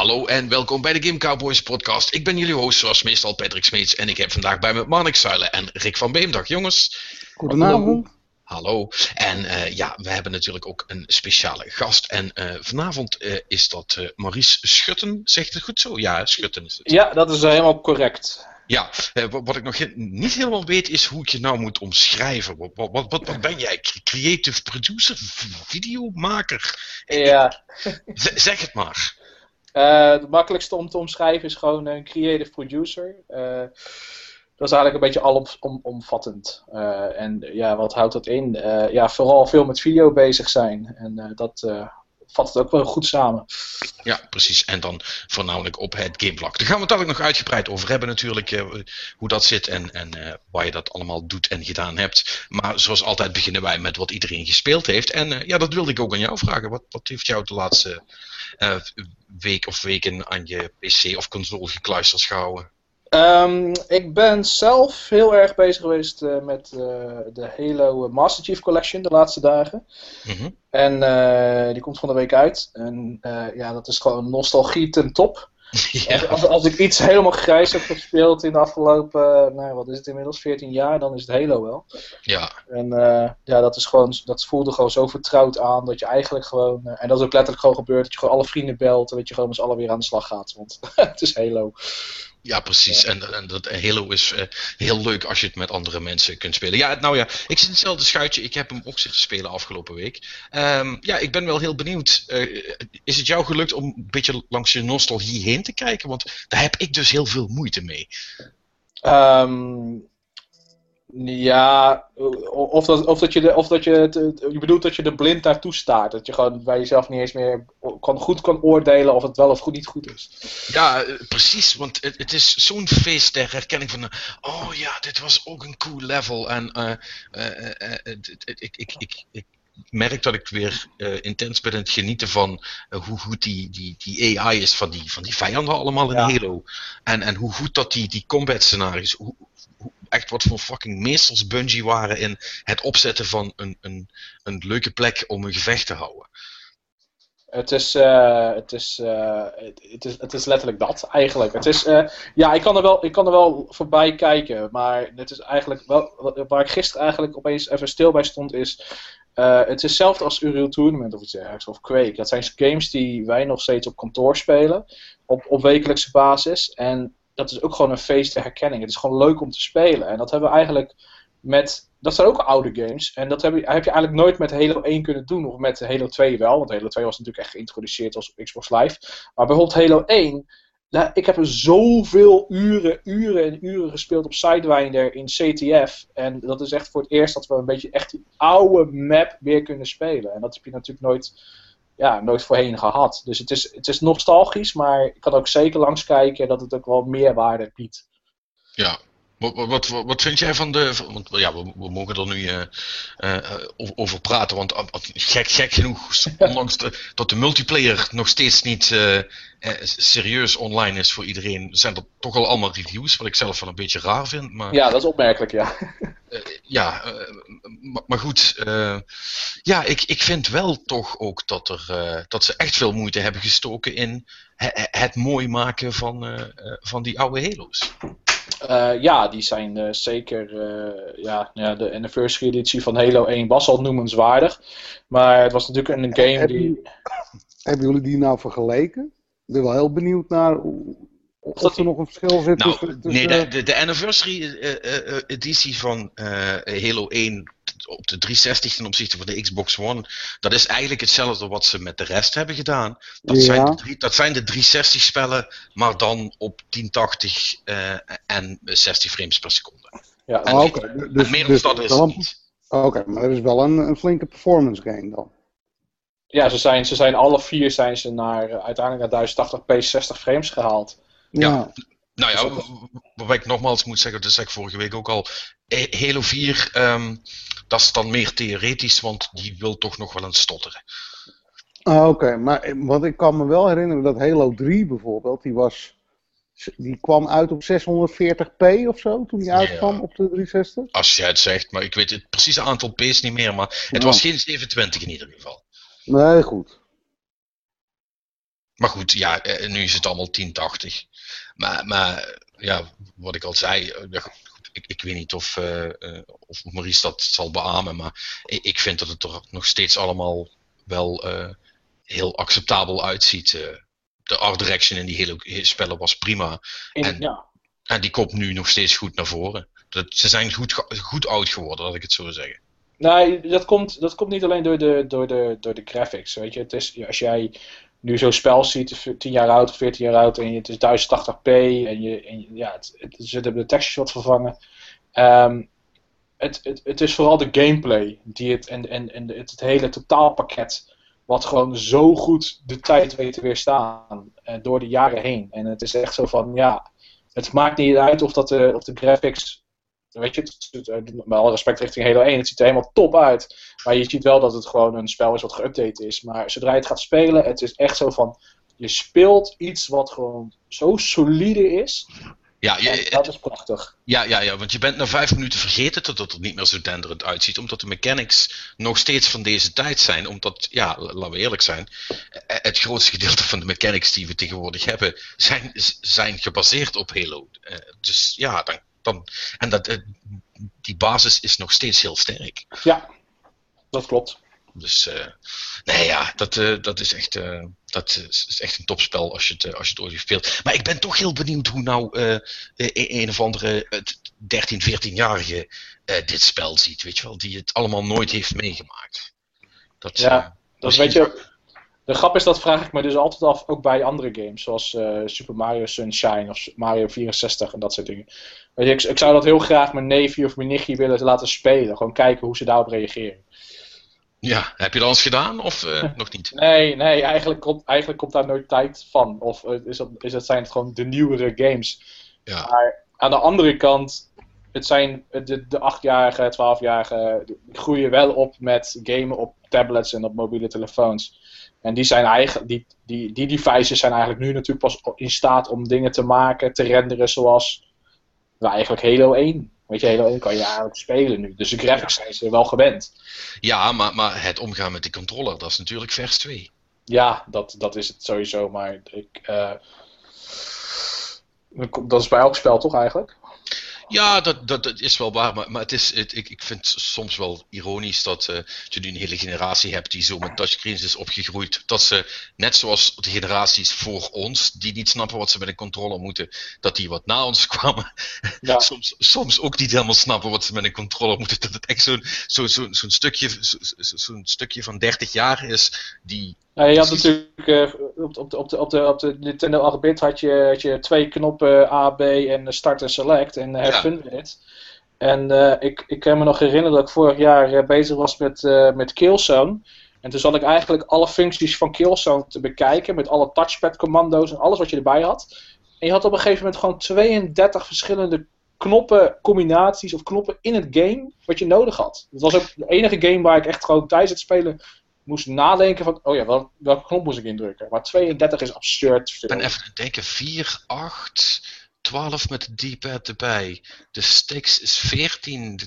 Hallo en welkom bij de Game Cowboys podcast. Ik ben jullie host zoals meestal Patrick Smeets en ik heb vandaag bij me Marnik Zuilen en Rick van Beem. Dag jongens. Goedenavond. Hallo. En we hebben natuurlijk ook een speciale gast. En vanavond is dat Maurice Schutten. Zegt het goed zo? Ja, Schutten is het. Ja, dat is helemaal correct. Ja, wat ik nog niet helemaal weet is hoe ik je nou moet omschrijven. Wat ben jij? Creative producer? Videomaker? Ja. Zeg het maar. Het makkelijkste om te omschrijven is gewoon een creative producer. Dat is eigenlijk een beetje alomvattend. En ja, wat houdt dat in? Vooral veel met video bezig zijn. En dat vat het ook wel goed samen. Ja, precies. En dan voornamelijk op het gamevlak. Daar gaan we het dadelijk nog uitgebreid over hebben natuurlijk. Hoe dat zit en waar je dat allemaal doet en gedaan hebt. Maar zoals altijd beginnen wij met wat iedereen gespeeld heeft. En dat wilde ik ook aan jou vragen. Wat heeft jou de laatste week of weken aan je PC of console gekluisterd gehouden? Ik ben zelf heel erg bezig geweest met de Halo Master Chief Collection de laatste dagen. Mm-hmm. En die komt van de week uit. En dat is gewoon nostalgie ten top. Ja. Als ik iets helemaal grijs heb gespeeld in de afgelopen, wat is het inmiddels, 14 jaar, dan is het Halo wel. Ja. En dat voelde gewoon zo vertrouwd aan dat je eigenlijk gewoon, en dat is ook letterlijk gewoon gebeurd, dat je gewoon alle vrienden belt en dat je gewoon met z'n allen weer aan de slag gaat. Want het is Halo. Ja, precies. Ja. En dat Halo is heel leuk als je het met andere mensen kunt spelen. Ja, ik zit in hetzelfde schuitje. Ik heb hem ook zitten spelen afgelopen week. Ik ben wel heel benieuwd. Is het jou gelukt om een beetje langs je nostalgie heen te kijken? Want daar heb ik dus heel veel moeite mee. Ja, je bedoelt dat je er blind naartoe staart. Dat je gewoon bij jezelf niet eens meer goed kan oordelen of het wel of niet goed is. Ja, precies. Want het is zo'n feest der herkenning van... oh ja, dit was ook een cool level. En ik merk dat ik weer intens ben aan het genieten van hoe goed die AI is van die vijanden allemaal in Halo. En hoe goed dat die combat scenario's... echt wat voor fucking meesters Bungie waren in het opzetten van een leuke plek om een gevecht te houden. Het is letterlijk dat, eigenlijk. Het is, ik kan er wel voorbij kijken, maar het is eigenlijk wel, waar ik gisteren eigenlijk opeens even stil bij stond is, het is hetzelfde als Unreal Tournament of iets dergelijks, of Quake. Dat zijn games die wij nog steeds op kantoor spelen, op wekelijkse basis, en dat is ook gewoon een feest der herkenning. Het is gewoon leuk om te spelen. En dat hebben we eigenlijk dat zijn ook oude games. En dat heb je eigenlijk nooit met Halo 1 kunnen doen. Of met Halo 2 wel. Want Halo 2 was natuurlijk echt geïntroduceerd als op Xbox Live. Maar bijvoorbeeld Halo 1. Ik heb er zoveel uren en uren gespeeld op Sidewinder in CTF. En dat is echt voor het eerst dat we een beetje echt die oude map weer kunnen spelen. En dat heb je natuurlijk nooit voorheen gehad. Dus het is nostalgisch, maar ik kan ook zeker langskijken dat het ook wel meerwaarde biedt. Ja. Wat vind jij van want we mogen er nu over praten, want gek genoeg, ondanks dat de multiplayer nog steeds niet serieus online is voor iedereen, zijn er toch al allemaal reviews, wat ik zelf wel een beetje raar vind. Maar, ja, dat is opmerkelijk, ja. Maar goed, ik vind wel toch ook dat ze echt veel moeite hebben gestoken in het mooi maken van die oude Halo's. Die zijn zeker, de anniversary editie van Halo 1 was al noemenswaardig. Maar het was natuurlijk een game Hebben jullie die nou vergeleken? Ik ben wel heel benieuwd naar of er nog een verschil zit tussen... Nee, de anniversary editie van Halo 1 op de 360 ten opzichte van de Xbox One, dat is eigenlijk hetzelfde wat ze met de rest hebben gedaan. Dat zijn de 360 spellen, maar dan op 1080 en 60 frames per seconde. Ja, Dus meer dan dat is het niet. Oké, maar dat is wel een flinke performance game dan. Ja, ze zijn alle vier uiteindelijk naar 1080p 60 frames gehaald. Ja. Nou ja, wat ik nogmaals moet zeggen, dat zei ik vorige week ook al. Halo 4, dat is dan meer theoretisch, want die wil toch nog wel eens stotteren. Oké, maar want ik kan me wel herinneren dat Halo 3 bijvoorbeeld, die kwam uit op 640p of zo, toen die uitkwam op de 360. Als jij het zegt, maar ik weet het precieze aantal p's niet meer, maar het was geen 720 in ieder geval. Nee, goed. Maar goed, ja, nu is het allemaal 1080. Maar ja, wat ik al zei, ik weet niet of Maurice dat zal beamen, maar ik vind dat het er nog steeds allemaal wel heel acceptabel uitziet. De art direction in die hele spellen was prima. En die komt nu nog steeds goed naar voren. Ze zijn goed oud geworden, laat ik het zo zeggen. Nee, dat komt niet alleen door de graphics. Weet je? Het is, als jij nu zo'n spel ziet, 10 jaar oud of 14 jaar oud, en het is 1080p en ze hebben de tekstjes wat vervangen. Het is vooral de gameplay die het hele totaalpakket wat gewoon zo goed de tijd weet te weerstaan door de jaren heen. En het is echt zo van, ja, het maakt niet uit of de graphics, weet je, met alle respect richting Halo 1, het ziet er helemaal top uit. Maar je ziet wel dat het gewoon een spel is wat geüpdate is. Maar zodra je het gaat spelen, het is echt zo van, je speelt iets wat gewoon zo solide is. Ja, dat is prachtig. Ja, want je bent na 5 minuten vergeten dat het er niet meer zo denderend uitziet. Omdat de mechanics nog steeds van deze tijd zijn. Omdat, ja, laten we eerlijk zijn. Het grootste gedeelte van de mechanics die we tegenwoordig hebben, zijn gebaseerd op Halo. Dus ja, die basis is nog steeds heel sterk. Ja, dat klopt. Dus, nee ja, dat is echt een topspel als je het ooit speelt. Maar ik ben toch heel benieuwd hoe nou een of andere 13, 14-jarige dit spel ziet, weet je wel, die het allemaal nooit heeft meegemaakt. Dat weet je, de grap is, dat vraag ik me dus altijd af, ook bij andere games, zoals Super Mario Sunshine of Mario 64 en dat soort dingen. Weet je, ik zou dat heel graag mijn neefje of mijn nichtje willen laten spelen, gewoon kijken hoe ze daarop reageren. Ja, heb je dat al eens gedaan of nog niet? Nee, eigenlijk komt daar nooit tijd van. Of zijn het gewoon de nieuwere games. Ja. Maar aan de andere kant, het zijn de 8-jarigen, 12-jarigen, die groeien wel op met gamen op tablets en op mobiele telefoons. En die zijn eigenlijk, die devices zijn eigenlijk nu natuurlijk pas in staat om dingen te maken, te renderen zoals eigenlijk Halo 1. Weet je, Halo 1 kan je eigenlijk spelen nu. Dus de graphics zijn ze wel gewend. Ja, maar het omgaan met die controller, dat is natuurlijk vers 2. Ja, dat is het sowieso. Maar dat is bij elk spel toch eigenlijk? Ja, dat is wel waar, maar ik vind het soms wel ironisch dat je nu een hele generatie hebt die zo met touchscreens is opgegroeid. Dat ze, net zoals de generaties voor ons, die niet snappen wat ze met een controller moeten, dat die wat na ons kwamen, Ja. soms ook niet helemaal snappen wat ze met een controller moeten. Dat het echt zo'n stukje van 30 jaar is die... Ja, je had natuurlijk op de Nintendo 8-bit had je 2 knoppen A, B en start en select en have fun with it. En ik kan me nog herinneren dat ik vorig jaar bezig was met Killzone. En toen zat ik eigenlijk alle functies van Killzone te bekijken met alle touchpad commando's en alles wat je erbij had. En je had op een gegeven moment gewoon 32 verschillende knoppen combinaties of knoppen in het game wat je nodig had. Het was ook de enige game waar ik echt gewoon tijdens het spelen moest nadenken van, oh ja, welke knop moest ik indrukken? Maar 32 is absurd veel. Ik ben even aan het denken, 4, 8, 12 met de D-pad erbij. De sticks is 14,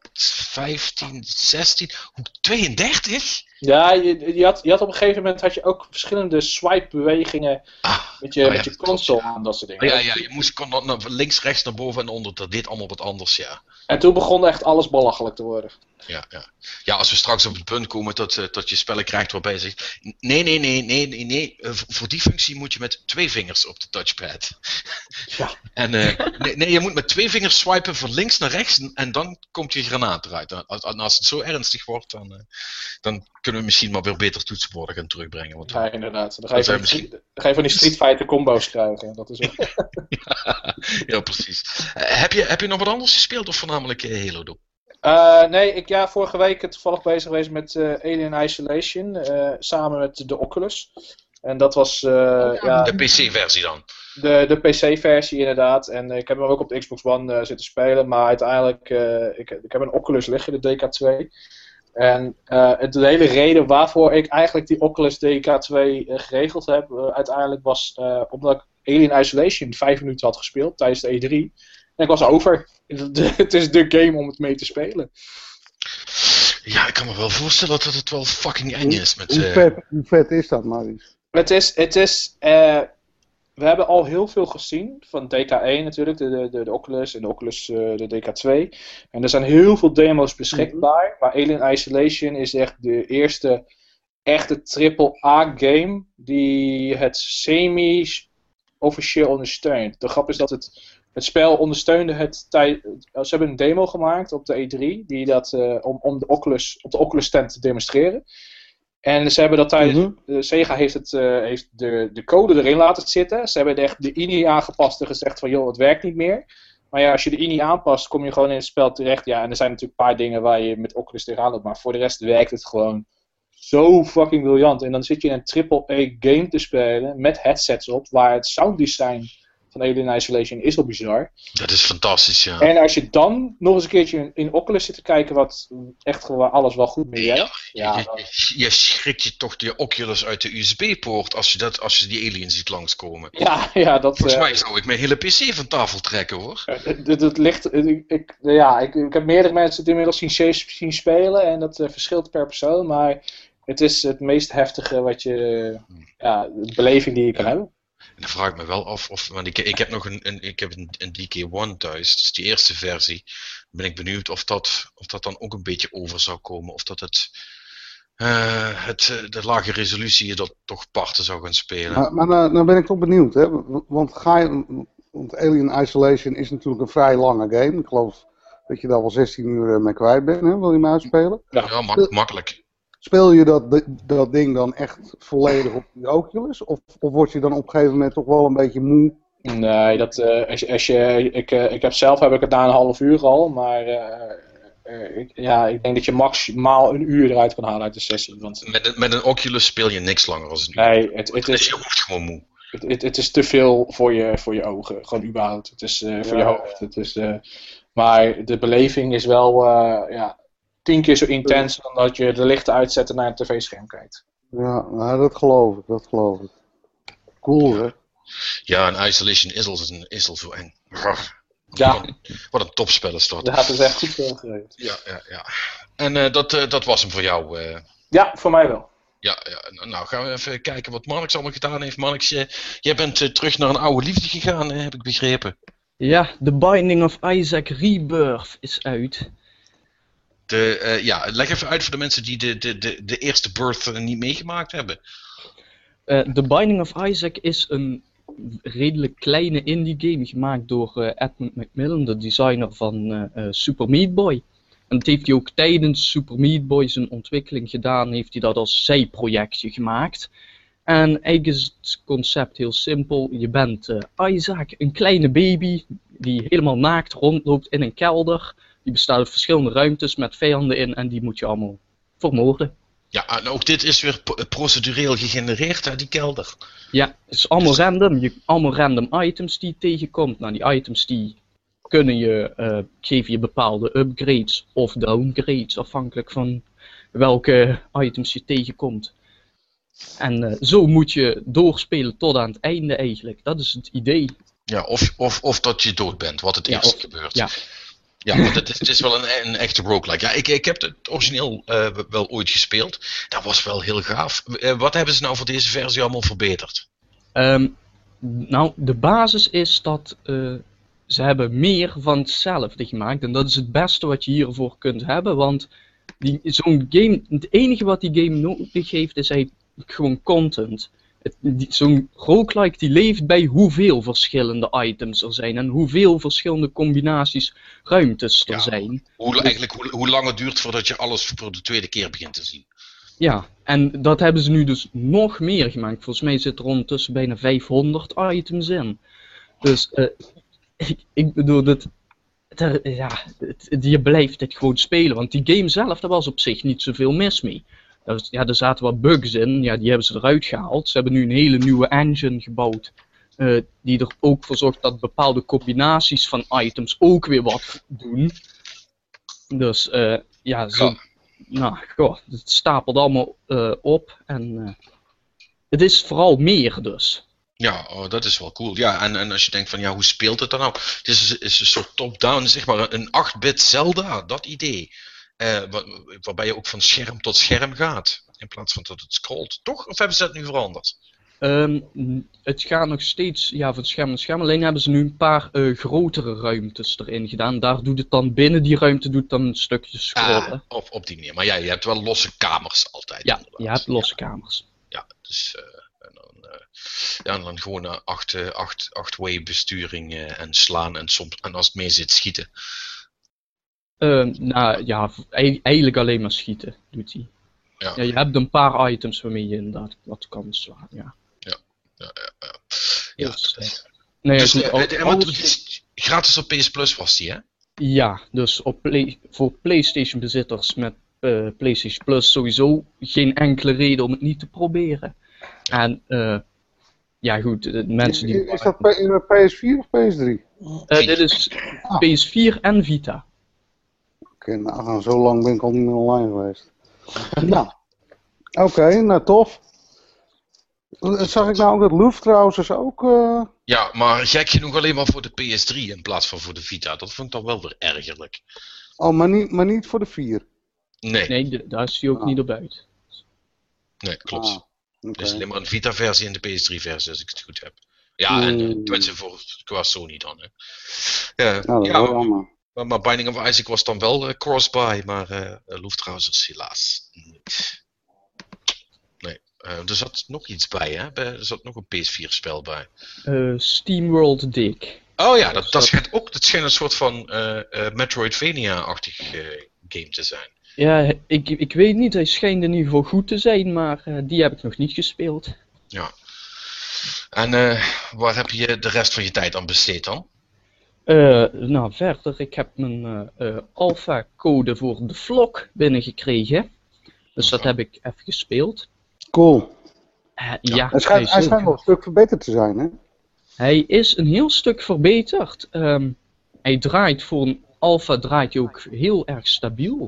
15, 16, 32? Ja, je had op een gegeven moment had je ook verschillende swipe-bewegingen met je console en dat soort dingen. Ja, je moest links, rechts, naar boven en onder. Dat deed allemaal wat anders, ja. En toen begon echt alles belachelijk te worden. Ja, als we straks op het punt komen dat je spellen krijgt waarbij je zegt, nee. Voor die functie moet je met 2 vingers op de touchpad. Ja. En nee, je moet met 2 vingers swipen van links naar rechts en dan komt je granaat eruit. Als het zo ernstig wordt, dan kunnen we misschien maar weer beter toetsenborden gaan terugbrengen. Want ja, inderdaad. Dan ga je van die Street Fighter combo's krijgen. Dat is ook... ja, precies. Heb je nog wat anders gespeeld of voornamelijk Halo? Nee, vorige week toevallig bezig geweest met Alien Isolation, samen met de Oculus. En dat was... de PC-versie dan? De PC-versie inderdaad. En ik heb hem ook op de Xbox One zitten spelen, maar uiteindelijk... ik heb een Oculus liggen, de DK2. En de hele reden waarvoor ik eigenlijk die Oculus DK2 geregeld heb, uiteindelijk was omdat ik Alien Isolation 5 minuten had gespeeld tijdens de E3. En ik was over. Het is de game om het mee te spelen. Ja, ik kan me wel voorstellen dat het wel fucking eng is. Hoe vet is dat, Maurice? We hebben al heel veel gezien van DK1 natuurlijk, de Oculus en de Oculus de DK2. En er zijn heel veel demo's beschikbaar, maar Alien Isolation is echt de eerste echte AAA-game die het semi-officieel ondersteunt. De grap is dat het spel ondersteunde het ze hebben een demo gemaakt op de E3 die dat, om op de Oculus stand te demonstreren. En ze hebben dat tijdens. Sega heeft de code erin laten zitten. Ze hebben echt de INI aangepast en gezegd van joh, het werkt niet meer. Maar ja, als je de INI aanpast, kom je gewoon in het spel terecht. Ja, en er zijn natuurlijk een paar dingen waar je met Oculus tegenaan loopt. Maar voor de rest werkt het gewoon zo fucking briljant. En dan zit je in een AAA game te spelen met headsets op, waar het sounddesign van Alien Isolation is al bizar. Dat is fantastisch, ja. En als je dan nog eens een keertje in Oculus zit te kijken, wat echt gewoon alles wel goed mee werkt. Je schrikt je toch de Oculus uit de USB-poort als je die aliens ziet langskomen. Ja, dat... Volgens mij zou ik mijn hele PC van tafel trekken, hoor. Dat ligt... Ik heb meerdere mensen het inmiddels zien spelen en dat verschilt per persoon, maar het is het meest heftige wat je... de beleving die je kan hebben. En dan vraag ik me wel af, want ik heb nog een DK1 thuis, dus die eerste versie. Dan ben ik benieuwd of dat dan ook een beetje over zou komen, of dat de lage resolutie je dat toch parten zou gaan spelen. Maar nou ben ik toch benieuwd, hè? Want Alien Isolation is natuurlijk een vrij lange game. Ik geloof dat je daar wel 16 uur mee kwijt bent, hè? Wil je hem uitspelen? Ja, makkelijk. Speel je dat ding dan echt volledig op de Oculus? Of word je dan op een gegeven moment toch wel een beetje moe? Nee, ik heb het na een half uur al, maar ik denk dat je maximaal een uur eruit kan halen uit de sessie. Want... Met een Oculus speel je niks langer als een uur. Nee, je hoeft gewoon moe. Het is te veel voor je ogen, gewoon überhaupt. Het is voor je hoofd. Maar de beleving is wel 10 keer zo intens dan dat je de lichten uitzet en naar een tv-scherm kijkt. Ja, nou, dat geloof ik. Cool, hè? Ja, en Isolation is al zo eng. Ja. Wat een topspel is dat. Dat is echt goed geregeld. Ja. En dat was hem voor jou? Ja, voor mij wel. Ja, nou gaan we even kijken wat Marnix allemaal gedaan heeft. Marnix, jij bent terug naar een oude liefde gegaan, heb ik begrepen. Ja, The Binding of Isaac Rebirth is uit. Leg even uit voor de mensen die de eerste Birth niet meegemaakt hebben. The Binding of Isaac is een redelijk kleine indie game gemaakt door Edmund Macmillan, de designer van Super Meat Boy. En dat heeft hij ook tijdens Super Meat Boy zijn ontwikkeling gedaan, heeft hij dat als zijprojectje gemaakt. En eigenlijk is het concept heel simpel. Je bent Isaac, een kleine baby die helemaal naakt rondloopt in een kelder. Die bestaat uit verschillende ruimtes met vijanden in en die moet je allemaal vermoorden. Ja, en ook dit is weer procedureel gegenereerd uit die kelder. Ja, het is allemaal random. Allemaal random items die je tegenkomt. Nou, die items die geven je bepaalde upgrades of downgrades, afhankelijk van welke items je tegenkomt. En zo moet je doorspelen tot aan het einde eigenlijk. Dat is het idee. Ja, of dat je dood bent, wat het eerst gebeurt. Ja. Ja, want het is wel een echte roguelike. Ja, ik heb het origineel wel ooit gespeeld. Dat was wel heel gaaf. Wat hebben ze nou voor deze versie allemaal verbeterd? Nou, de basis is dat ze hebben meer van hetzelfde gemaakt. En dat is het beste wat je hiervoor kunt hebben. Want zo'n game, het enige wat die game nodig heeft is eigenlijk gewoon content. Zo'n roguelike die leeft bij hoeveel verschillende items er zijn en hoeveel verschillende combinaties ruimtes er zijn. Hoe lang het duurt voordat je alles voor de tweede keer begint te zien. Ja, en dat hebben ze nu dus nog meer gemaakt. Volgens mij zit er ondertussen bijna 500 items in. Dus ik bedoel, je blijft het gewoon spelen, want die game zelf, daar was op zich niet zoveel mis mee. Ja, er zaten wat bugs in, ja, die hebben ze eruit gehaald. Ze hebben nu een hele nieuwe engine gebouwd, die er ook voor zorgt dat bepaalde combinaties van items ook weer wat doen. Dus het stapelt allemaal op en het is vooral meer dus. Ja, dat is wel cool. Ja, en als je denkt van, ja, hoe speelt het dan nou? Het is een soort top-down, zeg maar een 8-bit Zelda, dat idee. Waarbij je ook van scherm tot scherm gaat. In plaats van dat het scrolt. Toch? Of hebben ze dat nu veranderd? Het gaat nog steeds van scherm naar scherm. Alleen hebben ze nu een paar grotere ruimtes erin gedaan. Daar doet het dan binnen die ruimte een stukje scrollen. Of op die manier. Maar ja, je hebt wel losse kamers altijd. Ja, inderdaad. je hebt losse kamers. Ja, dus en dan gewoon 8-way besturing en slaan en soms en als het mee zit schieten. Eigenlijk alleen maar schieten doet hij. Ja. Je hebt een paar items waarmee je inderdaad wat kan slaan, ja. Ja, Dus, gratis op PS Plus was die, hè? Ja, dus voor PlayStation bezitters met PlayStation Plus sowieso geen enkele reden om het niet te proberen. En goed, de mensen die... Is dat PS4 of PS3? Dit is PS4 en Vita. Oké, nou, zo lang ben ik al niet meer online geweest. Nou, oké, tof. Zag ik nou ook dat Luftrausers ook... Ja, maar gek genoeg alleen maar voor de PS3 in plaats van voor de Vita. Dat vond ik dan wel weer ergerlijk. Oh, maar niet voor de 4? Nee, daar is hij ook niet op uit. Nee, klopt. Okay. Er is alleen maar een Vita-versie en de PS3-versie, als ik het goed heb. Ja, en tenminste qua Sony dan. Hè. Maar Binding of Isaac was dan wel cross-buy, maar Luftrausers helaas niet. Nee, er zat nog iets bij, hè? Er zat nog een PS4-spel bij. SteamWorld Dig. Oh ja, dat schijnt een soort van Metroidvania-achtig game te zijn. Ja, ik weet niet, hij schijnt in ieder geval goed te zijn, maar die heb ik nog niet gespeeld. Ja. En waar heb je de rest van je tijd aan besteed dan? Verder, ik heb mijn alpha-code voor de vlog binnengekregen. Dus dat heb ik even gespeeld. Cool. Ja, hij schijnt wel een stuk verbeterd te zijn, hè? Hij is een heel stuk verbeterd. Hij draait voor een alpha ook heel erg stabiel.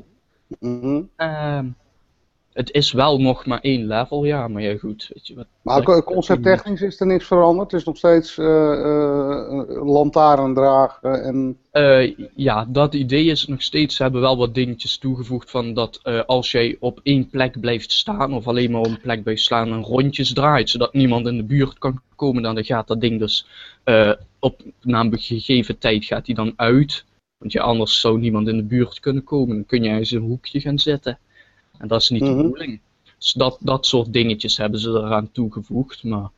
Het is wel nog maar 1 level, ja, maar ja goed. Weet je wat. Maar concepttechnisch is er niks veranderd? Het is nog steeds lantaarn dragen en... dat idee is nog steeds. Ze hebben wel wat dingetjes toegevoegd van dat als jij op 1 plek blijft staan, of alleen maar op een plek blijft staan en rondjes draait, zodat niemand in de buurt kan komen, dan gaat dat ding dus na een gegeven tijd gaat hij dan uit. Want anders zou niemand in de buurt kunnen komen. Dan kun je eens in een hoekje gaan zitten. En dat is niet de bedoeling. Dus dat soort dingetjes hebben ze eraan toegevoegd. Maar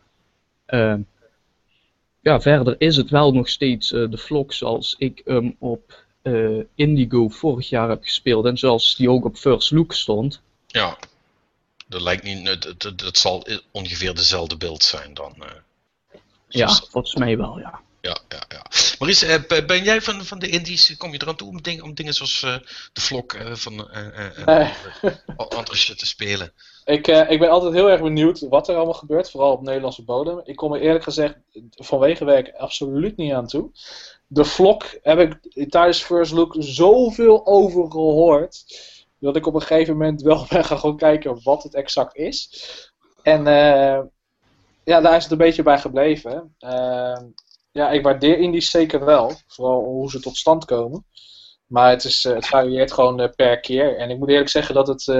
verder is het wel nog steeds de vlog zoals ik hem op Indigo vorig jaar heb gespeeld. En zoals die ook op First Look stond. Ja, dat lijkt niet. Dat zal ongeveer dezelfde beeld zijn dan. Ja, volgens mij wel, ja. Ja. Maurice, ben jij van de indies, kom je eraan toe om dingen zoals de vlog van andere shit te spelen? Ik ben altijd heel erg benieuwd wat er allemaal gebeurt, vooral op Nederlandse bodem. Ik kom er eerlijk gezegd vanwege werk absoluut niet aan toe. De vlog heb ik tijdens First Look zoveel over gehoord, dat ik op een gegeven moment wel ben gaan kijken wat het exact is. En daar is het een beetje bij gebleven. Ik waardeer indies zeker wel. Vooral hoe ze tot stand komen. Maar het varieert gewoon per keer. En ik moet eerlijk zeggen dat het...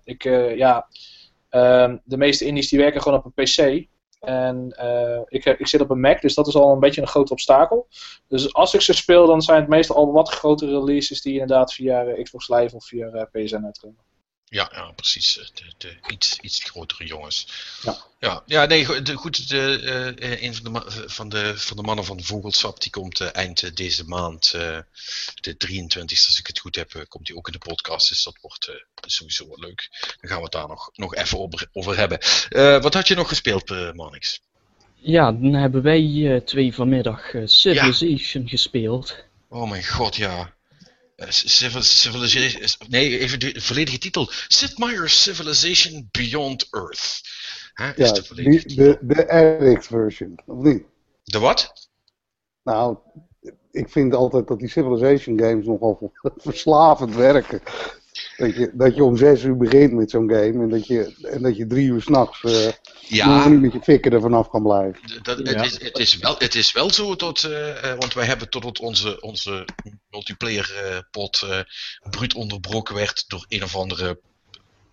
de meeste indies die werken gewoon op een PC. En ik zit op een Mac, dus dat is al een beetje een groot obstakel. Dus als ik ze speel, dan zijn het meestal al wat grotere releases die inderdaad via Xbox Live of via PSN uitkomen. Ja, precies. De iets grotere jongens. Ja, nee, goed. Een van de mannen van Vogelsap, die komt eind deze maand, de 23e, als ik het goed heb, komt hij ook in de podcast. Dus dat wordt sowieso wel leuk. Dan gaan we het daar nog even over hebben. Wat had je nog gespeeld, Manix? Ja, dan hebben wij 2 vanmiddag Civilization gespeeld. Oh mijn god, ja. Civilization. Nee, even de volledige titel. Sid Meier's Civilization Beyond Earth. Is de volledige titel. De RX version, of niet? De wat? Nou, ik vind altijd dat die Civilization games nogal verslavend werken. Dat je om 6 uur begint met zo'n game en dat je 3 uur s'nachts nog niet met je fikken er vanaf kan blijven. Het is wel zo, want wij hebben totdat onze multiplayer pot bruut onderbroken werd door een of andere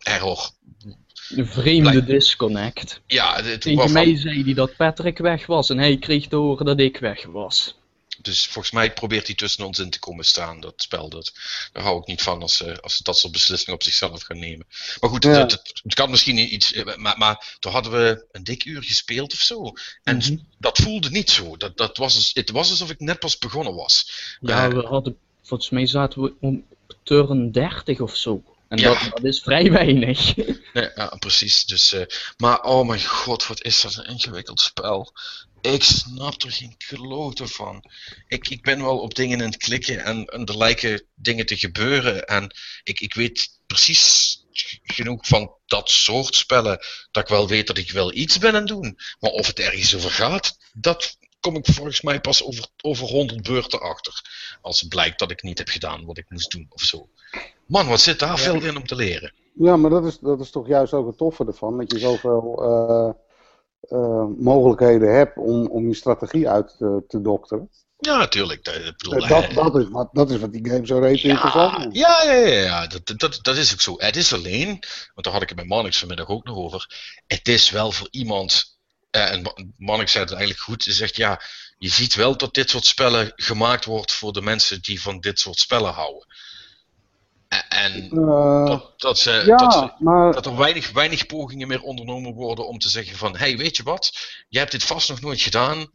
error. Een vreemde disconnect. Ja, Tegen mij zei hij dat Patrick weg was en hij kreeg te horen dat ik weg was. Dus volgens mij probeert hij tussen ons in te komen staan, dat spel. Daar hou ik niet van als ze dat soort beslissingen op zichzelf gaan nemen. Maar goed, het kan misschien iets... Maar toen hadden we een dik uur gespeeld of zo. En dat voelde niet zo. Het was alsof ik net pas begonnen was. Ja, we hadden... Volgens mij zaten we om turn 30 of zo. En dat is vrij weinig. Nee, ja, precies. Dus, maar oh mijn god, wat is dat een ingewikkeld spel. Ik snap er geen klote van. Ik ben wel op dingen aan het klikken en er lijken dingen te gebeuren. En ik weet precies genoeg van dat soort spellen dat ik wel weet dat ik wel iets ben aan het doen. Maar of het ergens over gaat, dat kom ik volgens mij pas over 100 beurten achter. Als het blijkt dat ik niet heb gedaan wat ik moest doen of zo. Man, wat zit daar veel in om te leren. Ja, maar dat is toch juist ook het toffe ervan. Dat je zoveel mogelijkheden hebt om je strategie uit te dokteren. Ja, natuurlijk. Dat is wat die game zo reet interessant maakt. Ja. Dat is ook zo. Het is alleen, want daar had ik het met Marnix vanmiddag ook nog over. Het is wel voor iemand, en Marnix zei het eigenlijk goed, hij zegt ja, je ziet wel dat dit soort spellen gemaakt wordt voor de mensen die van dit soort spellen houden. En dat er weinig pogingen meer ondernomen worden om te zeggen van, hey, weet je wat, je hebt dit vast nog nooit gedaan,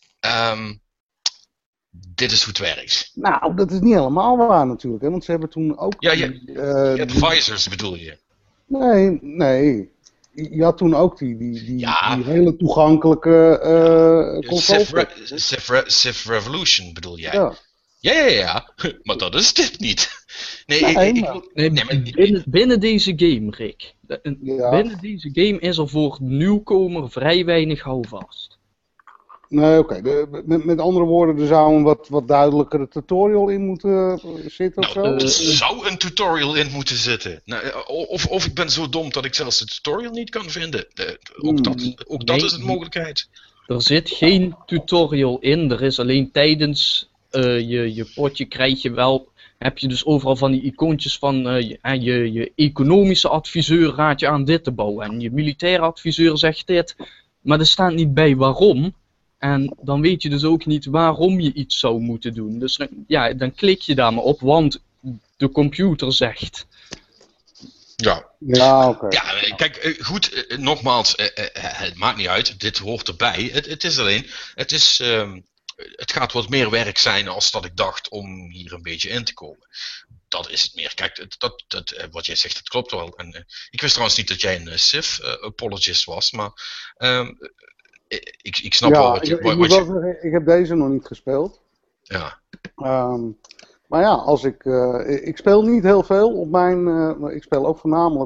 dit is hoe het werkt. Nou, dat is niet helemaal waar natuurlijk, hè? Want ze hebben toen ook... Advisors bedoel je? Nee. Je had toen ook die hele toegankelijke console. Civ Revolution bedoel jij? Ja. Ja. Maar dat is dit niet. Binnen deze game, Rick. Binnen deze game is er voor nieuwkomer vrij weinig houvast. Nee, oké. Met andere woorden, er zou een wat duidelijkere tutorial in moeten zitten of zo? Er zou een tutorial in moeten zitten. Nou, of ik ben zo dom dat ik zelfs de tutorial niet kan vinden. Ook dat is een mogelijkheid. Er zit geen tutorial in. Er is alleen tijdens je potje heb je dus overal van die icoontjes van je economische adviseur raadt je aan dit te bouwen. En je militaire adviseur zegt dit. Maar er staat niet bij waarom. En dan weet je dus ook niet waarom je iets zou moeten doen. Dus dan klik je daar maar op, want de computer zegt. Ja, oké. Ja, kijk, goed, nogmaals, het maakt niet uit, dit hoort erbij. Het is alleen, het gaat wat meer werk zijn als dat ik dacht om hier een beetje in te komen. Dat is het meer. Kijk, wat jij zegt, dat klopt wel. En, ik wist trouwens niet dat jij een Civ-apologist was, maar... Ik snap wel wat je... Ik heb deze nog niet gespeeld. Ja. Maar ja, als ik speel niet heel veel op mijn... ik speel ook voornamelijk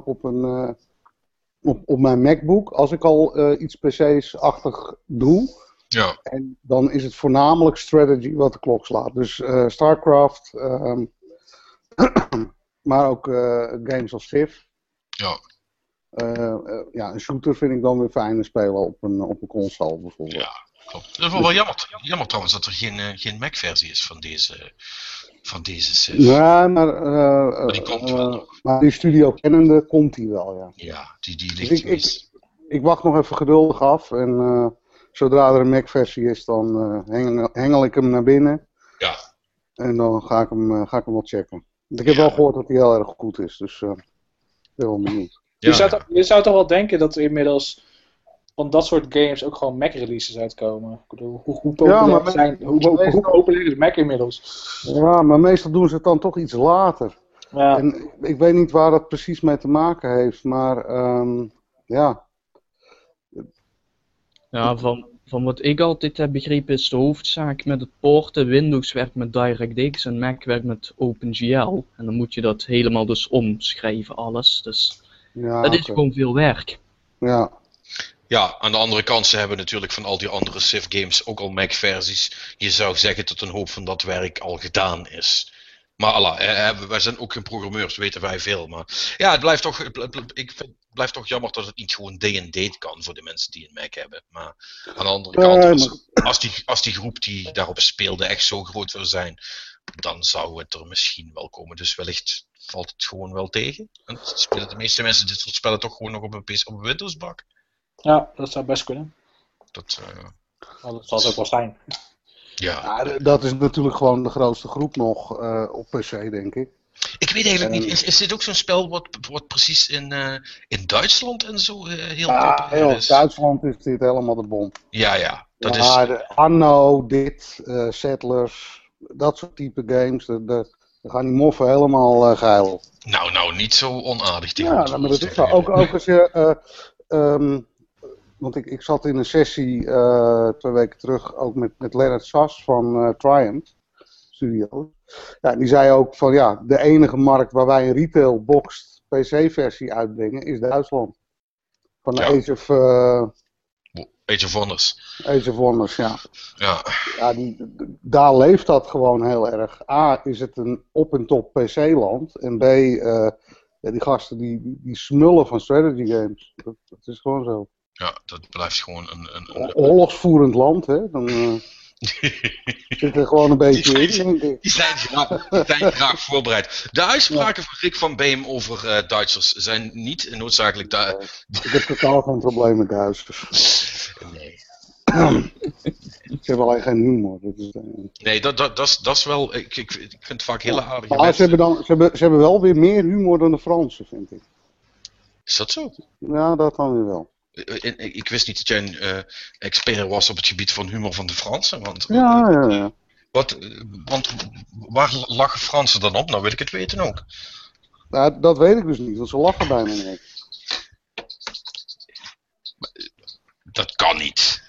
op mijn MacBook. Als ik al iets PC's-achtig doe. Ja. En dan is het voornamelijk strategy wat de klok slaat. Dus StarCraft. Maar ook games als Civ. Ja. Een shooter vind ik dan weer fijner spelen op een console bijvoorbeeld. Ja, klopt. Dat is wel jammer. Jammer trouwens dat er geen Mac-versie is van deze Civ. Ja, maar die komt wel nog. Maar die studio kennende komt die wel, ja. Ja, die ligt dus ik wacht nog even geduldig af en zodra er een Mac-versie is, dan hengel ik hem naar binnen. Ja. En dan ga ik hem wel checken. Ik heb wel gehoord dat hij heel erg goed is, dus ik ben wel benieuwd. Ja. Je zou toch wel denken dat er inmiddels van dat soort games ook gewoon Mac-releases uitkomen. Ik bedoel, hoe populair is Mac inmiddels? Ja, maar meestal doen ze het dan toch iets later. Ja. En ik weet niet waar dat precies mee te maken heeft, maar ja. Ja, van wat ik altijd heb begrepen is de hoofdzaak met het porten. Windows werkt met DirectX en Mac werkt met OpenGL. En dan moet je dat helemaal dus omschrijven alles. Dus dat is gewoon veel werk. Ja. Ja, aan de andere kant, ze hebben natuurlijk van al die andere Civ games ook al Mac-versies. Je zou zeggen dat een hoop van dat werk al gedaan is. Maar wij zijn ook geen programmeurs, weten wij veel. Maar ja, het blijft toch jammer dat het niet gewoon D&D kan voor de mensen die een Mac hebben. Maar aan de andere kant, als die groep die daarop speelde echt zo groot zou zijn, dan zou het er misschien wel komen. Dus wellicht valt het gewoon wel tegen. En spelen de meeste mensen dit soort spellen toch gewoon nog op een Windows-bak. Ja, dat zou best kunnen. Dat zal het ook wel zijn. ja. Ja, dat is natuurlijk gewoon de grootste groep nog op PC, denk ik. Ik weet eigenlijk niet, is dit ook zo'n spel wat precies in Duitsland en zo heel populair is? In Duitsland is dit helemaal de bom. Ja, dat is... De Anno, Settlers, dat soort type games, daar gaan die moffen helemaal geil. Nou, niet zo onaardig. Ja, maar dat is zo. Ook als je... want ik zat in een sessie 2 weken terug ook met Lennart Sas van Triumph Studios. Ja, die zei ook van ja, de enige markt waar wij een retail boxed PC-versie uitbrengen is Duitsland. Van de Age of Wonders. Age of Wonders, ja. Ja, daar leeft dat gewoon heel erg. A, is het een op-en-top PC-land. En B, die gasten die smullen van strategy games. Dat is gewoon zo. ja, dat blijft gewoon een... Oorlogsvoerend land, hè. Dan zit er gewoon een beetje in, denk ik. Die zijn graag voorbereid. De uitspraken van Rick van Beem over Duitsers zijn niet noodzakelijk... Ik heb totaal geen probleem met Duitsers. Nee. Ze hebben alleen geen humor. Nee, dat is wel... Ik vind het vaak hele aardige Maar mensen. ze hebben wel weer meer humor dan de Fransen, vind ik. Is dat zo? Ja, dat dan weer wel. Ik wist niet dat jij een expert was op het gebied van humor van de Fransen. Want waar lachen Fransen dan op? Nou wil ik het weten ook. Nou, dat weet ik dus niet, want ze lachen bijna niet. Dat kan niet.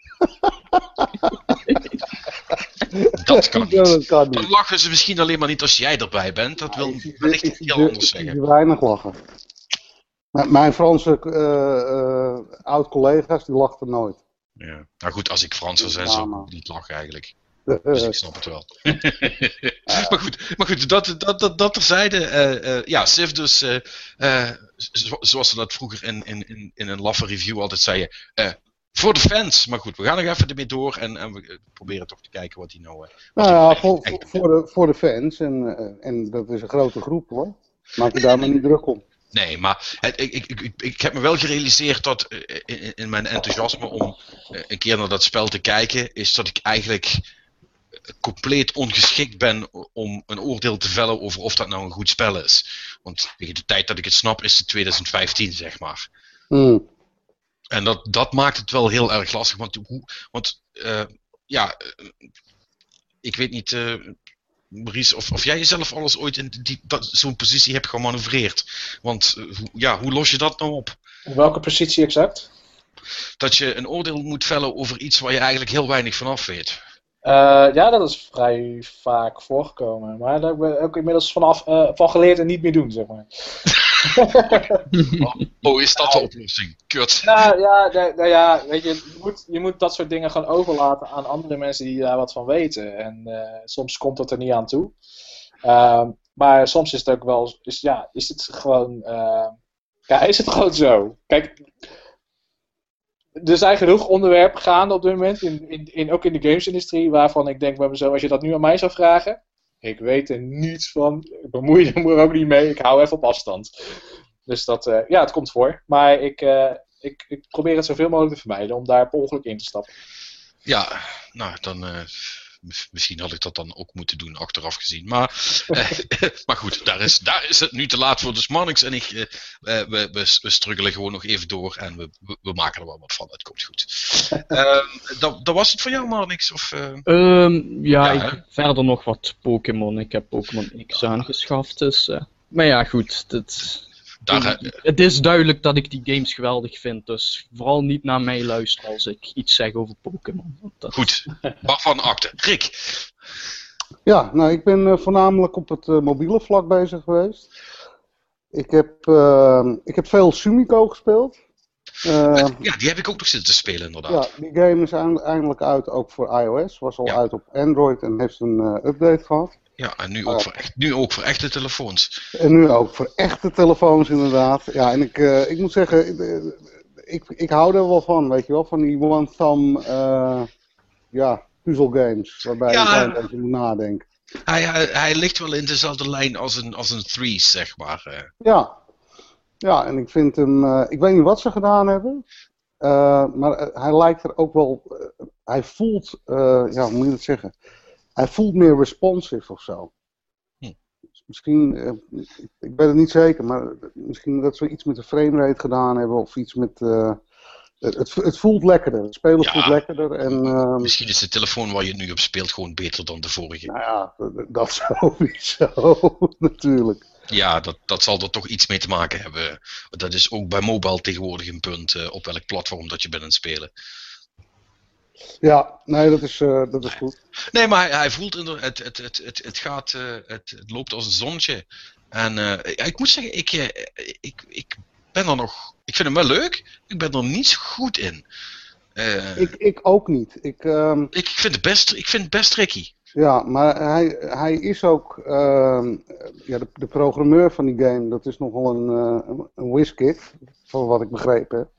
Dat kan niet. Ja, dat kan niet. Dan lachen ze misschien alleen maar niet als jij erbij bent. Dat wil wellicht iets heel anders Ik zeggen. zie weinig lachen. Mijn Franse oud-collega's, die lachten nooit. Ja. Nou goed, als ik Fransen zijn, zou ik ook niet lachen eigenlijk. Dus ik snap het wel. maar goed, dat terzijde. Ja, Civ dus, zoals ze dat vroeger in een laffe review altijd zeiden, voor de fans. Maar goed, we gaan nog even ermee door en we proberen toch te kijken wat die nou... voor de fans, en dat is een grote groep hoor. Maak je daar maar niet druk om. Nee, maar ik heb me wel gerealiseerd dat in mijn enthousiasme om een keer naar dat spel te kijken, is dat ik eigenlijk compleet ongeschikt ben om een oordeel te vellen over of dat nou een goed spel is. Want tegen de tijd dat ik het snap is het 2015, zeg maar. En dat maakt het wel heel erg lastig, want ik weet niet... Maurice, of jij jezelf alles ooit in zo'n positie hebt gemanoeuvreerd. Want hoe los je dat nou op? In welke positie exact? Dat je een oordeel moet vellen over iets waar je eigenlijk heel weinig van af weet. Ja, dat is vrij vaak voorgekomen. Maar daar heb ik ook inmiddels van geleerd en niet meer doen, zeg maar. Is dat de oplossing? Kut. Nou ja, weet je moet dat soort dingen gewoon overlaten aan andere mensen die daar wat van weten. En soms komt dat er niet aan toe. Maar soms is het ook wel, is het gewoon zo. Kijk, er zijn genoeg onderwerpen gaande op dit moment, ook in de gamesindustrie, waarvan ik denk bij mezelf, als je dat nu aan mij zou vragen, ik weet er niets van, ik bemoei er ook niet mee, ik hou even op afstand. Dus dat, het komt voor. Maar ik probeer het zoveel mogelijk te vermijden om daar per ongeluk in te stappen. Ja, nou dan... Misschien had ik dat dan ook moeten doen, achteraf gezien. Maar goed, daar is het nu te laat voor. Dus Marnix en ik, we struggelen gewoon nog even door. En we maken er wel wat van. Het komt goed. Dat was het voor jou, Marnix? Of, ik heb verder nog wat Pokémon. Ik heb Pokémon X aangeschaft. Dus, maar ja, goed. Het is duidelijk dat ik die games geweldig vind. Dus vooral niet naar mij luisteren als ik iets zeg over Pokémon. Goed, waarvan akte. Rick? Ja, nou ik ben voornamelijk op het mobiele vlak bezig geweest. Ik heb veel Sumiko gespeeld. Die heb ik ook nog zitten spelen inderdaad. Ja, die game is eindelijk uit ook voor iOS. Was al uit op Android en heeft een update gehad. Ja, en nu ook voor echte telefoons. En nu ook voor echte telefoons inderdaad. Ja, en ik moet zeggen, ik hou er wel van, weet je wel, van die one-thumb puzzelgames, waarbij je een klein beetje moet nadenken. Hij ligt wel in dezelfde lijn als een Threes, zeg maar. Ja, en ik vind hem... ik weet niet wat ze gedaan hebben. Maar hij lijkt er ook wel... hij voelt... ja, hoe moet je dat zeggen? Hij voelt meer responsive of zo. Misschien... ik weet het niet zeker, maar misschien dat ze iets met de framerate gedaan hebben. Of iets met... het voelt lekkerder. Het spelen voelt lekkerder. En, misschien is de telefoon waar je nu op speelt gewoon beter dan de vorige. Nou ja, dat sowieso. Natuurlijk. Ja, dat zal er toch iets mee te maken hebben. Dat is ook bij mobile tegenwoordig een punt op welk platform dat je bent aan het spelen. Ja, nee, dat is goed. Nee, maar hij voelt inderdaad, het loopt als een zonnetje. En ik moet zeggen, ik ben er nog, ik vind hem wel leuk, ik ben er niet zo goed in. Ik ook niet. Ik vind het best tricky. Ja, maar hij is ook, de programmeur van die game, dat is nogal een WizKid, van wat ik begrepen heb.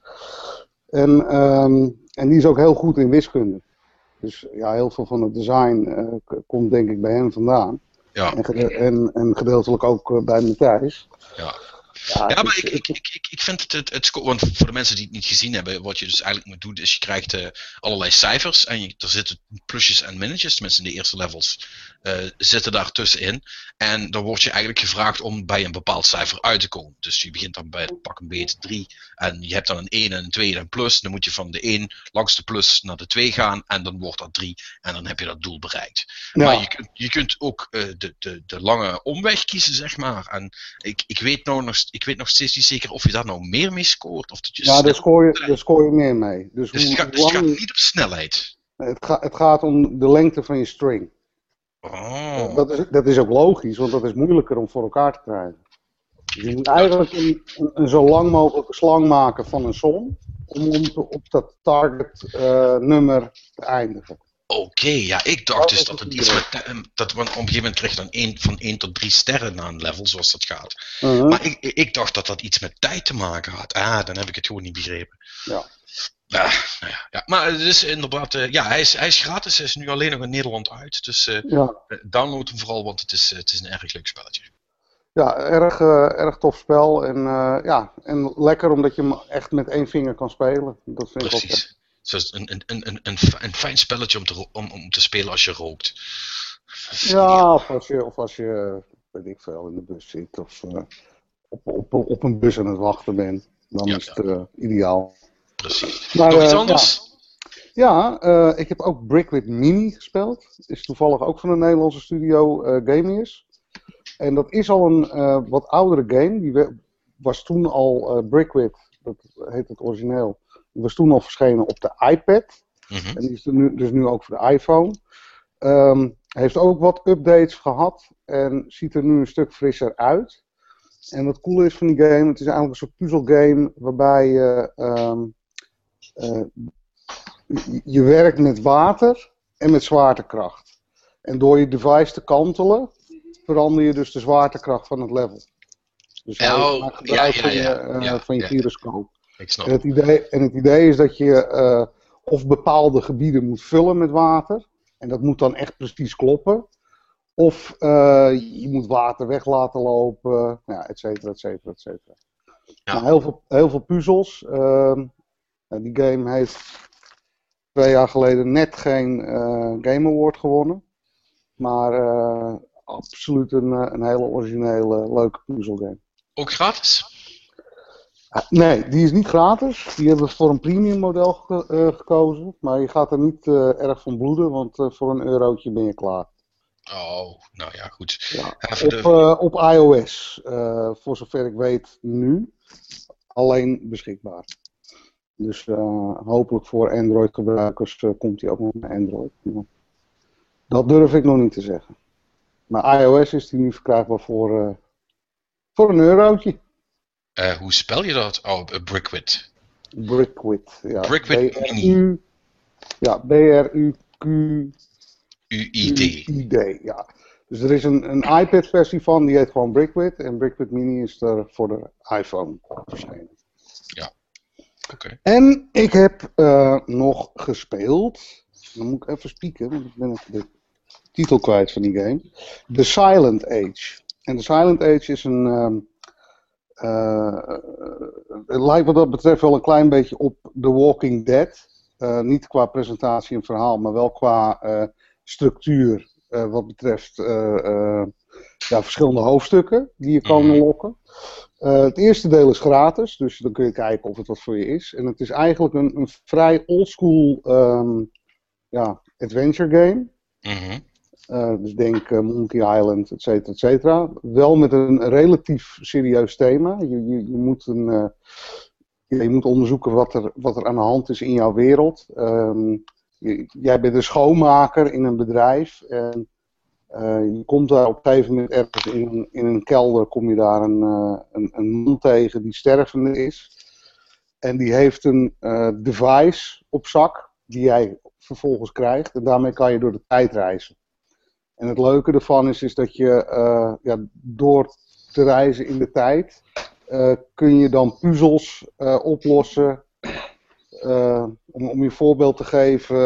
En die is ook heel goed in wiskunde. Dus ja, heel veel van het design komt denk ik bij hem vandaan. Ja. En gedeeltelijk ook bij Matthijs. Ja. Ja, maar ik vind het want voor de mensen die het niet gezien hebben, wat je dus eigenlijk moet doen, is je krijgt allerlei cijfers en er zitten plusjes en minnetjes, tenminste in de eerste levels zitten daar tussenin. En dan word je eigenlijk gevraagd om bij een bepaald cijfer uit te komen. Dus je begint dan bij pak een beetje 3 en je hebt dan een 1 en een 2 en een plus. Dan moet je van de 1 langs de plus naar de 2 gaan en dan wordt dat 3 en dan heb je dat doel bereikt. Ja. Maar je kunt ook de lange omweg kiezen, zeg maar. En ik weet nog steeds niet zeker of je daar nou meer mee scoort. Of dat je daar scoor je meer mee. Dus het gaat niet op snelheid. Het gaat om de lengte van je string. Oh. Dat is ook logisch, want dat is moeilijker om voor elkaar te krijgen. Dus je moet eigenlijk een zo lang mogelijke slang maken van een som, om op dat target nummer te eindigen. Oké, ja, ik dacht dus dat het iets met... want op een gegeven moment krijg je dan van 1 tot 3 sterren na een level, zoals dat gaat. Maar ik dacht dat dat iets met tijd te maken had. Dan heb ik het gewoon niet begrepen. Ja. Ja. Maar het is inderdaad... hij is gratis, hij is nu alleen nog in Nederland uit. Dus download hem vooral, want het is een erg leuk spelletje. Ja, erg tof spel. En lekker omdat je hem echt met 1 vinger kan spelen. Dat vind ik ook echt. Zoals een fijn spelletje om te spelen als je rookt. Ja, of als je weet ik veel, in de bus zit. Of op een bus aan het wachten bent. Dan is het ideaal. Precies. Maar, nog iets anders? Ik heb ook Brickwit Mini gespeeld. Is toevallig ook van een Nederlandse studio, Gamius. En dat is al een wat oudere game. Die was toen al Brickwit, dat heet het origineel. Die was toen al verschenen op de iPad. En die is dus nu ook voor de iPhone. Heeft ook wat updates gehad. En ziet er nu een stuk frisser uit. En wat cool is van die game, het is eigenlijk een soort puzzelgame waarbij je werkt met water en met zwaartekracht. En door je device te kantelen, verander je dus de zwaartekracht van het level. Dus hij maakt gebruik van je gyroscoop. En het idee is dat je of bepaalde gebieden moet vullen met water. En dat moet dan echt precies kloppen. Of je moet water weg laten lopen, et cetera, et cetera, et cetera. Ja. Nou, heel veel puzzels. Die game heeft 2 jaar geleden net geen Game Award gewonnen. Maar absoluut een hele originele, leuke puzzelgame. Ook gratis? Nee, die is niet gratis. Die hebben we voor een premium model gekozen. Maar je gaat er niet erg van bloeden, want voor een eurotje ben je klaar. Oh, nou ja, goed. Ja, op iOS, voor zover ik weet nu, alleen beschikbaar. Dus hopelijk voor Android gebruikers komt die ook nog naar Android. Dat durf ik nog niet te zeggen. Maar iOS is die nu verkrijgbaar voor een eurotje. Hoe spel je dat? Oh, Brickwit. Brickwit, ja. Brickwit Mini. Ja, B-R-U-Q... UID. Ja. Dus er is een iPad-versie van, die heet gewoon Brickwit. En Brickwit Mini is er voor de iPhone verschenen. Ja, oké. En ik heb nog gespeeld. Dan moet ik even spieken, want ik ben even titel kwijt van die game. The Silent Age. En The Silent Age is het lijkt wat dat betreft wel een klein beetje op The Walking Dead. Niet qua presentatie en verhaal, maar wel qua structuur. Wat betreft verschillende hoofdstukken die je kan unlocken. Het eerste deel is gratis, dus dan kun je kijken of het wat voor je is. En het is eigenlijk een vrij oldschool adventure game. Dus denk Monkey Island, et cetera, et cetera. Wel met een relatief serieus thema. Je moet onderzoeken wat er aan de hand is in jouw wereld. Jij bent een schoonmaker in een bedrijf. En je komt daar op een gegeven moment ergens in een kelder, kom je daar een man tegen die stervende is. En die heeft een device op zak, die jij vervolgens krijgt. En daarmee kan je door de tijd reizen. En het leuke ervan is dat je door te reizen in de tijd, kun je dan puzzels oplossen. Om je voorbeeld te geven,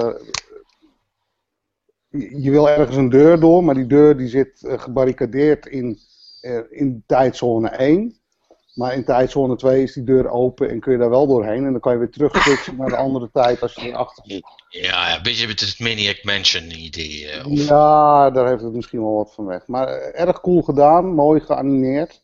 je wil ergens een deur door, maar die deur die zit gebarricadeerd in tijdzone 1. Maar in tijdzone 2 is die deur open en kun je daar wel doorheen. En dan kan je weer terugfixen naar de andere tijd als je erachter zit. Ja, een beetje het Maniac Mansion idee. Ja, daar heeft het misschien wel wat van weg. Maar erg cool gedaan, mooi geanimeerd.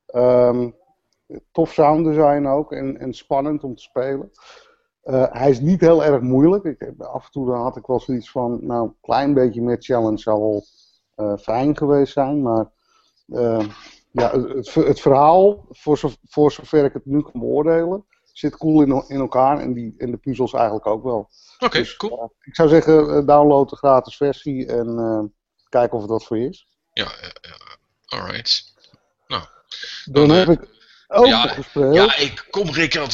Tof sound design ook en spannend om te spelen. Hij is niet heel erg moeilijk. Af en toe dan had ik wel zoiets van, nou, een klein beetje meer challenge zou wel fijn geweest zijn. Maar het verhaal, voor zover ik het nu kan beoordelen, zit cool in elkaar en de puzzels eigenlijk ook wel. Oké, Dus, cool. Ik zou zeggen, download de gratis versie en kijk of het wat voor je is. Ja, alright. Nou, Dan heb ik ook nog gespeeld. Ja, ik kom rekenen.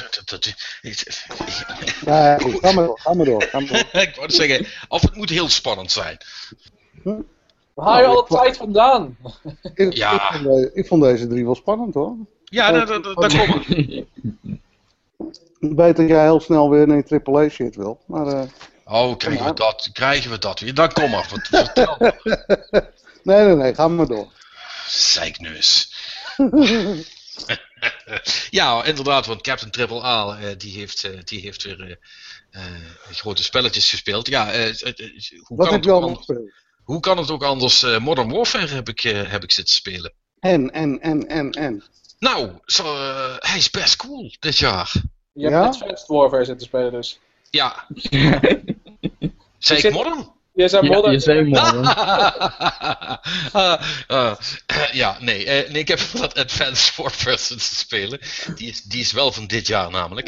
Nee, ga maar door. Ik wou zeggen, of het moet heel spannend zijn. Waar haal je al de tijd vandaan? Ik vond deze 3 wel spannend hoor. Ja, dat komt. Ik weet dat jij heel snel weer naar je AAA shit wil. Maar, krijgen we dat weer? Dan kom maar, vertel maar. Nee, ga maar door. Zeikneus. Ja, inderdaad, want Captain Triple A, die heeft weer grote spelletjes gespeeld. Ja, hoe kan het ook anders? Modern Warfare heb ik zitten spelen. En? Nou, hij is best cool dit jaar. Je hebt Advanced Warfare zitten spelen dus. Ja. Zei ik modern? Je zei modern. Je zei modern. Nee, ik heb dat Advanced Warfare zitten spelen. Die is wel van dit jaar namelijk.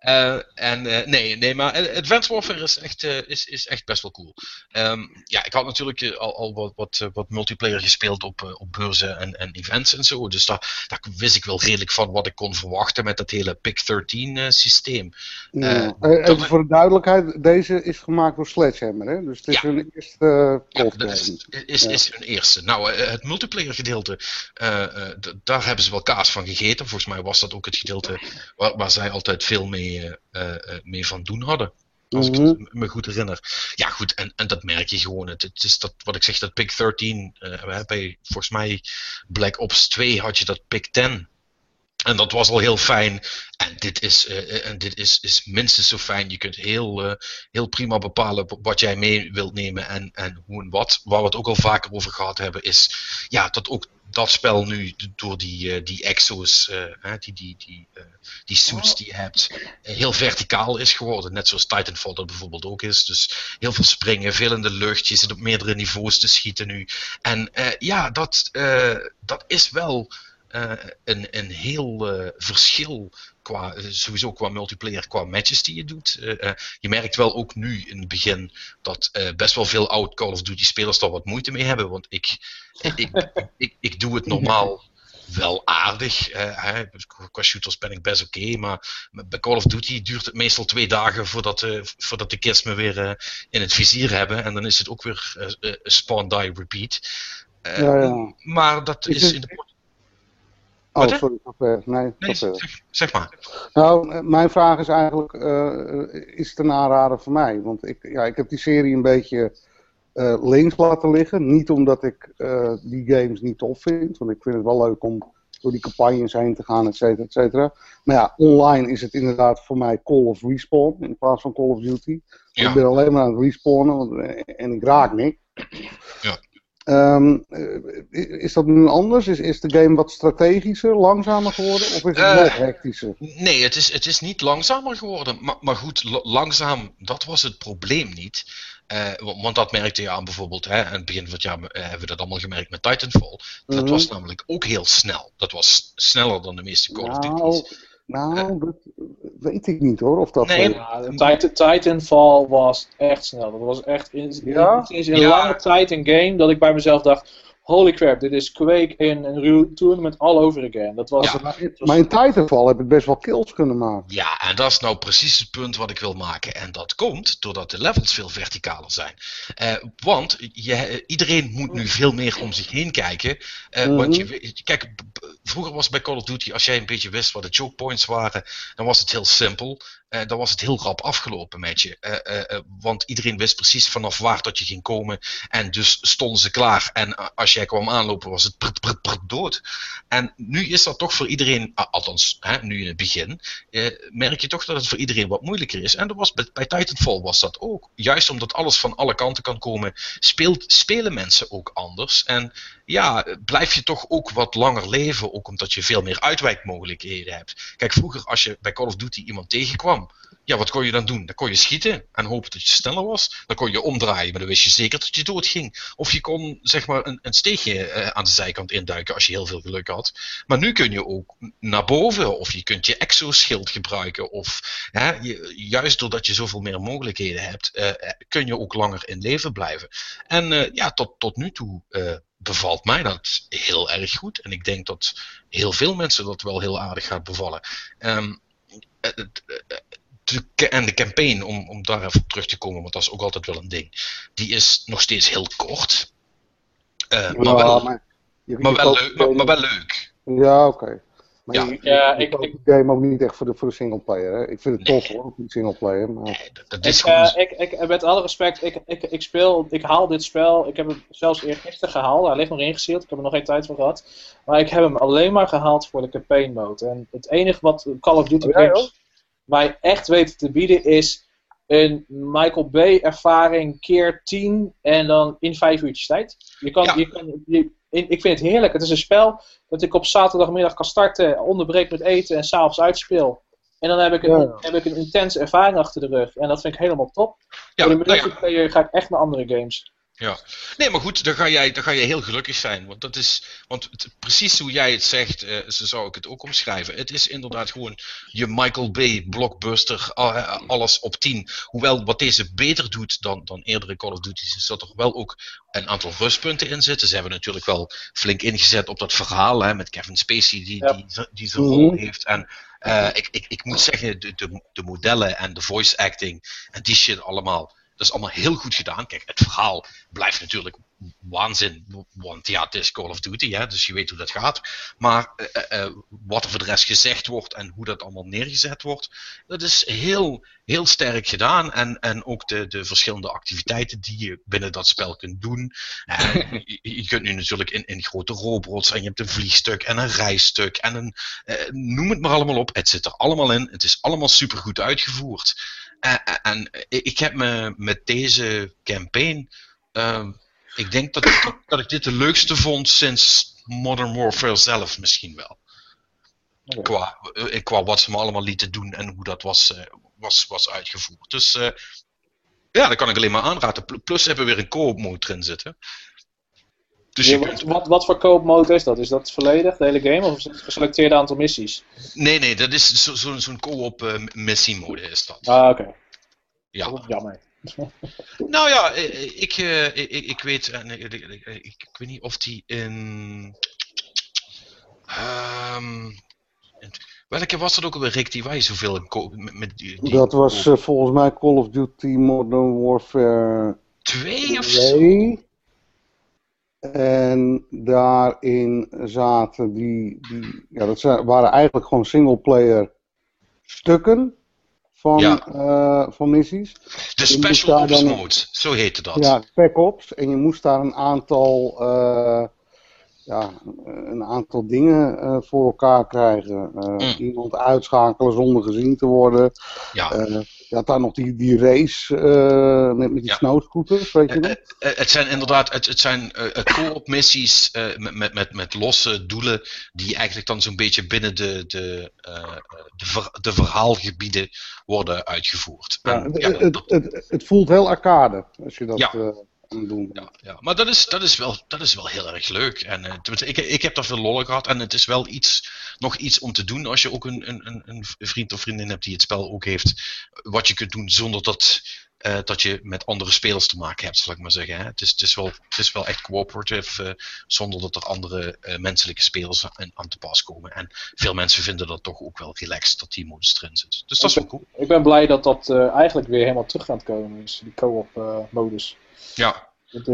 Maar Advanced Warfare is echt best wel cool. Ik had natuurlijk al wat multiplayer gespeeld op beurzen en events en zo. Dus daar wist ik wel redelijk van wat ik kon verwachten met dat hele Pick 13 systeem. Even voor de duidelijkheid, deze is gemaakt door Sledgehammer, hè? Dus het is hun eerste is hun eerste. Nou, het multiplayer gedeelte, daar hebben ze wel kaas van gegeten. Volgens mij was dat ook het gedeelte waar zij altijd veel mee van doen hadden. Als ik het me goed herinner. Ja, goed, en dat merk je gewoon. Het is dat, wat ik zeg, dat Pick 13. Bij, volgens mij, Black Ops 2 had je dat Pick 10. En dat was al heel fijn. En dit is minstens zo fijn. Je kunt heel prima bepalen wat jij mee wilt nemen en hoe en wat. Waar we het ook al vaker over gehad hebben, is dat ook dat spel nu door die exo's, die suits die je hebt, heel verticaal is geworden. Net zoals Titanfall dat bijvoorbeeld ook is. Dus heel veel springen, veel in de lucht. Je zit op meerdere niveaus te schieten nu. En dat is wel een heel verschil sowieso qua multiplayer, qua matches die je doet. Je merkt wel ook nu in het begin dat best wel veel oud Call of Duty spelers daar wat moeite mee hebben, want ik doe het normaal wel aardig. Qua shooters ben ik best oké, maar bij Call of Duty duurt het meestal 2 dagen voordat de kids me weer in het vizier hebben en dan is het ook weer spawn, die, repeat. Maar dat is in de... sorry. Nee, zeg maar. Nou, mijn vraag is eigenlijk, is het een aanrader voor mij? Want ik heb die serie een beetje links laten liggen. Niet omdat ik die games niet tof vind, want ik vind het wel leuk om door die campagnes heen te gaan, et cetera, et cetera. Maar ja, online is het inderdaad voor mij Call of Respawn in plaats van Call of Duty. Ja. Ik ben alleen maar aan het respawnen en ik raak niks. Ja. Is dat nu anders? Is de game wat strategischer, langzamer geworden? Of is het nog hectischer? Nee, het is niet langzamer geworden. Maar goed, langzaam, dat was het probleem niet. Want dat merkte je aan bijvoorbeeld, aan het begin van het jaar hebben we dat allemaal gemerkt met Titanfall. Dat was namelijk ook heel snel. Dat was sneller dan de meeste Call of Duty's. Nou, dat weet ik niet hoor. Of dat Nee, Titanfall was echt snel. Dat was echt in een lange tijd een game dat ik bij mezelf dacht, holy crap, dit is Quake in een Real Tournament all over again. Dat was, maar in Titanfall heb ik best wel kills kunnen maken. Ja, en dat is nou precies het punt wat ik wil maken. En dat komt doordat de levels veel verticaler zijn. Want iedereen moet nu veel meer om zich heen kijken. Want kijk, vroeger was bij Call of Duty, als jij een beetje wist wat de choke points waren, dan was het heel simpel. Dan was het heel rap afgelopen met je. Want iedereen wist precies vanaf waar dat je ging komen. En dus stonden ze klaar. En als jij kwam aanlopen was het dood. En nu is dat toch voor iedereen, althans nu in het begin, merk je toch dat het voor iedereen wat moeilijker is. En dat was, bij Titanfall was dat ook. Juist omdat alles van alle kanten kan komen, spelen mensen ook anders. En ja, blijf je toch ook wat langer leven. Ook omdat je veel meer uitwijkmogelijkheden hebt. Kijk, vroeger als je bij Call of Duty iemand tegenkwam, ja, wat kon je dan doen? Dan kon je schieten en hopen dat je sneller was. Dan kon je omdraaien, maar dan wist je zeker dat je doodging. Of je kon zeg maar een steegje aan de zijkant induiken als je heel veel geluk had. Maar nu kun je ook naar boven, of je kunt je exoschild gebruiken. Of juist doordat je zoveel meer mogelijkheden hebt, kun je ook langer in leven blijven. En tot nu toe bevalt mij dat heel erg goed. En ik denk dat heel veel mensen dat wel heel aardig gaat bevallen. En de campaign, om daar even op terug te komen, want dat is ook altijd wel een ding. Die is nog steeds heel kort. Maar wel leuk. Ja, oké. Maar ik de game ook niet echt voor de singleplayer. Hè? Ik vind het tof hoor, voor de singleplayer. Maar... Nee, dat is gewoon... met alle respect, ik haal dit spel. Ik heb hem zelfs eergisteren gehaald. Hij ligt nog ingeseald, ik heb er nog geen tijd voor gehad. Maar ik heb hem alleen maar gehaald voor de campaign mode. En het enige wat Call of Duty games mij echt weten te bieden is een Michael Bay ervaring keer 10 en dan in 5 uurtjes tijd. Ik vind het heerlijk. Het is een spel dat ik op zaterdagmiddag kan starten, onderbreek met eten en s'avonds uitspeel. En dan heb ik een intense ervaring achter de rug. En dat vind ik helemaal top. Ja, voor de multiplayer ga ik echt naar andere games. Ja, nee, maar goed, dan ga je heel gelukkig zijn. Want precies hoe jij het zegt, zo zou ik het ook omschrijven. Het is inderdaad gewoon je Michael Bay blockbuster, alles op 10. Hoewel wat deze beter doet dan eerdere Call of Duty's, is dat er wel ook een aantal rustpunten in zitten. Ze hebben natuurlijk wel flink ingezet op dat verhaal met Kevin Spacey die zijn rol heeft. En ik moet zeggen, de modellen en de voice acting en die shit allemaal, dat is allemaal heel goed gedaan. Kijk, het verhaal blijft natuurlijk waanzin, want ja, het is Call of Duty, dus je weet hoe dat gaat. Maar wat er voor de rest gezegd wordt en hoe dat allemaal neergezet wordt, dat is heel, heel sterk gedaan. En ook de verschillende activiteiten die je binnen dat spel kunt doen. Je kunt nu natuurlijk in grote robots en je hebt een vliegstuk en een rijstuk en noem het maar allemaal op. Het zit er allemaal in. Het is allemaal supergoed uitgevoerd. En ik heb me met deze campaign, ik denk dat ik dit de leukste vond sinds Modern Warfare zelf misschien wel. Qua wat ze me allemaal lieten doen en hoe dat was uitgevoerd. Dus dat kan ik alleen maar aanraden. Plus hebben we weer een co-op mode erin zitten. Dus wat voor co-op mode is dat? Is dat volledig, de hele game? Of is het een geselecteerd aantal missies? Nee, dat is zo'n co-op missie mode is dat. Ah, oké. Ja. Dat is jammer. Nou ja, ik weet, ik weet niet of die in... welke was dat ook alweer, Rick, die wij zoveel met dat was volgens mij Call of Duty Modern Warfare 2 of zo? En daarin zaten dat waren eigenlijk gewoon singleplayer stukken van missies. De Special Ops Mode, zo heette dat. Ja, Spec Ops. En je moest daar een aantal dingen voor elkaar krijgen. Iemand uitschakelen zonder gezien te worden. Ja. Je had daar nog die race met die snowscooters, weet je nog? Het zijn inderdaad, het zijn co-op missies met losse doelen die eigenlijk dan zo'n beetje binnen de verhaalgebieden worden uitgevoerd. Ja, het voelt heel arcade als je dat aan het doen bent. Ja, maar dat is wel heel erg leuk. En ik heb daar veel lol gehad en het is wel nog iets om te doen als je ook een vriend of vriendin hebt die het spel ook heeft. Wat je kunt doen zonder dat je met andere spelers te maken hebt, zal ik maar zeggen. Hè? Het is wel echt cooperative, zonder dat er andere menselijke spelers aan te pas komen. En veel mensen vinden dat toch ook wel relaxed, dat die modus erin zit. Dus dat is wel cool. Ik ben blij dat dat eigenlijk weer helemaal terug gaat komen, is die co-op modus. Ja.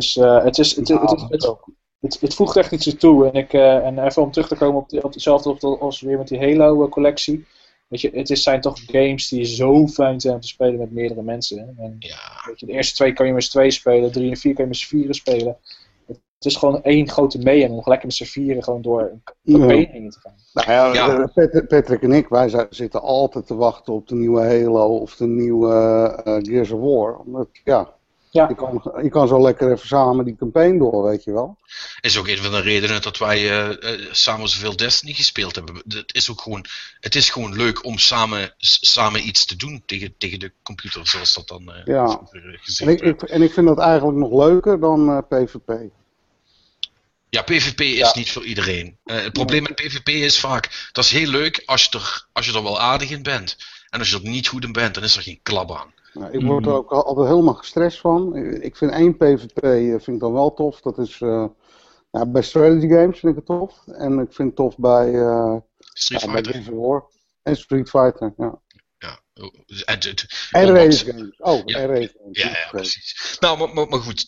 Het voegt echt iets toe. En even om terug te komen op hetzelfde als weer met die Halo-collectie. Weet je, zijn toch games die zo fijn zijn om te spelen met meerdere mensen. En, weet je, de eerste 2 kan je met z'n 2 spelen, 3 en 4 kan je met z'n 4 spelen. Het is gewoon één grote mee en nog lekker met z'n 4 gewoon door een campaign heen te gaan. Nou ja, Patrick en ik, wij zitten altijd te wachten op de nieuwe Halo of de nieuwe Gears of War. Omdat, je kan zo lekker even samen die campaign door, weet je wel. Is ook een van de redenen dat wij samen zoveel Destiny gespeeld hebben. Het is gewoon leuk om samen iets te doen tegen de computer, zoals dat dan gezegd werd. En ik vind dat eigenlijk nog leuker dan PvP. Ja, PvP is niet voor iedereen. Het probleem met PvP is vaak, dat is heel leuk als je er wel aardig in bent. En als je er niet goed in bent, dan is er geen klap aan. Nou, ik word er ook altijd helemaal gestrest van. Ik vind één PvP vind ik dan wel tof. Dat is bij strategy games vind ik het tof. En ik vind het tof bij Street Fighter. Gears of War. En Street Fighter, ja. En race games. En race games. Ja, precies. Nou, maar goed.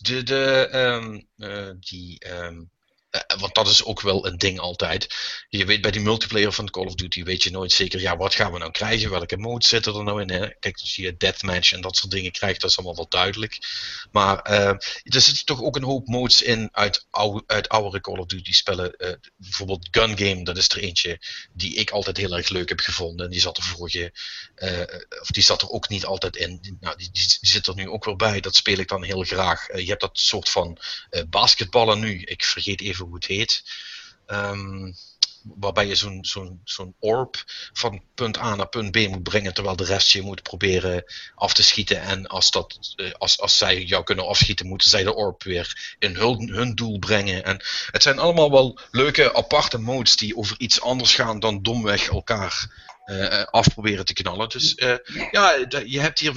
Want dat is ook wel een ding altijd. Je weet bij die multiplayer van Call of Duty weet je nooit zeker, wat gaan we nou krijgen? Welke modes zitten er nou in? Hè? Kijk, als je deathmatch en dat soort dingen krijgt, dat is allemaal wel duidelijk. Maar er zitten toch ook een hoop modes in uit oudere Call of Duty spellen. Bijvoorbeeld Gun Game, dat is er eentje die ik altijd heel erg leuk heb gevonden. En die zat die zat er ook niet altijd in. Nou, die zit er nu ook weer bij. Dat speel ik dan heel graag. Je hebt dat soort van basketballen nu. Ik vergeet even hoe het heet. Waarbij je zo'n orb van punt A naar punt B moet brengen, terwijl de rest je moet proberen af te schieten. En als zij jou kunnen afschieten, moeten zij de orb weer in hun doel brengen. En het zijn allemaal wel leuke aparte modes die over iets anders gaan dan domweg elkaar af proberen te knallen. Dus je hebt hier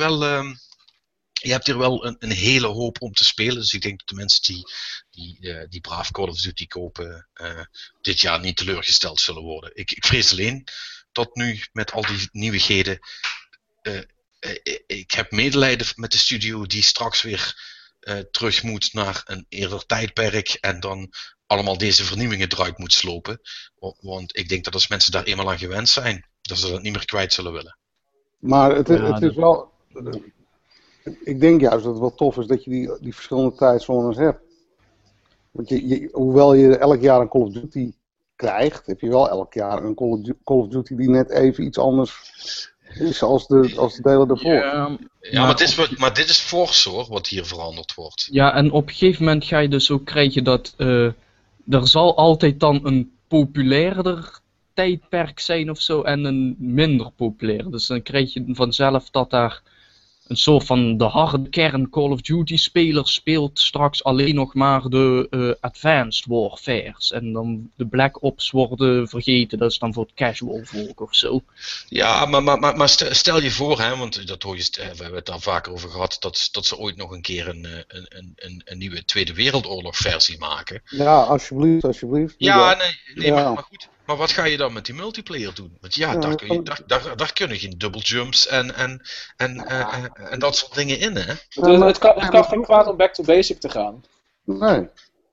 wel een hele hoop om te spelen. Dus ik denk dat de mensen die braaf Call of Duty kopen dit jaar niet teleurgesteld zullen worden. Ik vrees alleen dat nu met al die nieuwigheden ik heb medelijden met de studio die straks weer terug moet naar een eerder tijdperk en dan allemaal deze vernieuwingen eruit moet slopen. Want ik denk dat als mensen daar eenmaal aan gewend zijn, dat ze dat niet meer kwijt zullen willen. Maar het is wel... Ik denk juist dat het wel tof is dat je die verschillende tijdzones hebt. Want hoewel je elk jaar een Call of Duty krijgt, heb je wel elk jaar een Call of Duty die net even iets anders is als de delen ervoor. Ja, maar dit is fors hoor, wat hier veranderd wordt. Ja, en op een gegeven moment ga je dus ook krijgen dat er zal altijd dan een populairder tijdperk zijn of zo en een minder populair. Dus dan krijg je vanzelf dat daar een soort van de harde kern Call of Duty speler speelt straks alleen nog maar de Advanced Warfares. En dan de Black Ops worden vergeten, dat is dan voor het casual volk of zo. Ja, maar stel je voor, hè, want dat hoor je, we hebben het daar vaker over gehad, dat ze ooit nog een keer een nieuwe Tweede Wereldoorlog versie maken. Ja, alsjeblieft. Ja, nee, maar goed. Maar wat ga je dan met die multiplayer doen? Want daar kunnen geen double jumps en dat soort dingen in, hè? Het kan geen kwaad om back to basic te gaan. Nee.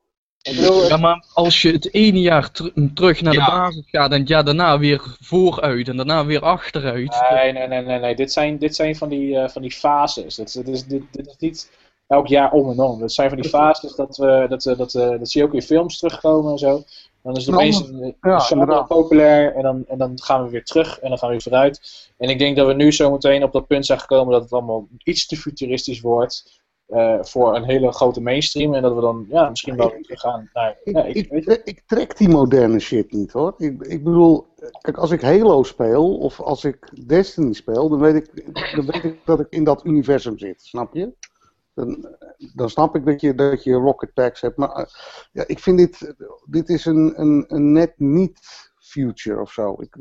Ik bedoel, Ja, maar als je het ene jaar terug naar de Ja. basis gaat en het jaar daarna weer vooruit en daarna weer achteruit. nee. Dit zijn van die fases. Dit is niet elk jaar om en om. Dat zijn van die fases dat zie je ook in films terugkomen en zo. Dan is het opeens een genre inderdaad. populair en dan gaan we weer terug en dan gaan we weer vooruit. En ik denk dat we nu zo meteen op dat punt zijn gekomen dat het allemaal iets te futuristisch wordt voor een hele grote mainstream. En dat we dan misschien wel weer teruggaan naar... Ik trek die moderne shit niet, hoor. Ik bedoel, kijk, als ik Halo speel of als ik Destiny speel, dan weet ik dat ik in dat universum zit, snap je? Dan snap ik dat je rocket packs hebt, maar ik vind dit is een net niet future of zo. Ik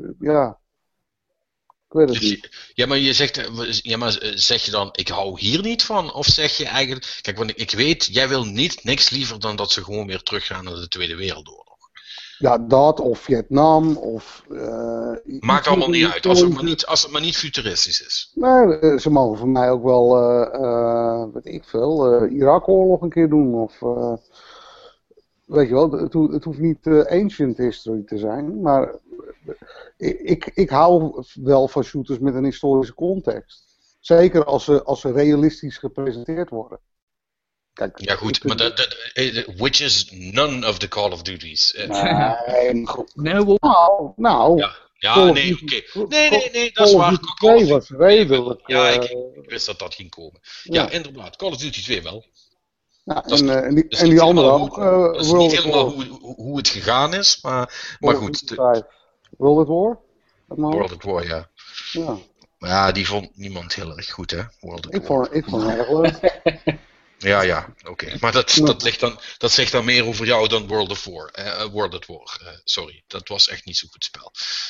weet het niet. Ja, maar je zegt, zeg je dan, ik hou hier niet van? Of zeg je eigenlijk, kijk, want ik weet, jij wil niks liever dan dat ze gewoon weer teruggaan naar de Tweede Wereldoorlog. Ja, dat of Vietnam of... Maakt allemaal niet uit, als het maar niet futuristisch is. Nee, ze mogen voor mij ook wel, weet ik veel, Irak-oorlog een keer doen. Of, weet je wel, het hoeft niet ancient history te zijn. Maar ik hou wel van shooters met een historische context. Zeker als ze realistisch gepresenteerd worden. Kijk, Ja goed, maar which is none of the Call of Duties. Nee, nou. Ja, Call of nee, Duty- oké. Nee, dat is Call of waar. Duty 2 was redelijk. Ja, ik wist dat ging komen. Ja, inderdaad, Call of Duty 2 wel. Ja, Dat is en niet die andere helemaal ook. Dat is World niet at helemaal War. hoe het gegaan is, maar Call of goed. Duty 5. World at War? World at War, ja. Ja. Maar ja, die vond niemand heel erg goed, hè? World at Ik War. vond het erg leuk. Ja, oké. Maar dat zegt dan meer over jou dan World at War. Sorry, dat was echt niet zo'n goed spel.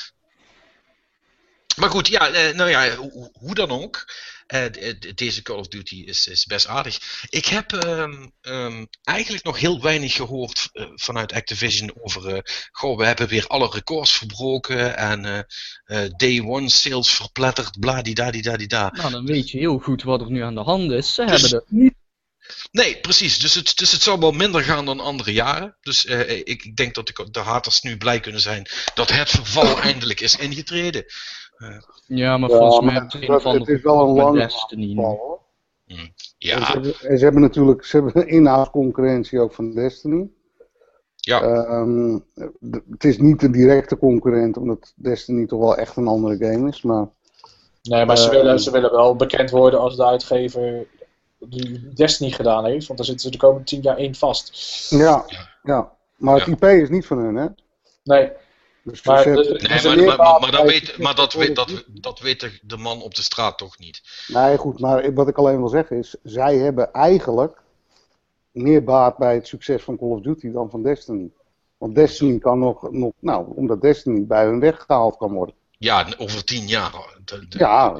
Maar goed, hoe dan ook. Deze Call of Duty is best aardig. Ik heb eigenlijk nog heel weinig gehoord vanuit Activision over... we hebben weer alle records verbroken en day one sales verpletterd, bladidadidadida. Nou, dan weet je heel goed wat er nu aan de hand is. Ze hebben het niet. Nee, precies. Dus het zal wel minder gaan dan andere jaren. Dus ik denk dat de haters nu blij kunnen zijn dat het verval eindelijk is ingetreden. Ja, maar volgens mij maar heb je een of het is andere wel een met lang Destiny. geval, hoor. Ja, En ze hebben natuurlijk een in-house concurrentie ook van Destiny. ja. Het is niet de directe concurrent, omdat Destiny toch wel echt een andere game is. Maar Nee, maar ze willen wel bekend worden als de uitgever die Destiny gedaan heeft. Want daar zitten ze de komende 10 jaar in vast. ja. Maar het IP is niet van hun, hè? Nee. Dus Maar ze hebben- dus- Nee, maar dat weet de man op de straat toch niet. Nee, goed, maar wat ik alleen wil zeggen is, zij hebben eigenlijk meer baat bij het succes van Call of Duty dan van Destiny. Want Destiny kan nog omdat Destiny bij hun weggehaald kan worden. Ja, over 10 jaar. Ja,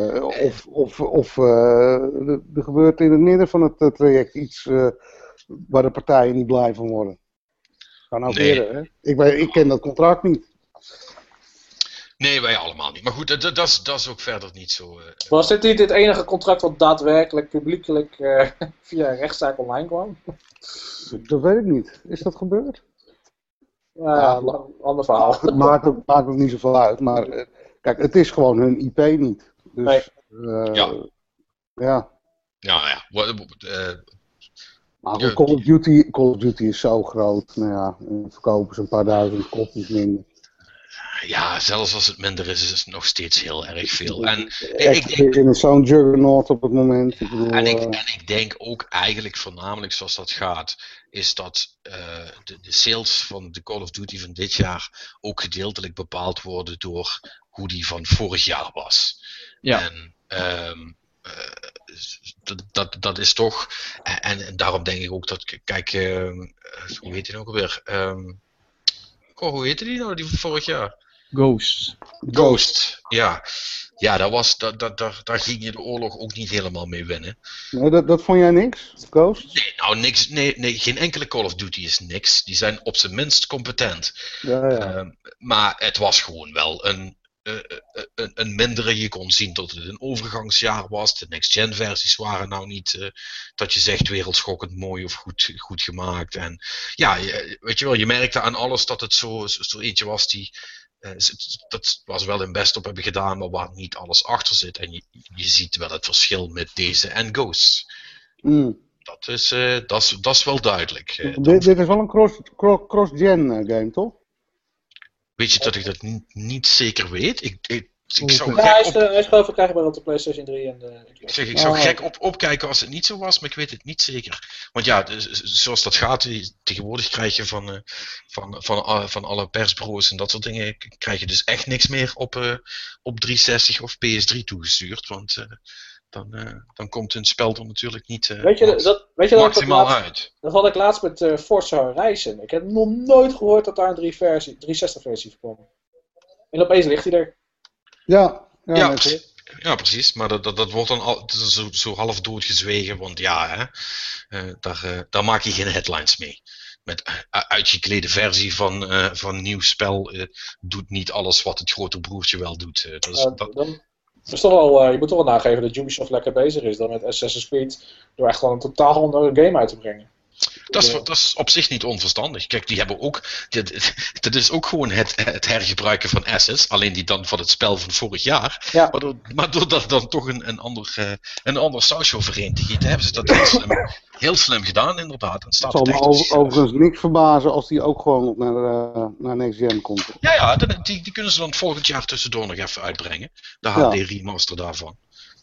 er gebeurt in het midden van het traject iets waar de partijen niet blij van worden. Kan ook Nee. eerder, hè? Ik ken dat contract niet. Nee, wij allemaal niet. Maar goed, dat is ook verder niet zo... Was dit niet het enige contract wat daadwerkelijk publiekelijk via een rechtszaak online kwam? Dat weet ik niet. Is dat gebeurd? Ja, ander verhaal. Het maakt ook niet zoveel uit. Maar kijk, het is gewoon hun IP niet. Dus, Nee. Ja. ja. Maar Ja, Call of Duty is zo groot. Nou ja, dan verkopen ze een paar duizend kopies minder. Ja, zelfs als het minder is het nog steeds heel erg veel. En Activision is zo'n juggernaut op het moment. Ik bedoel, ik denk ook eigenlijk voornamelijk zoals dat gaat, is dat de sales van de Call of Duty van dit jaar ook gedeeltelijk bepaald worden door hoe die van vorig jaar was. Ja. En dat is toch, en daarom denk ik ook dat, kijk, hoe heet die nou alweer? Hoe heette die nou, die van vorig jaar? Ghost, ja. Ja, daar ging je de oorlog ook niet helemaal mee winnen. Nee, dat vond jij niks? Ghost? Nee, nou niks, nee, geen enkele Call of Duty is niks. Die zijn op zijn minst competent. Ja. Maar het was gewoon wel een een mindere. Je kon zien dat het een overgangsjaar was. De next-gen versies waren nou niet dat je zegt wereldschokkend mooi of goed gemaakt. En ja, weet je wel, je merkte aan alles dat het zo eentje was die... dat was wel hun best op hebben gedaan, maar waar niet alles achter zit. En je ziet wel het verschil met deze en Ghosts. Dat is wel duidelijk. Dit is wel een cross-gen game, toch? Weet je dat ik dat niet zeker weet? Ik zou Ja, gek hij is geloof ik krijgbaar op de PlayStation 3 en de Xbox. ik zou gek opkijken als het niet zo was, maar ik weet het niet zeker. Want ja, zoals dat gaat, tegenwoordig krijg je van alle persbureaus en dat soort dingen, krijg je dus echt niks meer op 360 of PS3 toegestuurd. Want dan komt hun spel er natuurlijk niet Weet je dat maximaal uit. Dat had ik laatst met Forza Horizon. Ik heb nog nooit gehoord dat daar een 360 versie kwam. En opeens ligt hij er. Ja, Precies. Maar dat wordt dan zo half doodgezwegen, want ja, daar maak je geen headlines mee. Met uitgeklede versie van nieuw spel doet niet alles wat het grote broertje wel doet. Je moet toch wel nageven dat Ubisoft lekker bezig is dan met Assassin's Creed door echt gewoon een totaal andere game uit te brengen. Dat is op zich niet onverstandig. Kijk, die hebben ook... Dat is ook gewoon het hergebruiken van assets. Alleen die dan van het spel van vorig jaar. Ja. Maar door daar dan toch een ander sausje overheen te gieten, hebben ze dat heel slim gedaan, inderdaad. Het zal me overigens niks verbazen als die ook gewoon naar Next Gen komt. Ja, die kunnen ze dan volgend jaar tussendoor nog even uitbrengen. De HD remaster daarvan.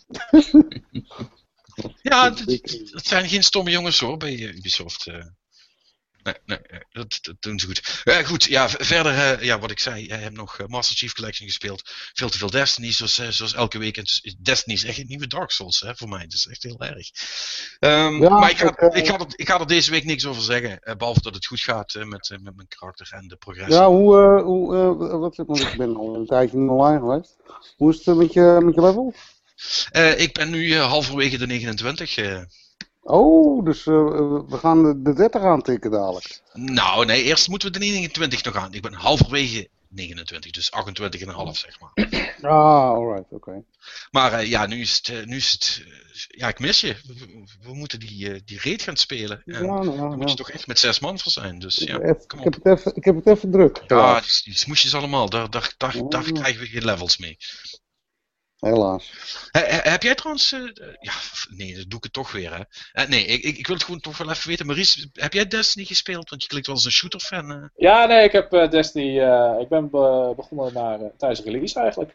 Ja, het zijn geen stomme jongens hoor, bij Ubisoft. Nee, dat doen ze goed. Goed, ja, verder, wat ik zei, jij hebt nog Master Chief Collection gespeeld. Veel te veel Destiny, zoals elke week. En Destiny is echt een nieuwe Dark Souls, hè, voor mij. Dat is echt heel erg. Maar ik ga er deze week niks over zeggen. Behalve dat het goed gaat met mijn karakter en de progressie. Ja, want ik ben al een tijdje niet online geweest. Hoe is het met je level? Ik ben nu halverwege de 29. Oh, dus we gaan de 30 aantikken dadelijk. Nou, nee, eerst moeten we de 29 nog aan. Ik ben halverwege 29, dus 28,5 zeg maar. Alright, oké. Maar ja, nu is het... Ja, ik mis je. We moeten die raid gaan spelen. En daar moet je toch echt met 6 man voor zijn. Dus ja, kom op. Ik heb het even druk. Ja, die smoesjes allemaal. Daar krijgen we geen levels mee. Helaas. Heb jij trouwens... nee, dat doe ik het toch weer, hè. Nee, ik wil het gewoon toch wel even weten. Maurice, heb jij Destiny gespeeld? Want je klinkt wel als een shooter-fan. Ja, nee, ik heb Destiny... ik ben begonnen tijdens release eigenlijk.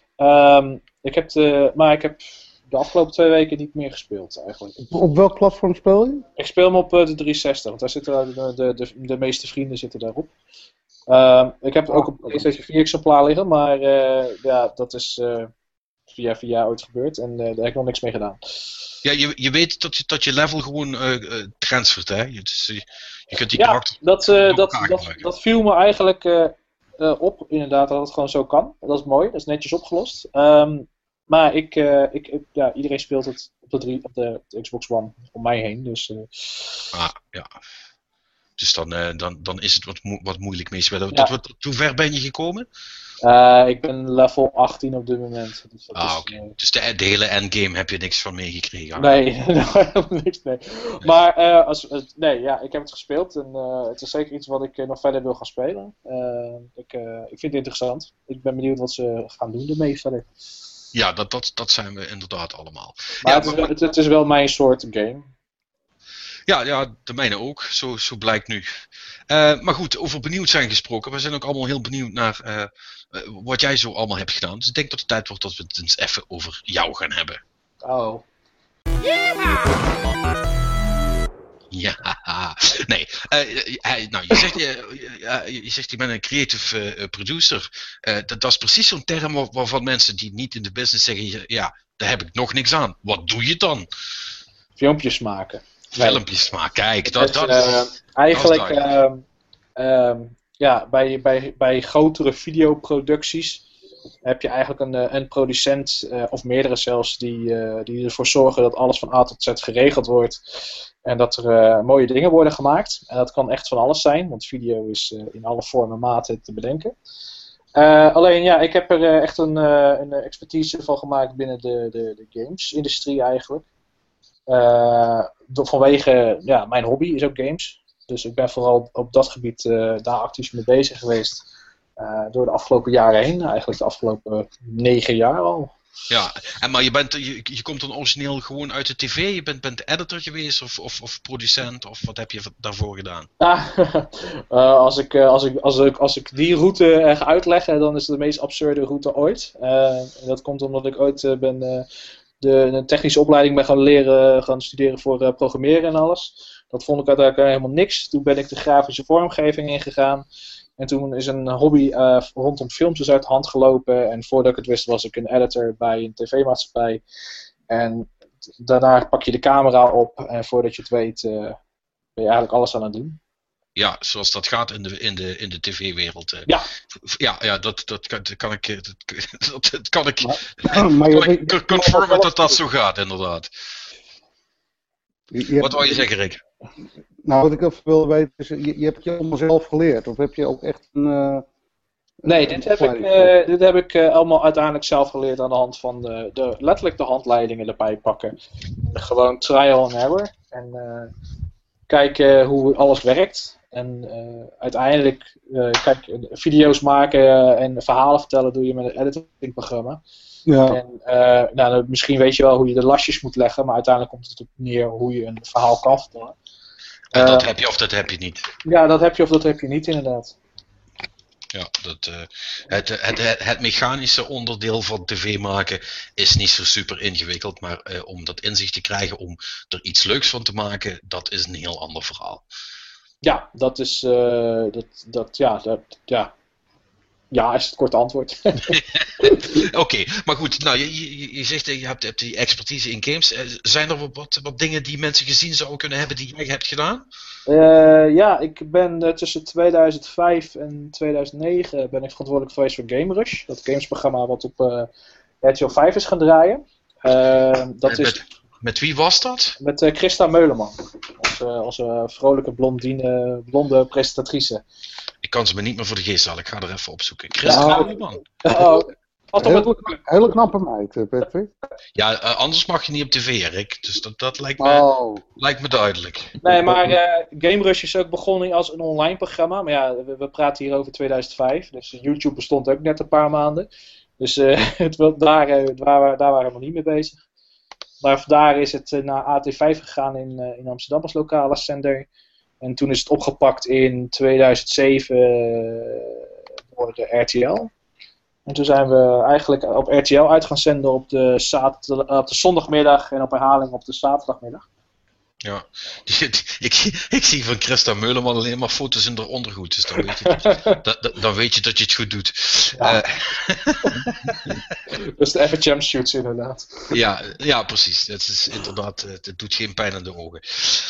Maar ik heb de afgelopen 2 weken niet meer gespeeld eigenlijk. Op welk platform speel je? Ik speel hem op de 360, want daar zitten de meeste vrienden zitten daarop. Ik heb ook op PlayStation 4 exemplaar liggen, maar ja, dat is... via ooit gebeurd en daar heb ik nog niks mee gedaan. Ja, je weet dat je level gewoon transfert, hè? Je kunt die karakter... Dat viel me eigenlijk op, inderdaad, dat het gewoon zo kan. Dat is mooi, dat is netjes opgelost. Maar iedereen speelt het op de Xbox One om mij heen, dus... ja. Dus dan is het wat moeilijk mee spelen. Hoe ver ben je gekomen? Ik ben level 18 op dit moment. Dus oké. Dus de hele endgame heb je niks van meegekregen? Nee, niks. Nee. Maar ik heb het gespeeld en het is zeker iets wat ik nog verder wil gaan spelen. Ik vind het interessant. Ik ben benieuwd wat ze gaan doen ermee verder. Ja, dat zijn we inderdaad allemaal. Maar het is wel mijn soort game. Ja, de mijne ook. Zo blijkt nu. Maar goed, over benieuwd zijn gesproken. We zijn ook allemaal heel benieuwd naar wat jij zo allemaal hebt gedaan. Dus ik denk dat het tijd wordt dat we het eens even over jou gaan hebben. Oh. Ja, nee. Nou, je zegt ik ben een creative producer. Dat is precies zo'n term waarvan mensen die niet in de business zeggen, ja, daar heb ik nog niks aan. Wat doe je dan? Filmpjes maken. Filmpjes maken, kijk. Bij grotere videoproducties heb je eigenlijk een producent, of meerdere zelfs, die ervoor zorgen dat alles van A tot Z geregeld wordt. En dat er mooie dingen worden gemaakt. En dat kan echt van alles zijn, want video is in alle vormen en maten te bedenken. Alleen ja, ik heb er echt een expertise van gemaakt binnen de games-industrie eigenlijk. Vanwege mijn hobby is ook games. Dus ik ben vooral op dat gebied daar actief mee bezig geweest. Door de afgelopen jaren heen. Eigenlijk de afgelopen 9 jaar al. Ja, maar je komt dan origineel gewoon uit de tv? Je bent editor geweest of producent? Of wat heb je daarvoor gedaan? Als ik die route ga uitleggen, dan is het de meest absurde route ooit. Dat komt omdat ik ooit een technische opleiding ben gaan studeren voor programmeren en alles. Dat vond ik uiteindelijk helemaal niks. Toen ben ik de grafische vormgeving ingegaan. En toen is een hobby rondom films dus uit de hand gelopen. En voordat ik het wist was ik een editor bij een tv-maatschappij. En daarna pak je de camera op. En voordat je het weet ben je eigenlijk alles aan het doen. Ja, zoals dat gaat in de tv-wereld. Ja, dat kan ik confirmen dat zo gaat, inderdaad. Wat wou je zeggen, Rick? Nou, wat ik even wilde weten is, je hebt je allemaal zelf geleerd? Of heb je ook echt een... Nee, dit heb ik allemaal uiteindelijk zelf geleerd aan de hand van letterlijk de handleidingen erbij pakken. Gewoon trial and error. En kijken hoe alles werkt. En uiteindelijk video's maken en verhalen vertellen doe je met een editingprogramma. Ja. En misschien weet je wel hoe je de lasjes moet leggen, maar uiteindelijk komt het op neer hoe je een verhaal kan vertellen. En dat heb je of dat heb je niet. Ja, dat heb je of dat heb je niet, inderdaad. Ja, het mechanische onderdeel van tv maken is niet zo super ingewikkeld, maar om dat inzicht te krijgen om er iets leuks van te maken, dat is een heel ander verhaal. Ja, dat is ja, is het korte antwoord. Oké, maar goed, nou, je zegt je hebt die expertise in games. Zijn er wat dingen die mensen gezien zouden kunnen hebben die jij hebt gedaan? Ja, ik ben tussen 2005 en 2009 ben ik verantwoordelijk geweest voor GameRush. Dat gamesprogramma wat op RTL 5 is gaan draaien. Met wie was dat? Met Christa Meuleman. Onze vrolijke blonde presentatrice. Ik kan ze me niet meer voor de geest halen. Ik ga er even opzoeken. Christa Meuleman. Hele knappe meid, Patrick. Ja, anders mag je niet op tv, Rick. Dus dat lijkt me duidelijk. Nee, maar GameRush is ook begonnen als een online programma. Maar ja, we praten hier over 2005. Dus YouTube bestond ook net een paar maanden. Dus daar waren we nog niet mee bezig. Maar daar is het naar AT5 gegaan in Amsterdam als lokale zender. En toen is het opgepakt in 2007 door de RTL. En toen zijn we eigenlijk op RTL uit gaan zenden op de zondagmiddag en op herhaling op de zaterdagmiddag. Ja, ik zie van Christa Meuleman alleen maar foto's in haar ondergoed, dus dan weet je dat je het goed doet. Ja. Dus de FHM shoots inderdaad. Ja, precies. Dat is inderdaad, het doet geen pijn aan de ogen.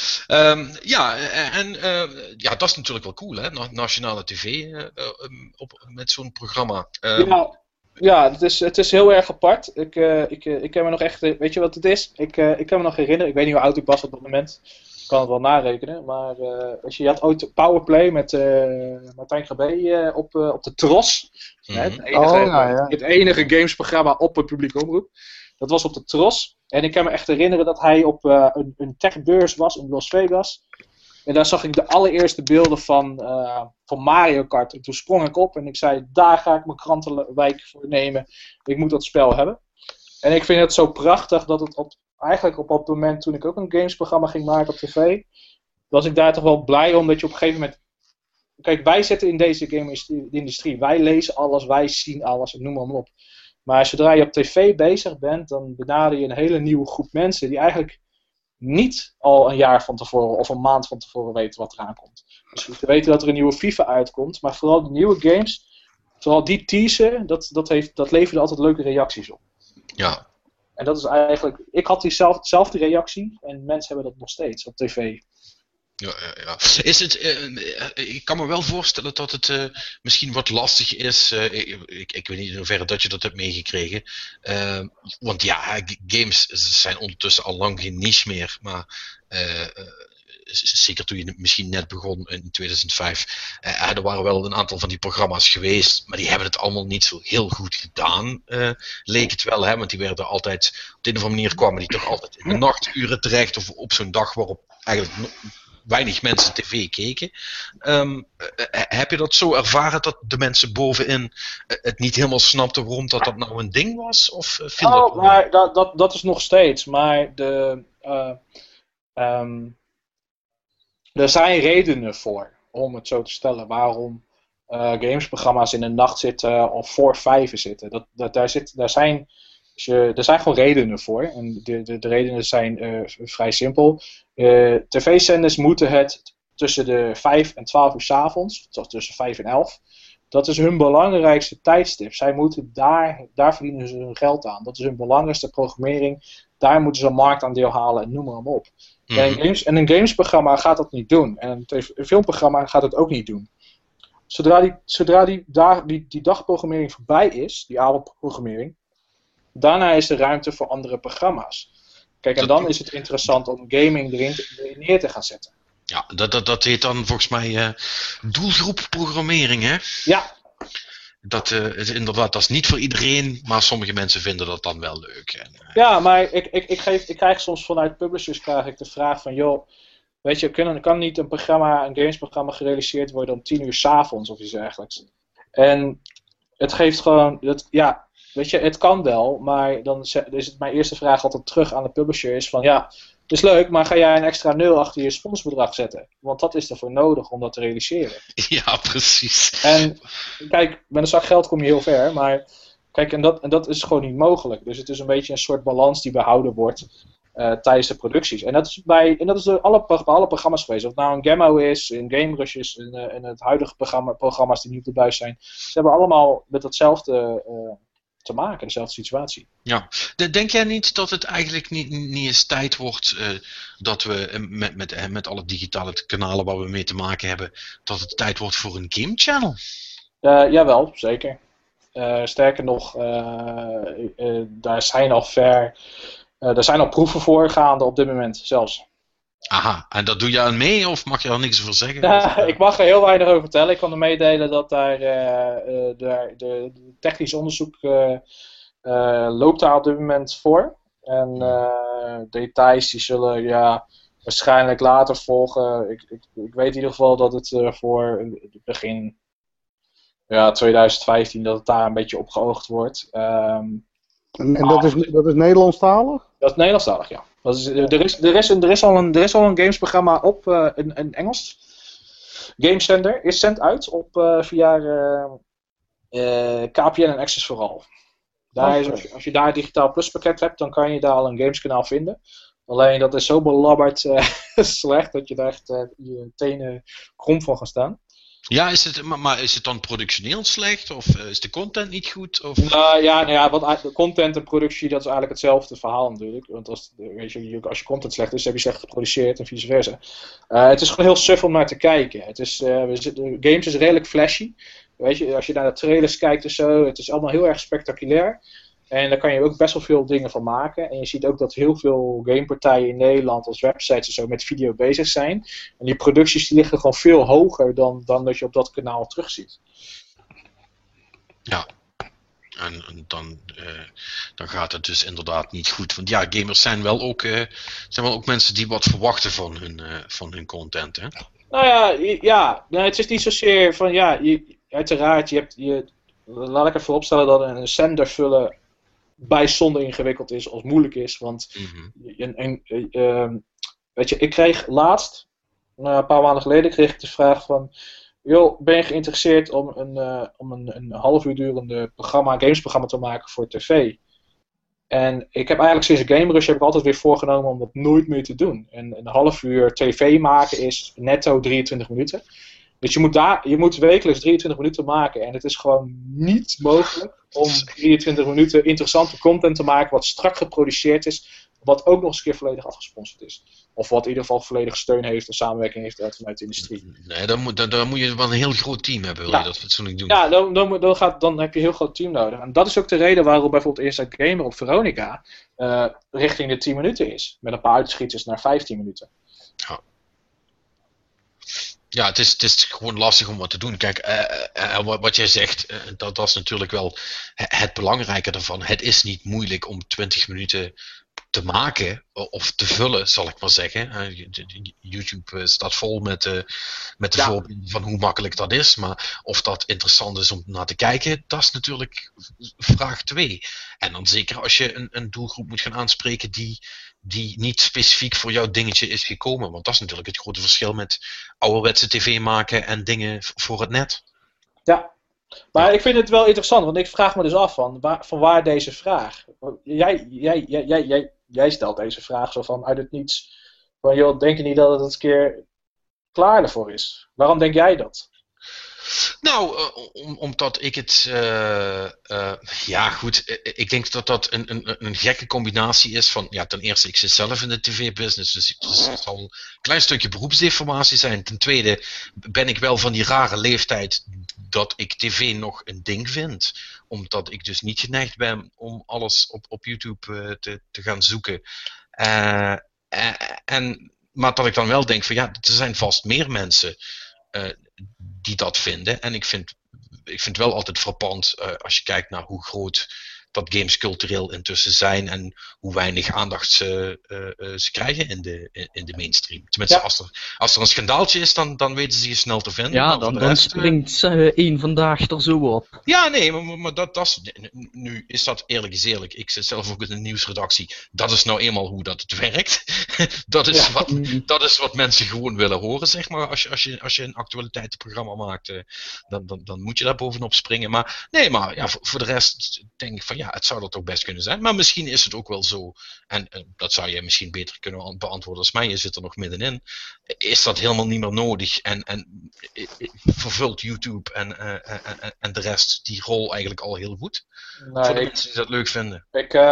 Dat is natuurlijk wel cool, hè? Nationale tv met zo'n programma. Ja, het is heel erg apart. Ik kan me nog echt... Weet je wat het is? Ik kan me nog herinneren. Ik weet niet hoe oud ik was op dat moment. Ik kan het wel narekenen. Maar je had ooit Powerplay met Martijn Grabé op de Tros. Het enige gamesprogramma op een publieke omroep. Dat was op de Tros. En ik kan me echt herinneren dat hij op een techbeurs was in Las Vegas. En daar zag ik de allereerste beelden van Mario Kart. En toen sprong ik op en ik zei, daar ga ik mijn krantenwijk voor nemen. Ik moet dat spel hebben. En ik vind het zo prachtig dat het eigenlijk op dat moment, toen ik ook een gamesprogramma ging maken op tv, was ik daar toch wel blij om dat je op een gegeven moment... Kijk, wij zitten in deze game-industrie. Wij lezen alles, wij zien alles, noem maar op. Maar zodra je op tv bezig bent, dan benader je een hele nieuwe groep mensen die eigenlijk niet al een jaar van tevoren of een maand van tevoren weten wat eraan komt. Dus we weten dat er een nieuwe FIFA uitkomt, maar vooral de nieuwe games, vooral die teaser, dat leverde altijd leuke reacties op. Ja. En dat is eigenlijk, ik had diezelfde reactie en mensen hebben dat nog steeds op tv. Ja. Is het, ik kan me wel voorstellen dat het misschien wat lastig is. Ik weet niet in hoeverre dat je dat hebt meegekregen. Want ja, games zijn ondertussen al lang geen niche meer. Maar zeker toen je misschien net begon in 2005, er waren wel een aantal van die programma's geweest, maar die hebben het allemaal niet zo heel goed gedaan, leek het wel, hè, want die werden altijd, op de een of andere manier kwamen die toch altijd in de nachturen terecht, of op zo'n dag waarop eigenlijk weinig mensen tv keken. Heb je dat zo ervaren dat de mensen bovenin het niet helemaal snapten waarom dat nou een ding was? Of viel maar dat is nog steeds. Maar er zijn redenen voor, om het zo te stellen, waarom gamesprogramma's in de nacht zitten of voor 5 zitten. Er zijn gewoon redenen voor. En de redenen zijn vrij simpel. TV-zenders moeten het tussen de 5 en 12 uur 's avonds, tussen 5 en 11. Dat is hun belangrijkste tijdstip. Zij moeten daar verdienen ze hun geld aan. Dat is hun belangrijkste programmering. Daar moeten ze een marktaandeel halen en noem maar op. En een gamesprogramma gaat dat niet doen. En een filmprogramma gaat het ook niet doen. Zodra die dagprogrammering voorbij is, die avondprogrammering, daarna is er ruimte voor andere programma's. Kijk, en dan is het interessant om gaming erin neer te gaan zetten. Ja, dat heet dan volgens mij doelgroepprogrammering, hè? Ja. Inderdaad, dat is niet voor iedereen, maar sommige mensen vinden dat dan wel leuk. Ja, maar ik krijg soms vanuit publishers de vraag van, joh, weet je, kan niet een gamesprogramma gerealiseerd worden om 10 uur 's avonds of iets dergelijks? En het geeft gewoon, weet je, het kan wel, maar dan is het mijn eerste vraag altijd terug aan de publisher is van, ja, het is leuk, maar ga jij een extra 0 achter je sponsbedrag zetten? Want dat is ervoor nodig om dat te realiseren. Ja, precies. En kijk, met een zak geld kom je heel ver, maar kijk, en dat is gewoon niet mogelijk. Dus het is een beetje een soort balans die behouden wordt tijdens de producties. En dat is bij alle programma's geweest. Of het nou een Gammo is, een Game Rush is, en het huidige programma's die nu op de buis zijn. Ze hebben allemaal met hetzelfde te maken, dezelfde situatie. Ja, denk jij niet dat het eigenlijk niet eens tijd wordt dat we met alle digitale kanalen waar we mee te maken hebben, dat het tijd wordt voor een game channel? Jawel, zeker. Sterker nog, daar zijn al proeven voor gaande op dit moment zelfs. Aha, en dat doe je aan mee of mag je er niks over zeggen? Ik mag er heel weinig over vertellen. Ik kan er meedelen dat daar de technisch onderzoek loopt daar op dit moment voor. En details die zullen waarschijnlijk later volgen. Ik weet in ieder geval dat het voor begin 2015 dat het daar een beetje op geoogd wordt. En dat is Nederlandstalig? Dat is Nederlandstalig, ja. Er is al een gamesprogramma op in Engels. GameSender is zendt uit via KPN en Access vooral. Als je daar een digitaal pluspakket hebt, dan kan je daar al een gameskanaal vinden. Alleen dat is zo belabberd slecht dat je daar echt je tenen krom van gaat staan. Ja, maar is het dan productioneel slecht? Of is de content niet goed? Of? Want de content en productie, dat is eigenlijk hetzelfde verhaal natuurlijk. Want als je content slecht is, heb je slecht geproduceerd en vice versa. Het is gewoon heel suf om naar te kijken. Games is redelijk flashy. Weet je, als je naar de trailers kijkt en zo, het is allemaal heel erg spectaculair. En daar kan je ook best wel veel dingen van maken. En je ziet ook dat heel veel gamepartijen in Nederland als websites en zo met video bezig zijn. En die producties die liggen gewoon veel hoger dan dat je op dat kanaal terugziet. Ja. En dan gaat het dus inderdaad niet goed. Want ja, gamers zijn wel ook mensen die wat verwachten van hun content, hè? Nou ja, het is niet zozeer van uiteraard, laat ik even opstellen dat een zender vullen bijzonder ingewikkeld is of moeilijk is. Want weet je, ik kreeg laatst, een paar maanden geleden, kreeg ik de vraag van, joh, ben je geïnteresseerd om een half uur durende gamesprogramma te maken voor tv? En ik heb eigenlijk sinds Game Rush heb ik altijd weer voorgenomen om dat nooit meer te doen. En een half uur tv maken is netto 23 minuten. Dus je moet wekelijks 23 minuten maken. En het is gewoon niet mogelijk om 23 minuten interessante content te maken wat strak geproduceerd is. Wat ook nog eens een keer volledig afgesponsord is. Of wat in ieder geval volledig steun heeft en samenwerking heeft vanuit de industrie. Nee, dan moet je wel een heel groot team hebben, wil je dat fatsoenlijk doen. Ja, dan heb je een heel groot team nodig. En dat is ook de reden waarom bijvoorbeeld Inside Gamer op Veronica richting de 10 minuten is. Met een paar uitschieters naar 15 minuten. Ja. Ja, het is gewoon lastig om wat te doen. Kijk, wat jij zegt, dat is natuurlijk wel het belangrijke ervan. Het is niet moeilijk om 20 minuten te maken of te vullen, zal ik maar zeggen. YouTube staat vol met de voorbeelden van hoe makkelijk dat is. Maar of dat interessant is om naar te kijken, dat is natuurlijk vraag 2. En dan zeker als je een doelgroep moet gaan aanspreken die niet specifiek voor jouw dingetje is gekomen. Want dat is natuurlijk het grote verschil met ouderwetse tv maken en dingen voor het net. Ja, maar ik vind het wel interessant, want ik vraag me dus af van waar deze vraag. Jij stelt deze vraag zo van uit het niets. Van joh, denk je niet dat het een keer klaar ervoor is? Waarom denk jij dat? Nou, omdat ik het. Ja, goed. Ik denk dat dat een gekke combinatie is van. Ja, ten eerste, ik zit zelf in de tv-business. Dus het zal een klein stukje beroepsdeformatie zijn. Ten tweede ben ik wel van die rare leeftijd dat ik tv nog een ding vind. Omdat ik dus niet geneigd ben om alles op YouTube te gaan zoeken. Maar dat ik dan wel denk van ja, er zijn vast meer mensen. Die dat vinden. En ik vind wel altijd frappant als je kijkt naar hoe groot dat games cultureel intussen zijn en hoe weinig aandacht ze krijgen in de mainstream. Tenminste, als er een schandaaltje is, dan weten ze je snel te vinden. Ja, dan springt één vandaag er zo op. Ja, nee, maar dat is... Nu is dat eerlijk is eerlijk. Ik zit zelf ook in een nieuwsredactie. Dat is nou eenmaal hoe dat het werkt. Dat is wat mensen gewoon willen horen, zeg maar. Als je een actualiteitenprogramma maakt, dan moet je daar bovenop springen. Maar nee, maar ja, voor de rest denk ik van ja, het zou dat toch best kunnen zijn. Maar misschien is het ook wel zo. En dat zou jij misschien beter kunnen beantwoorden als mij. Je zit er nog middenin. Is dat helemaal niet meer nodig? En vervult YouTube en de rest die rol eigenlijk al heel goed? Nee, voor de mensen die dat leuk vinden.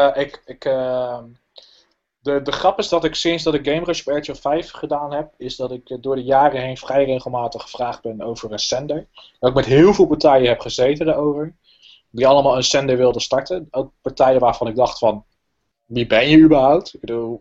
De grap is dat ik sinds dat ik Game Rush op RTL 5 gedaan heb, is dat ik door de jaren heen vrij regelmatig gevraagd ben over een zender. Dat ik met heel veel partijen heb gezeten daarover. Die allemaal een zender wilden starten. Ook partijen waarvan ik dacht van, wie ben je überhaupt? Ik bedoel,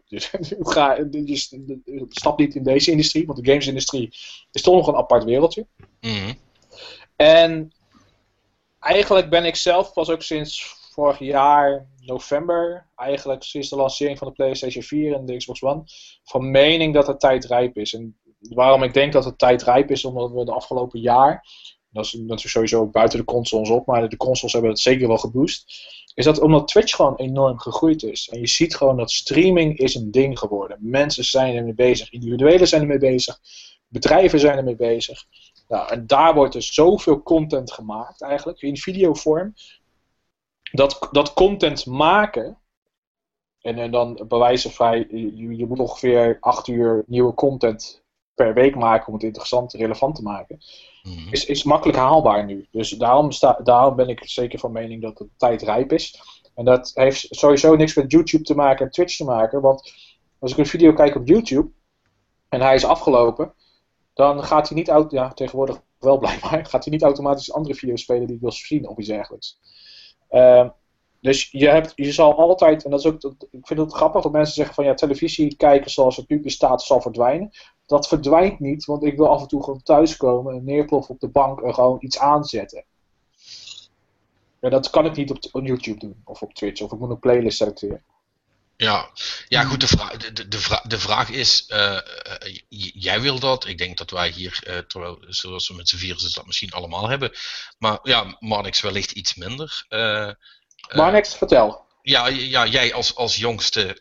je stapt niet in deze industrie, want de gamesindustrie is toch nog een apart wereldje. Mm-hmm. En eigenlijk ben ik zelf pas ook sinds vorig jaar november, eigenlijk sinds de lancering van de PlayStation 4 en de Xbox One, van mening dat het tijd rijp is. En waarom ik denk dat het tijd rijp is, omdat we de afgelopen jaar, dat is sowieso ook buiten de consoles op, maar de consoles hebben het zeker wel geboost, is dat omdat Twitch gewoon enorm gegroeid is. En je ziet gewoon dat streaming is een ding geworden. Mensen zijn ermee bezig, individuelen zijn ermee bezig, bedrijven zijn ermee bezig. Nou, en daar wordt er zoveel content gemaakt eigenlijk, in videovorm. Dat content maken, en dan bewijzen vrij, je moet ongeveer 8 uur nieuwe content per week maken om het interessant en relevant te maken, is makkelijk haalbaar nu. Dus daarom ben ik zeker van mening dat de tijd rijp is. En dat heeft sowieso niks met YouTube te maken en Twitch te maken, want als ik een video kijk op YouTube en hij is afgelopen, dan gaat hij niet tegenwoordig wel blijkbaar, gaat hij niet automatisch andere video's spelen die ik wil zien of iets dergelijks. Dus je zal altijd, en dat is ook, ik vind het grappig dat mensen zeggen van ja, televisie kijken zoals het nu bestaat zal verdwijnen. Dat verdwijnt niet, want ik wil af en toe gewoon thuiskomen en neerploffen op de bank en gewoon iets aanzetten. Ja, dat kan ik niet op YouTube doen, of op Twitch, of ik moet een playlist selecteren. Ja, goed, de vraag is, jij wil dat, ik denk dat wij hier, terwijl zoals we met z'n vieren dat misschien allemaal hebben, maar ja, Marnix wellicht iets minder. Marnix, vertel. Ja, jij als jongste,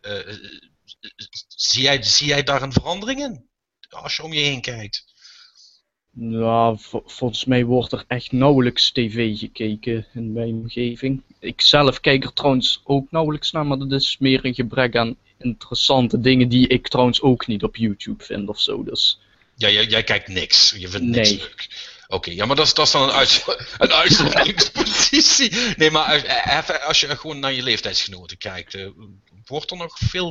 zie jij daar een verandering in, als je om je heen kijkt? Nou, volgens mij wordt er echt nauwelijks tv gekeken in mijn omgeving. Ik zelf kijk er trouwens ook nauwelijks naar, maar dat is meer een gebrek aan interessante dingen die ik trouwens ook niet op YouTube vind of zo. Dus... Ja, jij kijkt niks. Je vindt niks leuk. Oké, ja, maar dat is dan een uitzonderingspositie. Nee, maar even, als je gewoon naar je leeftijdsgenoten kijkt, wordt er nog veel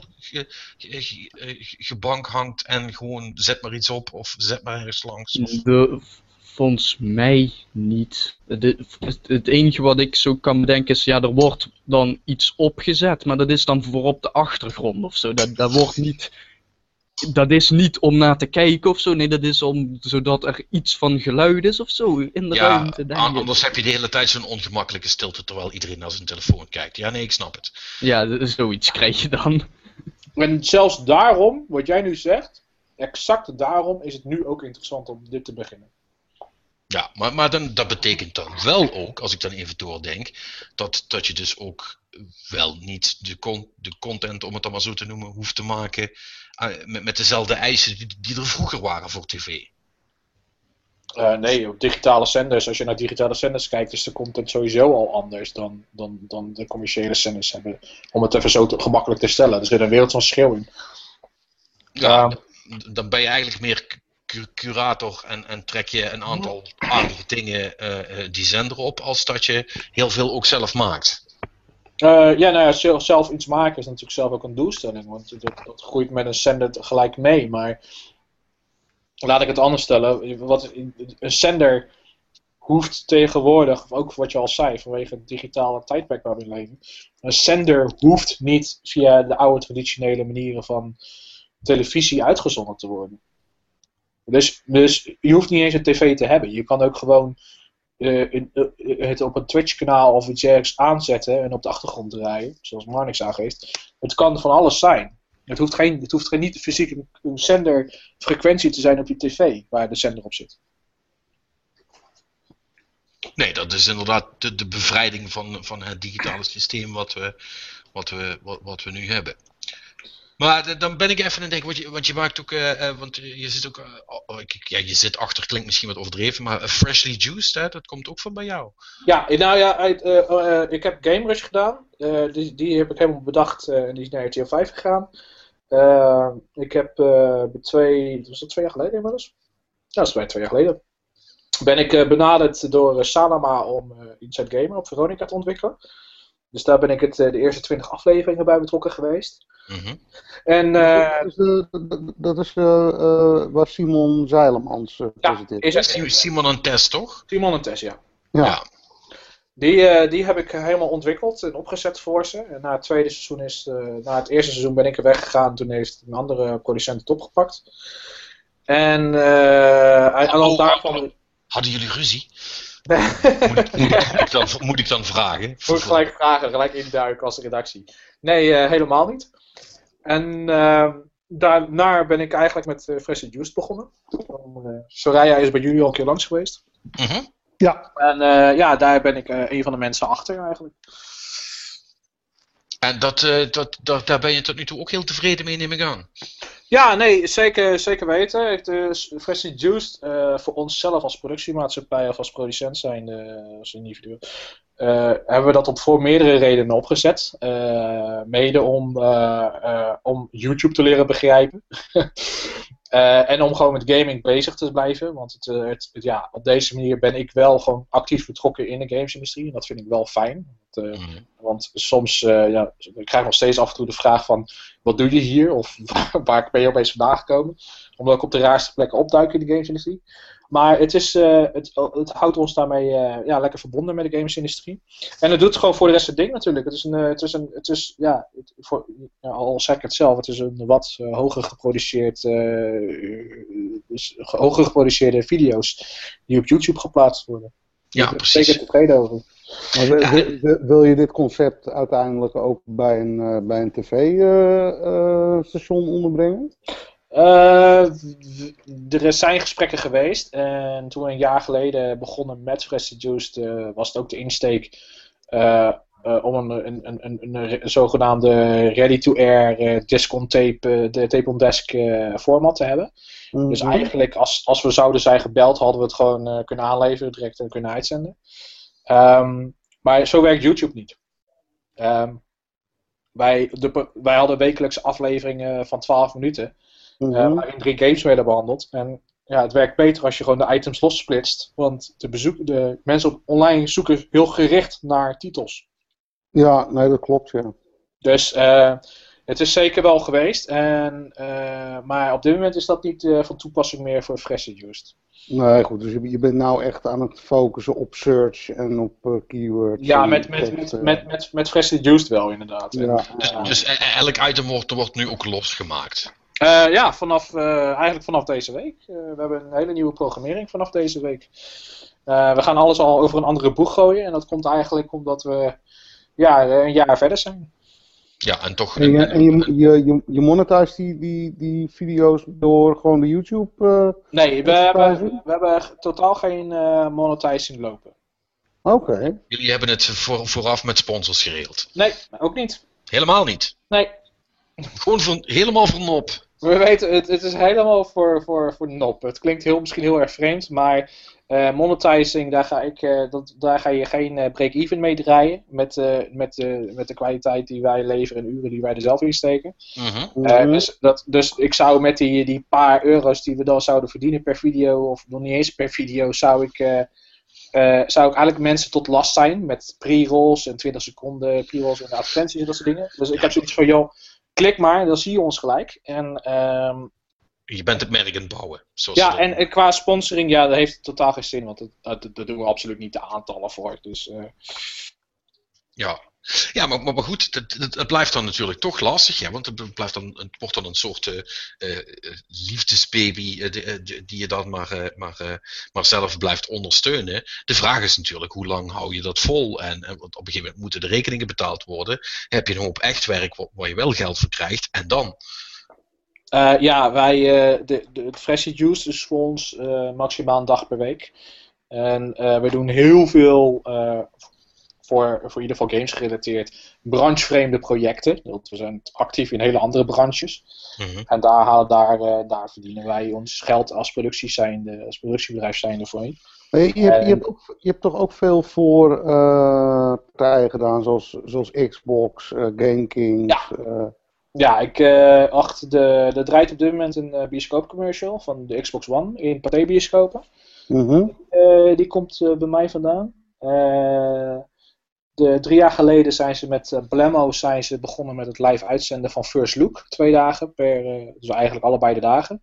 gebankhangt en gewoon zet maar iets op of zet maar ergens langs? Volgens mij niet. Het enige wat ik zo kan bedenken is, ja, er wordt dan iets opgezet, maar dat is dan voor op de achtergrond of zo. Dat wordt niet Dat is niet om naar te kijken of zo, nee, dat is zodat er iets van geluid is of zo in de ruimte. Anders heb je de hele tijd zo'n ongemakkelijke stilte terwijl iedereen naar zijn telefoon kijkt. Ja, nee, ik snap het. Ja, zoiets krijg je dan. En zelfs daarom, wat jij nu zegt, exact daarom is het nu ook interessant om dit te beginnen. Ja, maar dat betekent dan wel ook, als ik dan even doordenk, dat je dus ook wel niet de content, om het dan maar zo te noemen, hoeft te maken met dezelfde eisen die er vroeger waren voor tv. Nee, op digitale zenders, als je naar digitale zenders kijkt, is de content sowieso al anders dan de commerciële zenders hebben. Om het even zo gemakkelijk te stellen. Er zit een wereld van verschil in. Ja, dan ben je eigenlijk meer curator en trek je een aantal aardige dingen die zender op, als dat je heel veel ook zelf maakt. Zelf iets maken is natuurlijk zelf ook een doelstelling, want dat groeit met een zender gelijk mee. Maar laat ik het anders stellen. Een zender hoeft tegenwoordig, ook wat je al zei, vanwege het digitale tijdperk waar we in leven, een zender hoeft niet via de oude traditionele manieren van televisie uitgezonden te worden. Dus je hoeft niet eens een tv te hebben. Je kan ook gewoon het op een Twitch-kanaal of iets ergens aanzetten en op de achtergrond draaien, zoals Marnix aangeeft. Het kan van alles zijn. Het hoeft geen niet fysiek een zenderfrequentie te zijn op je tv, waar de zender op zit. Nee, dat is inderdaad de bevrijding van het digitale systeem wat we nu hebben. Maar dan ben ik even aan het denken, want je maakt ook, want je zit ook, je zit achter, klinkt misschien wat overdreven, maar Freshly Juiced, hè, dat komt ook van bij jou. Ja, ik heb GameRush gedaan, die heb ik helemaal bedacht en die is naar RTL 5 gegaan. Ik heb was dat 2 jaar geleden inmiddels? Ja, dat is bijna 2 jaar geleden. Ben ik benaderd door Sanoma om Inside Gamer op Veronica te ontwikkelen. Dus daar ben ik de eerste 20 afleveringen bij betrokken geweest. Mm-hmm. En, dat is waar Simon Zeilemans presenteert. Simon en Tess, toch? Simon en Tess, ja. Ja. Die heb ik helemaal ontwikkeld en opgezet voor ze. En na het eerste seizoen ben ik er weggegaan. Toen heeft een andere producent het opgepakt. En daarvan... Hadden jullie ruzie? Moet ik dan vragen? Moet ik gelijk vragen, gelijk induiken als redactie. Nee, helemaal niet. En daarna ben ik eigenlijk met Freshly Juiced begonnen. Soraya is bij jullie al een keer langs geweest. Mm-hmm. Ja. En daar ben ik een van de mensen achter eigenlijk. En daar ben je tot nu toe ook heel tevreden mee, neem ik aan. Ja, nee, zeker weten. Freshly Juiced, voor onszelf als productiemaatschappij of als producent zijn, als individu, hebben we dat voor meerdere redenen opgezet. Mede om YouTube te leren begrijpen. En om gewoon met gaming bezig te blijven. Want op deze manier ben ik wel gewoon actief betrokken in de gamesindustrie. En dat vind ik wel fijn. Want soms ik krijg nog steeds af en toe de vraag van... Wat doe je hier? Of waar ben je opeens vandaan gekomen? Omdat ik op de raarste plekken opduik in de gamesindustrie. Maar het houdt ons daarmee lekker verbonden met de gamesindustrie. En het doet gewoon voor de rest het ding natuurlijk. Al zeg ik het zelf, het is een wat hoger geproduceerde video's die op YouTube geplaatst worden. Ja, ik precies. ben er zeker tevreden over. Maar wil je dit concept uiteindelijk ook bij een tv-station onderbrengen? Er zijn gesprekken geweest en toen we een jaar geleden begonnen met Freshly Juiced was het ook de insteek om een zogenaamde ready-to-air tape-on-desk format te hebben. Mm-hmm. Dus eigenlijk als we zouden zijn gebeld hadden we het gewoon kunnen aanleveren direct en kunnen uitzenden. Maar zo werkt YouTube niet. Wij hadden wekelijkse afleveringen van 12 minuten. Waarin 3 games werden behandeld. En het werkt beter als je gewoon de items lossplitst. Want de mensen online zoeken heel gericht naar titels. Ja, nee, dat klopt, ja. Dus het is zeker wel geweest. Maar op dit moment is dat niet van toepassing meer voor Freshly Juiced. Nee, goed. Dus je bent nou echt aan het focussen op search en op keywords. Ja, met Freshly Juiced wel, inderdaad. Ja. Dus elk item wordt nu ook losgemaakt. Ja, eigenlijk vanaf deze week. We hebben een hele nieuwe programmering vanaf deze week. We gaan alles al over een andere boeg gooien. En dat komt eigenlijk omdat we een jaar verder zijn. Ja, en toch... En je monetize die video's door gewoon de YouTube... Nee, we hebben totaal geen monetizing lopen. Oké. Jullie hebben het vooraf met sponsors geregeld? Nee, ook niet. Helemaal niet? Nee. Gewoon helemaal voor nop? We weten, het is helemaal voor nop. Het klinkt misschien heel erg vreemd, maar monetizing, daar ga je geen break-even mee draaien met de kwaliteit die wij leveren en uren die wij er zelf in steken. Dus ik zou met die paar euro's die we dan zouden verdienen per video, of nog niet eens per video, zou ik eigenlijk mensen tot last zijn met pre-rolls en 20 seconden pre-rolls en advertenties en dat soort dingen. Dus ik heb zoiets van, joh, klik maar, dan zie je ons gelijk. En je bent het merk aan het bouwen. En qua sponsoring, dat heeft totaal geen zin, want daar doen we absoluut niet de aantallen voor. Dus, Ja, maar goed, het blijft dan natuurlijk toch lastig, want het wordt dan een soort liefdesbaby die je dan maar zelf blijft ondersteunen. De vraag is natuurlijk, hoe lang hou je dat vol? En want op een gegeven moment moeten de rekeningen betaald worden. Heb je een hoop echt werk waar je wel geld voor krijgt, en dan? Het Freshly Juice is voor ons maximaal een dag per week. En we doen heel veel... Voor in ieder geval games gerelateerd, branchevreemde projecten. Want we zijn actief in hele andere branches. En daar verdienen wij ons geld als productiebedrijf zijnde voor in. Je hebt toch ook veel voor partijen gedaan, zoals Xbox, GameKings. Ja. Er draait op dit moment een bioscoopcommercial van de Xbox One in Pathé-bioscopen. Die komt bij mij vandaan. 3 jaar geleden zijn ze met Blemmo begonnen met het live uitzenden van First Look. 2 dagen dus eigenlijk allebei de dagen.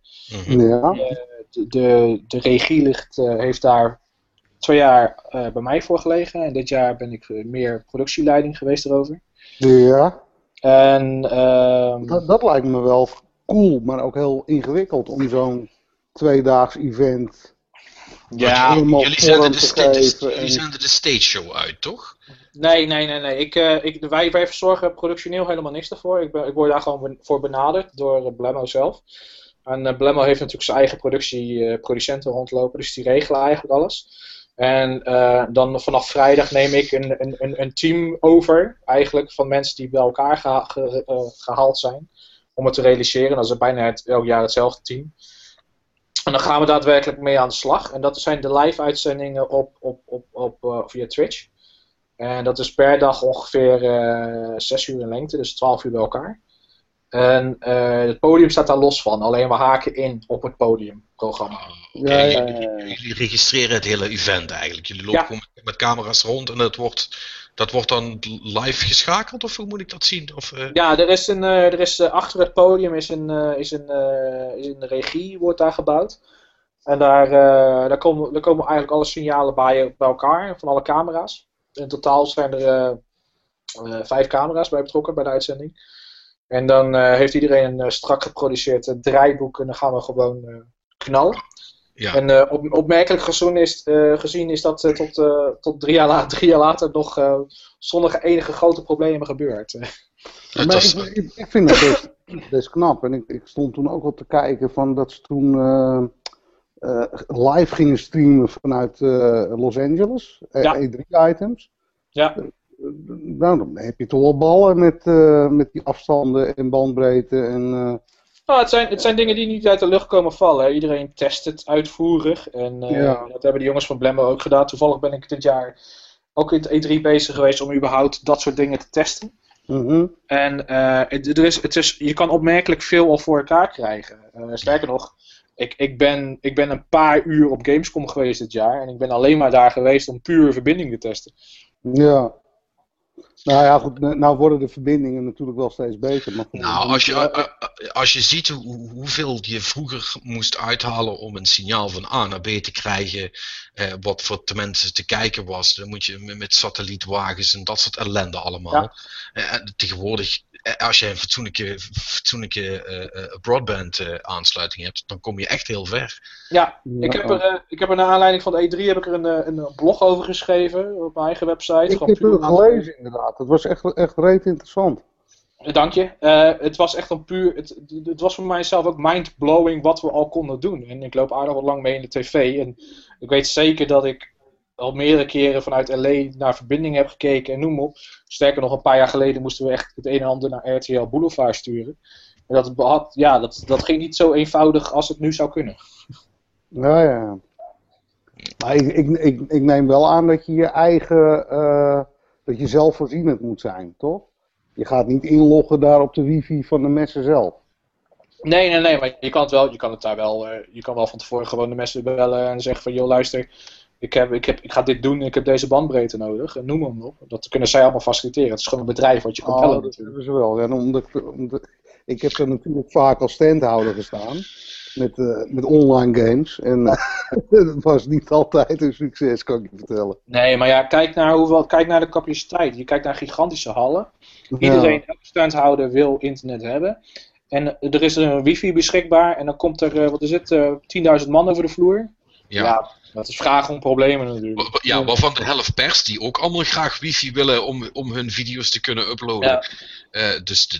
De regie heeft daar 2 jaar bij mij voor gelegen. En dit jaar ben ik meer productieleiding geweest erover. Ja. En, dat lijkt me wel cool, maar ook heel ingewikkeld om zo'n 2-daags event... Ja, jullie zenden de stage show uit, toch? Nee. Wij verzorgen productioneel helemaal niks daarvoor. Ik word daar gewoon voor benaderd door Blemmo zelf. En Blemmo heeft natuurlijk zijn eigen producenten rondlopen, dus die regelen eigenlijk alles. En dan vanaf vrijdag neem ik een team over, eigenlijk, van mensen die bij elkaar gehaald zijn om het te realiseren. Dat is bijna elk jaar hetzelfde team. En dan gaan we daadwerkelijk mee aan de slag. En dat zijn de live uitzendingen via Twitch. En dat is per dag ongeveer 6 uur in lengte, dus 12 uur bij elkaar. En het podium staat daar los van, alleen we haken in op het podiumprogramma. Jullie registreren het hele event eigenlijk. Jullie lopen gewoon met camera's rond en dat wordt dan live geschakeld, of hoe moet ik dat zien? Ja, er is achter het podium is een regie wordt daar gebouwd. En daar komen eigenlijk alle signalen bij elkaar, van alle camera's. In totaal zijn er 5 camera's bij betrokken bij de uitzending. En dan heeft iedereen een strak geproduceerd draaiboek en dan gaan we gewoon knallen. Ja. En opmerkelijk gezien is dat tot 3 jaar later nog zonder enige grote problemen gebeurd. Maar ik vind dat best knap. En ik stond toen ook al te kijken van dat ze toen live gingen streamen vanuit Los Angeles. E3-items. Ja. Nou, dan heb je toch wel ballen met die afstanden en bandbreedte en... Het zijn dingen die niet uit de lucht komen vallen. Hè. Iedereen test het uitvoerig. En dat hebben de jongens van Blemmo ook gedaan. Toevallig ben ik dit jaar ook in het E3 bezig geweest om überhaupt dat soort dingen te testen. En je kan opmerkelijk veel al voor elkaar krijgen. Sterker nog, ik ben een paar uur op Gamescom geweest dit jaar. En ik ben alleen maar daar geweest om puur verbinding te testen. Ja. Nou ja, goed, nou worden de verbindingen natuurlijk wel steeds beter. Maar nou, als je ziet hoeveel je vroeger moest uithalen om een signaal van A naar B te krijgen, wat voor de mensen te kijken was, dan moet je met satellietwagens en dat soort ellende allemaal. Ja. Tegenwoordig als je een fatsoenlijke broadband aansluiting hebt, dan kom je echt heel ver. Ja, ik heb er naar aanleiding van de E3 heb ik er een blog over geschreven op mijn eigen website. Ik heb het gelezen inderdaad. Het was echt reet interessant. Dank je. Het was echt een puur. Het was voor mijzelf ook mind-blowing wat we al konden doen. En ik loop aardig wat lang mee in de tv. En ik weet zeker dat ik al meerdere keren vanuit LA naar verbinding heb gekeken en noem maar op. Sterker nog, een paar jaar geleden moesten we echt het een en ander naar RTL Boulevard sturen. En dat ging niet zo eenvoudig als het nu zou kunnen. Ja. Maar ik neem wel aan dat je je eigen, dat je zelfvoorzienend moet zijn, toch? Je gaat niet inloggen daar op de wifi van de messen zelf. Nee, maar je kan het wel, je kan wel van tevoren gewoon de messen bellen en zeggen van, joh luister, ik ga dit doen en ik heb deze bandbreedte nodig. En noem maar op. Dat kunnen zij allemaal faciliteren. Het is gewoon een bedrijf wat je kan bellen. Dat hebben ze wel. Ja, ik heb er natuurlijk vaak als standhouder gestaan. Met online games. En dat was niet altijd een succes, kan ik je vertellen. Nee, maar ja, kijk naar de capaciteit. Je kijkt naar gigantische hallen. Iedereen, elke standhouder wil internet hebben. En er is een wifi beschikbaar. En dan komt er, 10.000 man over de vloer. Ja, dat is vragen om problemen natuurlijk. Ja, waarvan de helft pers, die ook allemaal graag wifi willen om hun video's te kunnen uploaden. Ja. Dus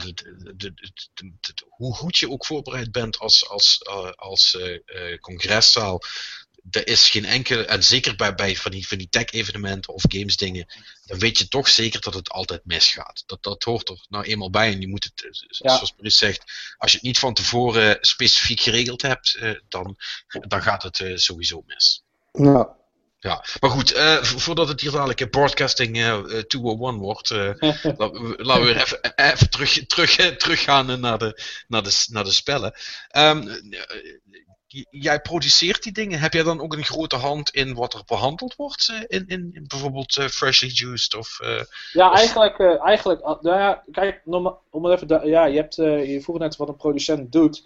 hoe goed je ook voorbereid bent als congreszaal, er is geen enkele, en zeker bij van die tech-evenementen of games dingen, dan weet je toch zeker dat het altijd misgaat. Dat hoort er nou eenmaal bij en je moet het, zoals Maurice zegt, als je het niet van tevoren specifiek geregeld hebt, dan gaat het sowieso mis. Ja. Ja, maar goed, voordat het hier dadelijk broadcasting 201 wordt, laten we weer even teruggaan naar de spellen. Jij produceert die dingen. Heb jij dan ook een grote hand in wat er behandeld wordt? In bijvoorbeeld Freshly Juiced? Eigenlijk. Nou ja, kijk, om het even. Je vroeg net wat een producent doet.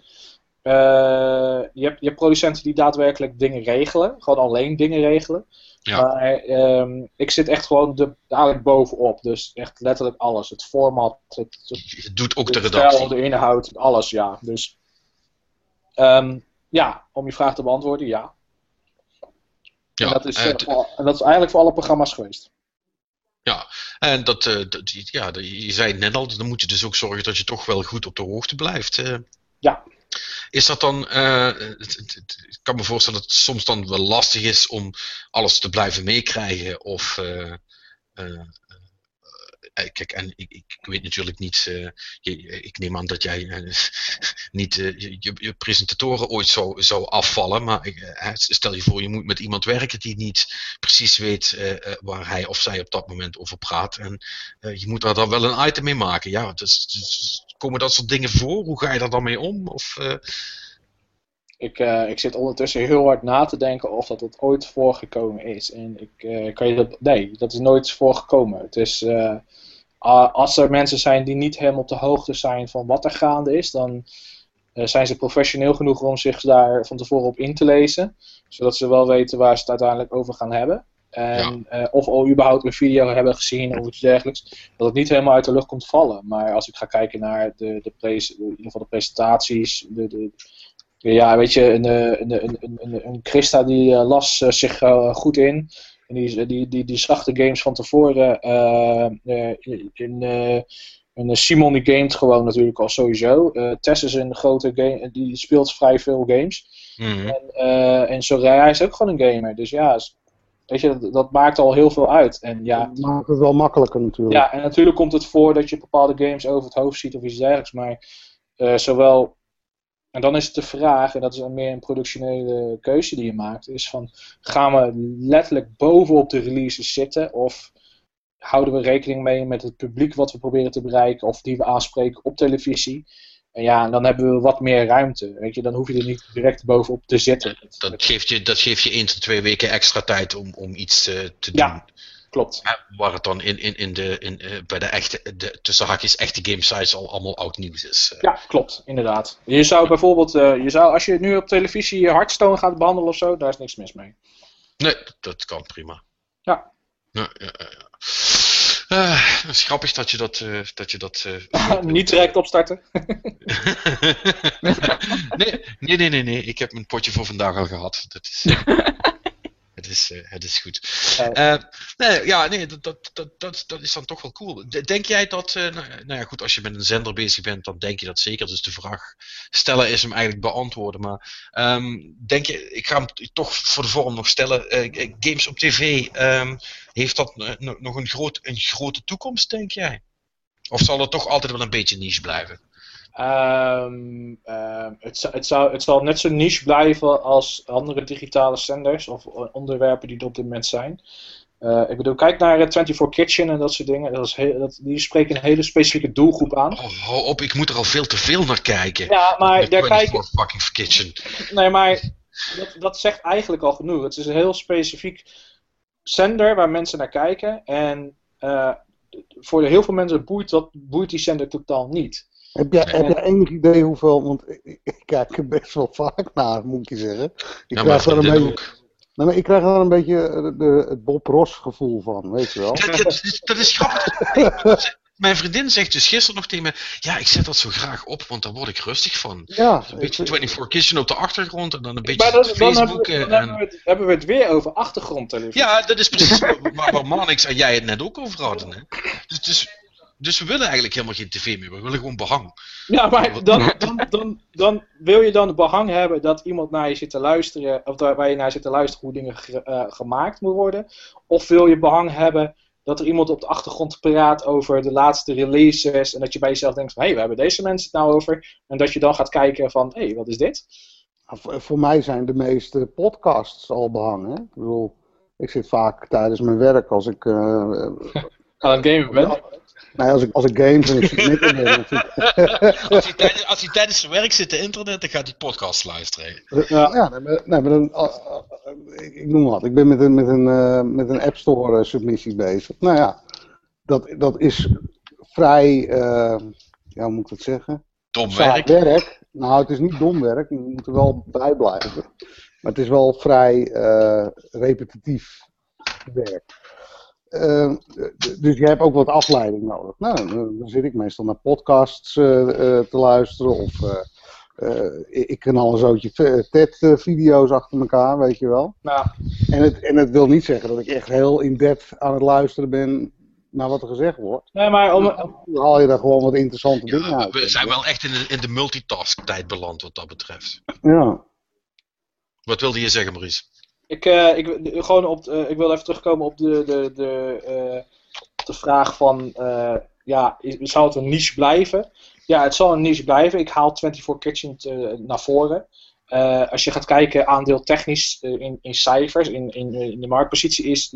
Je hebt producenten die daadwerkelijk dingen regelen. Gewoon alleen dingen regelen. Ja. Maar ik zit echt gewoon dadelijk bovenop. Dus echt letterlijk alles. Het format. Je doet ook de redactie. Stijl, de inhoud. Alles, ja. Dus... om je vraag te beantwoorden, ja. En dat is eigenlijk voor alle programma's geweest. Ja, en je zei het net al, dan moet je dus ook zorgen dat je toch wel goed op de hoogte blijft. Ja. Is dat dan, ik kan me voorstellen dat het soms dan wel lastig is om alles te blijven meekrijgen of... Kijk, en ik weet natuurlijk niet, ik neem aan dat jij niet je presentatoren ooit zou afvallen, maar stel je voor je moet met iemand werken die niet precies weet waar hij of zij op dat moment over praat en je moet daar dan wel een item mee maken. Ja, dus komen dat soort dingen voor? Hoe ga je daar dan mee om? Ik zit ondertussen heel hard na te denken of dat ooit voorgekomen is. En dat is nooit voorgekomen. Het is, als er mensen zijn die niet helemaal op de hoogte zijn van wat er gaande is, dan zijn ze professioneel genoeg om zich daar van tevoren op in te lezen. Zodat ze wel weten waar ze het uiteindelijk over gaan hebben. En, of al überhaupt een video hebben gezien of iets dergelijks. Dat het niet helemaal uit de lucht komt vallen. Maar als ik ga kijken naar in ieder geval de presentaties, ja, weet je, een Christa die las zich goed in. En die zag de games van tevoren. En Simon die gamet gewoon natuurlijk al sowieso. Tess is een grote game, die speelt vrij veel games. Mm-hmm. En Soraya is ook gewoon een gamer. Dus ja, weet je, dat maakt al heel veel uit. En ja, dat maakt het wel makkelijker natuurlijk. Ja, en natuurlijk komt het voor dat je bepaalde games over het hoofd ziet of iets dergelijks. Maar zowel... En dan is het de vraag, en dat is dan meer een productionele keuze die je maakt, is van, gaan we letterlijk bovenop de releases zitten, of houden we rekening mee met het publiek wat we proberen te bereiken, of die we aanspreken op televisie. En ja, dan hebben we wat meer ruimte, weet je, dan hoef je er niet direct bovenop te zitten. Dat geeft je 1 tot 2 weken extra tijd om iets te doen. Ja, klopt. Waar het dan bij de tussen haakjes echte game sites al allemaal oud nieuws is. Ja, klopt, inderdaad. Je zou bijvoorbeeld, als je nu op televisie Hearthstone gaat behandelen of zo, daar is niks mis mee. Nee, dat kan prima. Ja. Het is grappig dat je dat Niet direct opstarten. Nee. Ik heb mijn potje voor vandaag al gehad. Het is goed. Dat is dan toch wel cool. Denk jij dat, nou ja goed, als je met een zender bezig bent, dan denk je dat zeker. Dus de vraag stellen is hem eigenlijk beantwoorden. Maar denk je, ik ga hem toch voor de vorm nog stellen. Games op tv, heeft dat nog een grote toekomst, denk jij? Of zal het toch altijd wel een beetje niche blijven? Het zal net zo niche blijven als andere digitale zenders of onderwerpen die er op dit moment zijn. Ik bedoel, kijk naar 24 Kitchen en dat soort dingen. Die spreken een hele specifieke doelgroep aan. Oh, hou op, ik moet er al veel te veel naar kijken. Ja, maar daar kijken. Fucking Kitchen. Nee, maar dat zegt eigenlijk al genoeg. Het is een heel specifiek zender waar mensen naar kijken. En voor heel veel mensen boeit die zender totaal niet. Heb je enig idee hoeveel, want ik kijk er best wel vaak naar, moet ik je zeggen. Ik krijg er een beetje het Bob Ross gevoel van, weet je wel. Dat is grappig. Mijn vriendin zegt dus gisteren nog tegen me, ja, ik zet dat zo graag op, want daar word ik rustig van. Ja, een beetje 24 Kitchen op de achtergrond en dan een beetje maar Facebook. Dan hebben we het weer over achtergrondtelevisie. Ja, dat is precies waar Manix en jij het net ook over hadden. Hè? Dus we willen eigenlijk helemaal geen tv meer, we willen gewoon behang. Ja, maar dan wil je dan behang hebben dat iemand naar je zit te luisteren, of waar je naar zit te luisteren hoe dingen gemaakt moeten worden? Of wil je behang hebben dat er iemand op de achtergrond praat over de laatste releases en dat je bij jezelf denkt van, hé, we hebben deze mensen het nou over. En dat je dan gaat kijken van, hé, wat is dit? Voor mij zijn de meeste podcasts al behang, hè? Ik bedoel, ik zit vaak tijdens mijn werk als ik... aan het gamen ben. Nee, als ik games en ik zit midden in Als hij tijdens zijn werk zit te internet, dan gaat hij podcast luisteren. Maar dan, ik noem wat. Ik ben met een App Store submissie bezig. Nou ja, dat is vrij, hoe moet ik dat zeggen? Dom werk. Nou, het is niet dom werk. Je moet er wel bij blijven. Maar het is wel vrij repetitief werk. Dus je hebt ook wat afleiding nodig. Nou, dan zit ik meestal naar podcasts te luisteren. Of ik kan al een zootje TED-video's achter elkaar, weet je wel. Nou. En het wil niet zeggen dat ik echt heel in-depth aan het luisteren ben naar wat er gezegd wordt. Nee, maar dan haal je daar gewoon wat interessante dingen uit. We zijn wel echt in de multitask-tijd beland wat dat betreft. Ja. Wat wilde je zeggen, Maurice? Ik wil even terugkomen op de vraag van, zou het een niche blijven? Ja, het zal een niche blijven. Ik haal 24 Kitchen naar voren. Als je gaat kijken aandeel technisch in cijfers, in de marktpositie is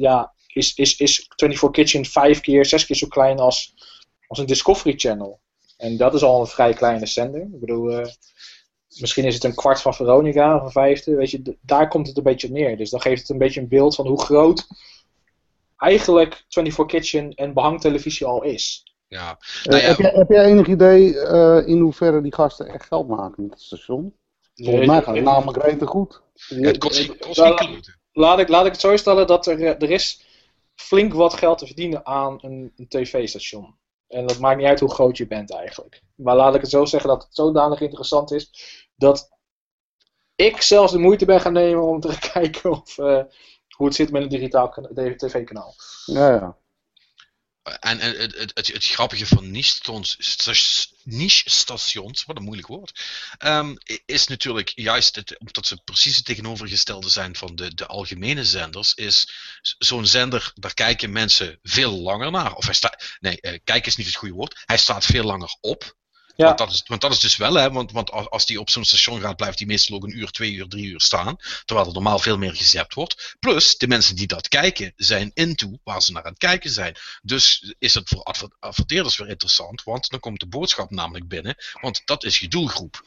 24 Kitchen 5 keer, 6 keer zo klein als een Discovery Channel. En dat is al een vrij kleine zender. Ik bedoel... Misschien is het een kwart van Veronica of een vijfde. Weet je, daar komt het een beetje op neer. Dus dan geeft het een beetje een beeld van hoe groot eigenlijk 24 Kitchen en behangtelevisie al is. Ja. Heb jij enig idee in hoeverre die gasten echt geld maken met het station? Volgens mij gaat het namelijk redelijk goed. Het kost geen kloten. Laat ik het zo stellen dat er is flink wat geld te verdienen aan een tv-station. En dat maakt niet uit hoe groot je bent eigenlijk. Maar laat ik het zo zeggen dat het zodanig interessant is dat ik zelfs de moeite ben gaan nemen om te kijken hoe het zit met een digitaal tv-kanaal. Ja. En het grappige van niche-stations, wat een moeilijk woord, is natuurlijk juist, omdat ze precies het tegenovergestelde zijn van de algemene zenders, is zo'n zender, daar kijken mensen veel langer naar. Of kijken is niet het goede woord, hij staat veel langer op. Ja. Want dat is dus wel, hè, want als die op zo'n station gaat, blijft die meestal ook 1 uur, 2 uur, 3 uur staan. Terwijl er normaal veel meer gezapt wordt. Plus, de mensen die dat kijken, zijn into waar ze naar aan het kijken zijn. Dus is het voor adverteerders weer interessant, want dan komt de boodschap namelijk binnen. Want dat is je doelgroep.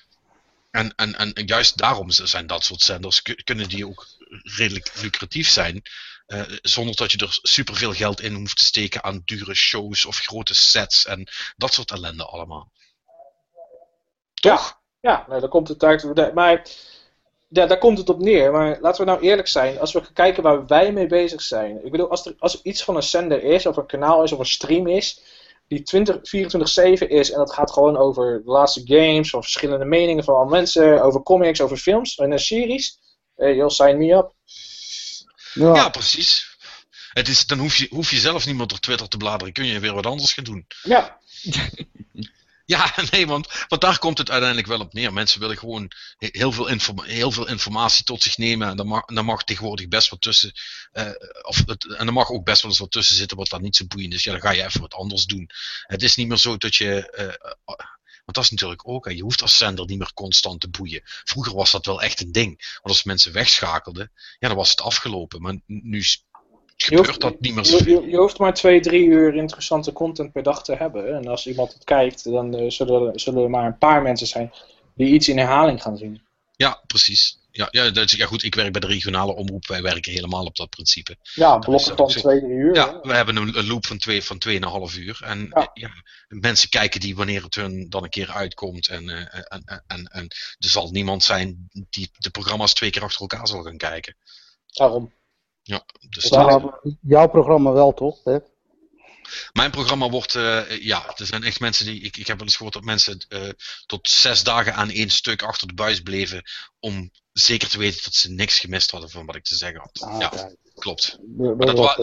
En juist daarom zijn dat soort zenders, kunnen die ook redelijk lucratief zijn. Zonder dat je er superveel geld in hoeft te steken aan dure shows of grote sets en dat soort ellende allemaal. Toch? Ja, nee, dan komt het uit. Maar daar komt het op neer. Maar laten we nou eerlijk zijn. Als we gaan kijken waar wij mee bezig zijn. Ik bedoel, als er iets van een zender is, of een kanaal is, of een stream is, die 24/7 is, en dat gaat gewoon over de laatste games, of verschillende meningen van mensen, over comics, over films en series. You'll sign me up. Ja, precies. Dan hoef je zelf niet meer door Twitter te bladeren. Kun je weer wat anders gaan doen. Ja. Ja, nee, want daar komt het uiteindelijk wel op neer. Mensen willen gewoon heel veel informatie tot zich nemen. En daar mag tegenwoordig best wat tussen. En er mag ook best wel eens wat tussen zitten wat dan niet zo boeiend is. Ja, dan ga je even wat anders doen. Het is niet meer zo dat je. Want dat is natuurlijk ook. Je hoeft als zender niet meer constant te boeien. Vroeger was dat wel echt een ding. Want als mensen wegschakelden, ja, dan was het afgelopen. Maar nu gebeurt dat niet meer zo. Je hoeft maar 2-3 uur interessante content per dag te hebben. En als iemand het kijkt, dan zullen er maar een paar mensen zijn die iets in herhaling gaan zien. Ja, precies. Ja, goed, ik werk bij de regionale omroep. Wij werken helemaal op dat principe. Ja, blokken van 2-3 uur. Ja, we hebben een loop van 2,5 uur. En mensen kijken die wanneer het hun dan een keer uitkomt. En er zal niemand zijn die de programma's 2 keer achter elkaar zal gaan kijken. Daarom. Ja, dus jouw programma wel, toch, Bert? Mijn programma wordt, er zijn echt mensen die, ik heb wel eens gehoord dat mensen tot 6 dagen aan 1 stuk achter de buis bleven om zeker te weten dat ze niks gemist hadden van wat ik te zeggen had. Ja, klopt. Maar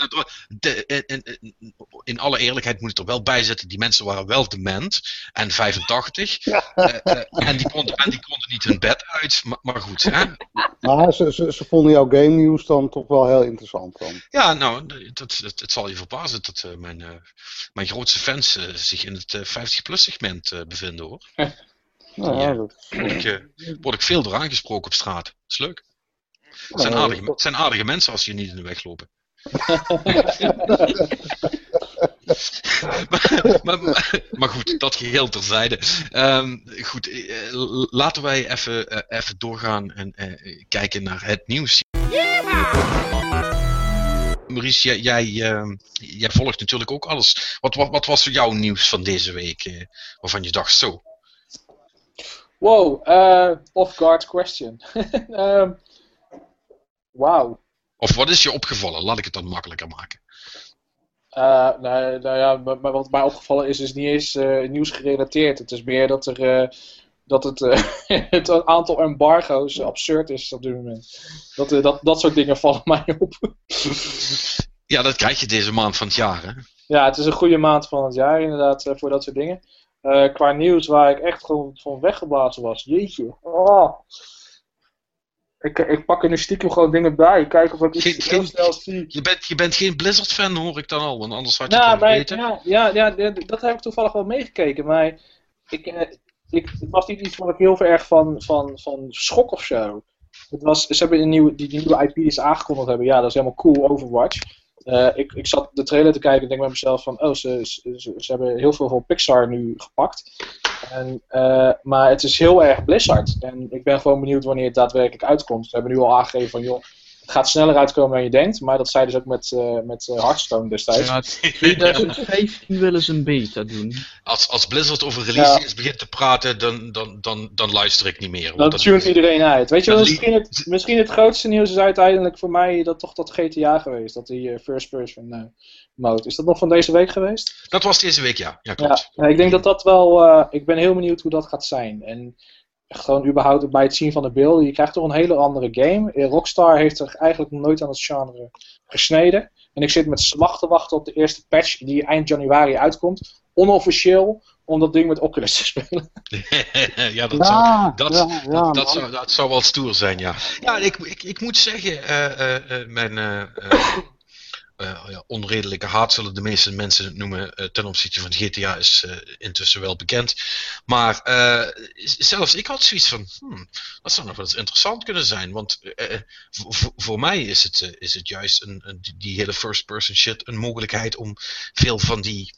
in alle eerlijkheid moet ik er wel bij zetten, die mensen waren wel dement en 85 en die konden niet hun bed uit, maar goed. Hè? Maar ze vonden jouw game nieuws dan toch wel heel interessant dan. Ja, nou, het zal je verbazen dat mijn grootste fans zich in het 50-plus segment bevinden, hoor. Word ik veel door aangesproken op straat. Dat is leuk. Het zijn aardige mensen als je niet in de weg lopen. maar goed, dat geheel terzijde. Goed, laten wij even doorgaan en kijken naar het nieuws. Maurice, jij volgt natuurlijk ook alles. Wat was jouw nieuws van deze week? Waarvan je dacht zo? Wow, off-guard question. Wauw. Of wat is je opgevallen? Laat ik het dan makkelijker maken. Maar wat mij opgevallen is niet eens nieuws gerelateerd. Het is meer dat het aantal embargo's absurd is op dit moment. Dat soort dingen vallen mij op. Ja, dat krijg je deze maand van het jaar, hè? Ja, het is een goede maand van het jaar inderdaad voor dat soort dingen. Qua nieuws waar ik echt gewoon van weggeblazen was. Jeetje. Oh. Ik pak er nu stiekem gewoon dingen bij. Kijken of ik iets heel snel zie. Je bent geen Blizzard-fan, hoor ik dan al. Want anders had je het wel weten. Ja, dat heb ik toevallig wel meegekeken. Maar het was niet iets wat ik heel erg van schok of zo. Ze hebben die nieuwe IP die ze aangekondigd hebben. Ja, dat is helemaal cool, Overwatch. Ik zat de trailer te kijken en denk bij mezelf van, ze hebben heel veel van Pixar nu gepakt. Maar het is heel erg Blizzard. En ik ben gewoon benieuwd wanneer het daadwerkelijk uitkomt. We hebben nu al aangegeven van, joh, het gaat sneller uitkomen dan je denkt. Maar dat zei dus ook met Hearthstone destijds. Ja, 2015 willen ze een beta doen. Als Blizzard over releases begint te praten, dan luister ik niet meer. Dan tunt iedereen uit. Weet je, misschien het grootste nieuws is uiteindelijk voor mij dat GTA geweest. Dat die first person mode. Is dat nog van deze week geweest? Dat was deze week, ja. Ja, klopt. Ja, ik denk dat wel... ik ben heel benieuwd hoe dat gaat zijn. En gewoon überhaupt bij het zien van de beelden. Je krijgt toch een hele andere game. Rockstar heeft er eigenlijk nog nooit aan het genre gesneden. En ik zit met smart te wachten op de eerste patch die eind januari uitkomt. Onofficieel, om dat ding met Oculus te spelen. Ja, dat zou wel stoer zijn, ja. Ja, ik moet zeggen, mijn onredelijke haat zullen de meeste mensen het noemen ten opzichte van GTA is intussen wel bekend. Maar zelfs ik had zoiets van, dat zou nog wel eens interessant kunnen zijn. Want voor mij is het juist die hele first person shit een mogelijkheid om veel van die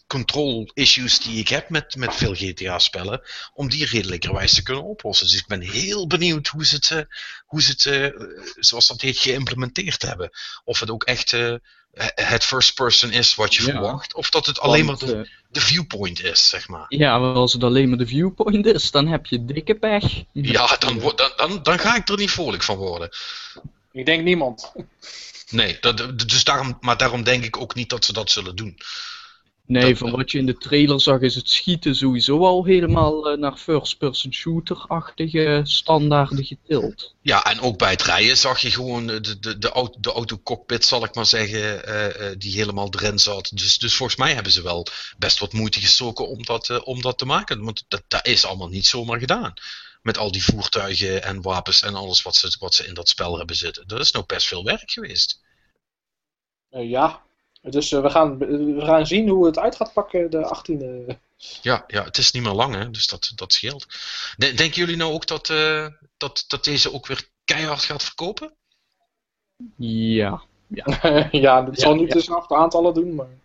control issues die ik heb met veel GTA-spellen, om die redelijkerwijs te kunnen oplossen. Dus ik ben heel benieuwd hoe ze het zoals dat heet, geïmplementeerd hebben. Of het ook echt het first person is wat je verwacht, of dat het alleen maar de viewpoint is, zeg maar. Ja, maar als het alleen maar de viewpoint is, dan heb je dikke pech. Ja, dan ga ik er niet vrolijk van worden. Ik denk niemand. Nee, dus daarom denk ik ook niet dat ze dat zullen doen. Nee, van wat je in de trailer zag is het schieten sowieso al helemaal naar first-person shooter-achtige standaarden getild. Ja, en ook bij het rijden zag je gewoon de autocockpit, zal ik maar zeggen, die helemaal erin zat. Dus volgens mij hebben ze wel best wat moeite gestoken om dat te maken. Want dat is allemaal niet zomaar gedaan. Met al die voertuigen en wapens en alles wat ze in dat spel hebben zitten. Dat is nou best veel werk geweest. Ja, dus we gaan zien hoe het uit gaat pakken de 18e. Ja, het is niet meer lang, hè, dus dat scheelt. Denken jullie nou ook dat deze ook weer keihard gaat verkopen? Ja. Ja, dat zal niet dezelfde aantallen doen, maar...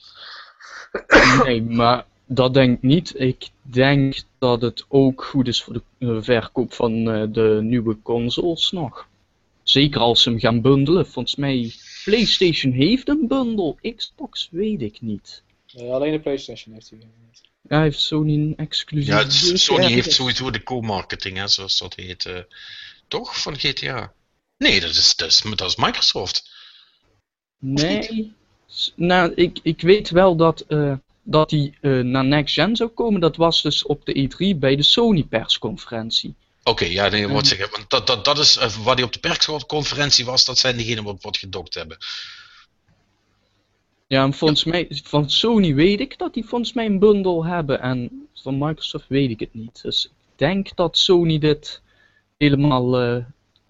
Nee, maar dat denk ik niet. Ik denk dat het ook goed is voor de verkoop van de nieuwe consoles nog. Zeker als ze hem gaan bundelen. Volgens mij, PlayStation heeft een bundle. Xbox weet ik niet. Alleen de PlayStation heeft hij niet. Ja, heeft Sony een exclusief... Ja, Sony heeft sowieso de co-marketing, hè, zoals dat heet. Toch? Van GTA? Nee, dat is Microsoft. Nee. Nou, ik weet wel dat die naar Next Gen zou komen. Dat was dus op de E3 bij de Sony persconferentie. Oké, ja, nee, wat zeggen. Want dat is waar die op de persconferentie was. Dat zijn diegenen wat gedokt hebben. Ja, en volgens mij, van Sony weet ik dat die volgens mij een bundle hebben. En van Microsoft weet ik het niet. Dus ik denk dat Sony dit helemaal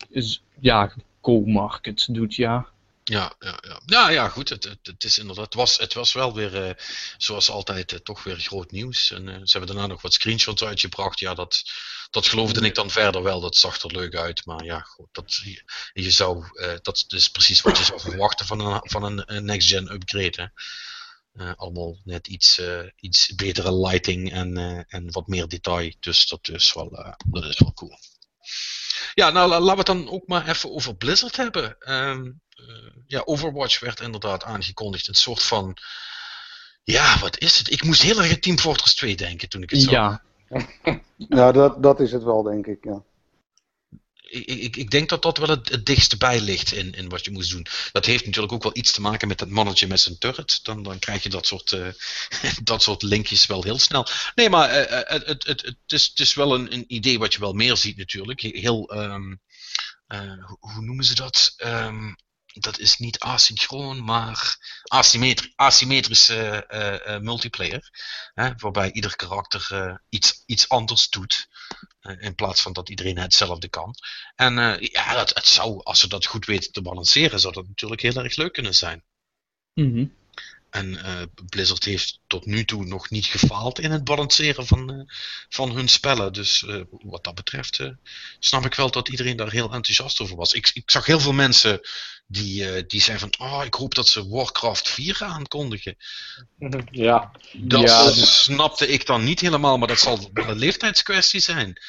co-market doet, ja. Ja, goed. Het is inderdaad. Het was wel weer, zoals altijd, toch weer groot nieuws. En ze hebben daarna nog wat screenshots uitgebracht. Ja, dat geloofde ik dan verder wel. Dat zag er leuk uit. Maar ja, goed, dat is precies wat je zou verwachten van een next-gen upgrade. Hè. Allemaal net iets betere lighting en wat meer detail. Dus dat is wel cool. Ja, nou laten we het dan ook maar even over Blizzard hebben. Overwatch werd inderdaad aangekondigd. Een soort van... Ja, wat is het? Ik moest heel erg aan Team Fortress 2 denken toen ik het zag. Ja, dat is het wel, denk ik, ja. Ik denk dat wel het dichtste bij ligt in wat je moest doen. Dat heeft natuurlijk ook wel iets te maken met dat mannetje met zijn turret. Dan krijg je dat soort linkjes wel heel snel. Nee, maar het is wel een idee wat je wel meer ziet natuurlijk. Heel, hoe noemen ze dat? Dat is niet asynchroon, maar asymmetrische multiplayer. Waarbij ieder karakter iets anders doet. In plaats van dat iedereen hetzelfde kan. En het zou, als ze dat goed weten te balanceren, zou dat natuurlijk heel erg leuk kunnen zijn. Mm-hmm. En Blizzard heeft tot nu toe nog niet gefaald in het balanceren van hun spellen. Dus wat dat betreft snap ik wel dat iedereen daar heel enthousiast over was. Ik zag heel veel mensen die zeiden van... ik hoop dat ze Warcraft 4 aankondigen. Ja. Dat snapte ik dan niet helemaal, maar dat zal wel een leeftijdskwestie zijn.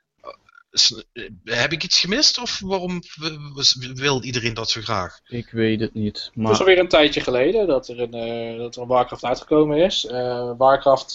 Heb ik iets gemist of waarom wil iedereen dat zo graag? Ik weet het niet. Maar... Het is alweer een tijdje geleden dat er een Warcraft uitgekomen is. Warcraft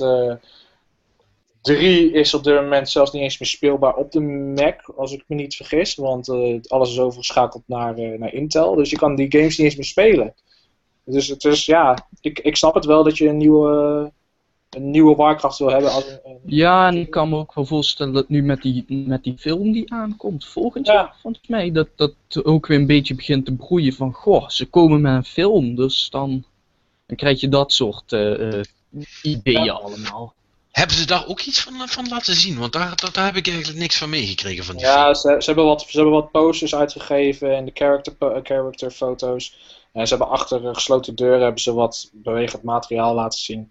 3 is op dit moment zelfs niet eens meer speelbaar op de Mac, als ik me niet vergis. Want alles is overgeschakeld naar Intel. Dus je kan die games niet eens meer spelen. Dus het is, ik snap het wel dat je een nieuwe Warcraft wil hebben. Ja, en ik kan me ook wel voorstellen dat nu met die film die aankomt volgend jaar, volgens mij, dat ook weer een beetje begint te broeien van, goh, ze komen met een film, dus dan krijg je dat soort ideeën allemaal. Hebben ze daar ook iets van laten zien? Want daar heb ik eigenlijk niks van meegekregen van die film. Ze hebben wat posters uitgegeven en de character foto's. En ze hebben achter gesloten deuren wat bewegend materiaal laten zien.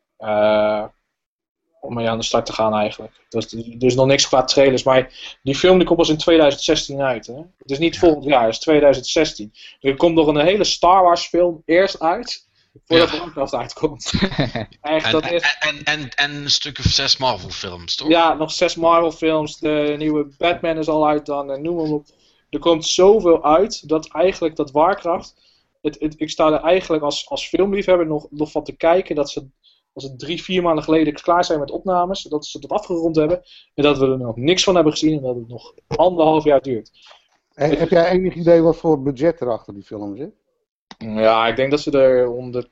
Om mee aan de start te gaan eigenlijk. Dus nog niks qua trailers. Maar die film die komt pas in 2016 uit. Hè? Het is niet volgend jaar, het is 2016. Er komt nog een hele Star Wars film eerst uit. Voordat Warcraft uitkomt. Echt, dat is... En een stuk of 6 Marvel films, toch? Ja, nog 6 Marvel films. De nieuwe Batman is al uit dan. En noem maar op. Er komt zoveel uit dat eigenlijk dat Warcraft... Ik sta er eigenlijk als filmliefhebber nog van te kijken dat ze... Als het 3-4 maanden geleden klaar zijn met opnames, dat ze het afgerond hebben. En dat we er nog niks van hebben gezien en dat het nog 1,5 jaar duurt. Heb jij enig idee wat voor budget er achter die film zit? Ja, ik denk dat ze er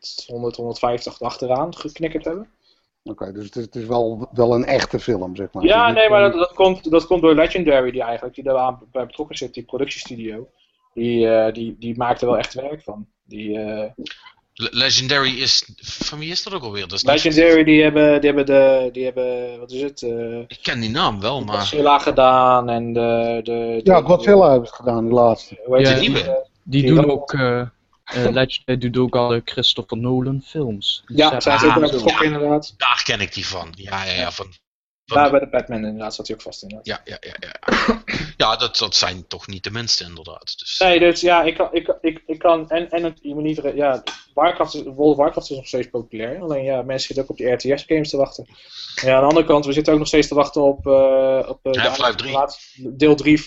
150 achteraan geknikkerd hebben. Oké, dus het is wel een echte film, zeg maar. Ja, nee, maar dat komt door Legendary, die daar bij betrokken zit, die productiestudio. Die maakt er wel echt werk van. Legendary is... Van wie is dat ook alweer? Dat is Legendary, die hebben wat is het? Ik ken die naam wel, maar... Godzilla gedaan en Ja, Godzilla hebben ze gedaan, die laatste. Hoe heet Ja, die? nieuwe? Die doen ook... Legendary doet ook alle Christopher Nolan films. Ja, zijn ze ook bij betrokken inderdaad. Daar ken ik die van. Ja, van Daar bij de Batman inderdaad zat hij ook vast in. ja. Ja, dat zijn toch niet de minste inderdaad. Dus... Nee, dus ja, ik kan... je moet niet... Ja, World of Warcraft is nog steeds populair. Alleen ja, mensen zitten ook op die RTS-games te wachten. Ja, aan de andere kant, we zitten ook nog steeds te wachten op Half-Life 3. Deel 3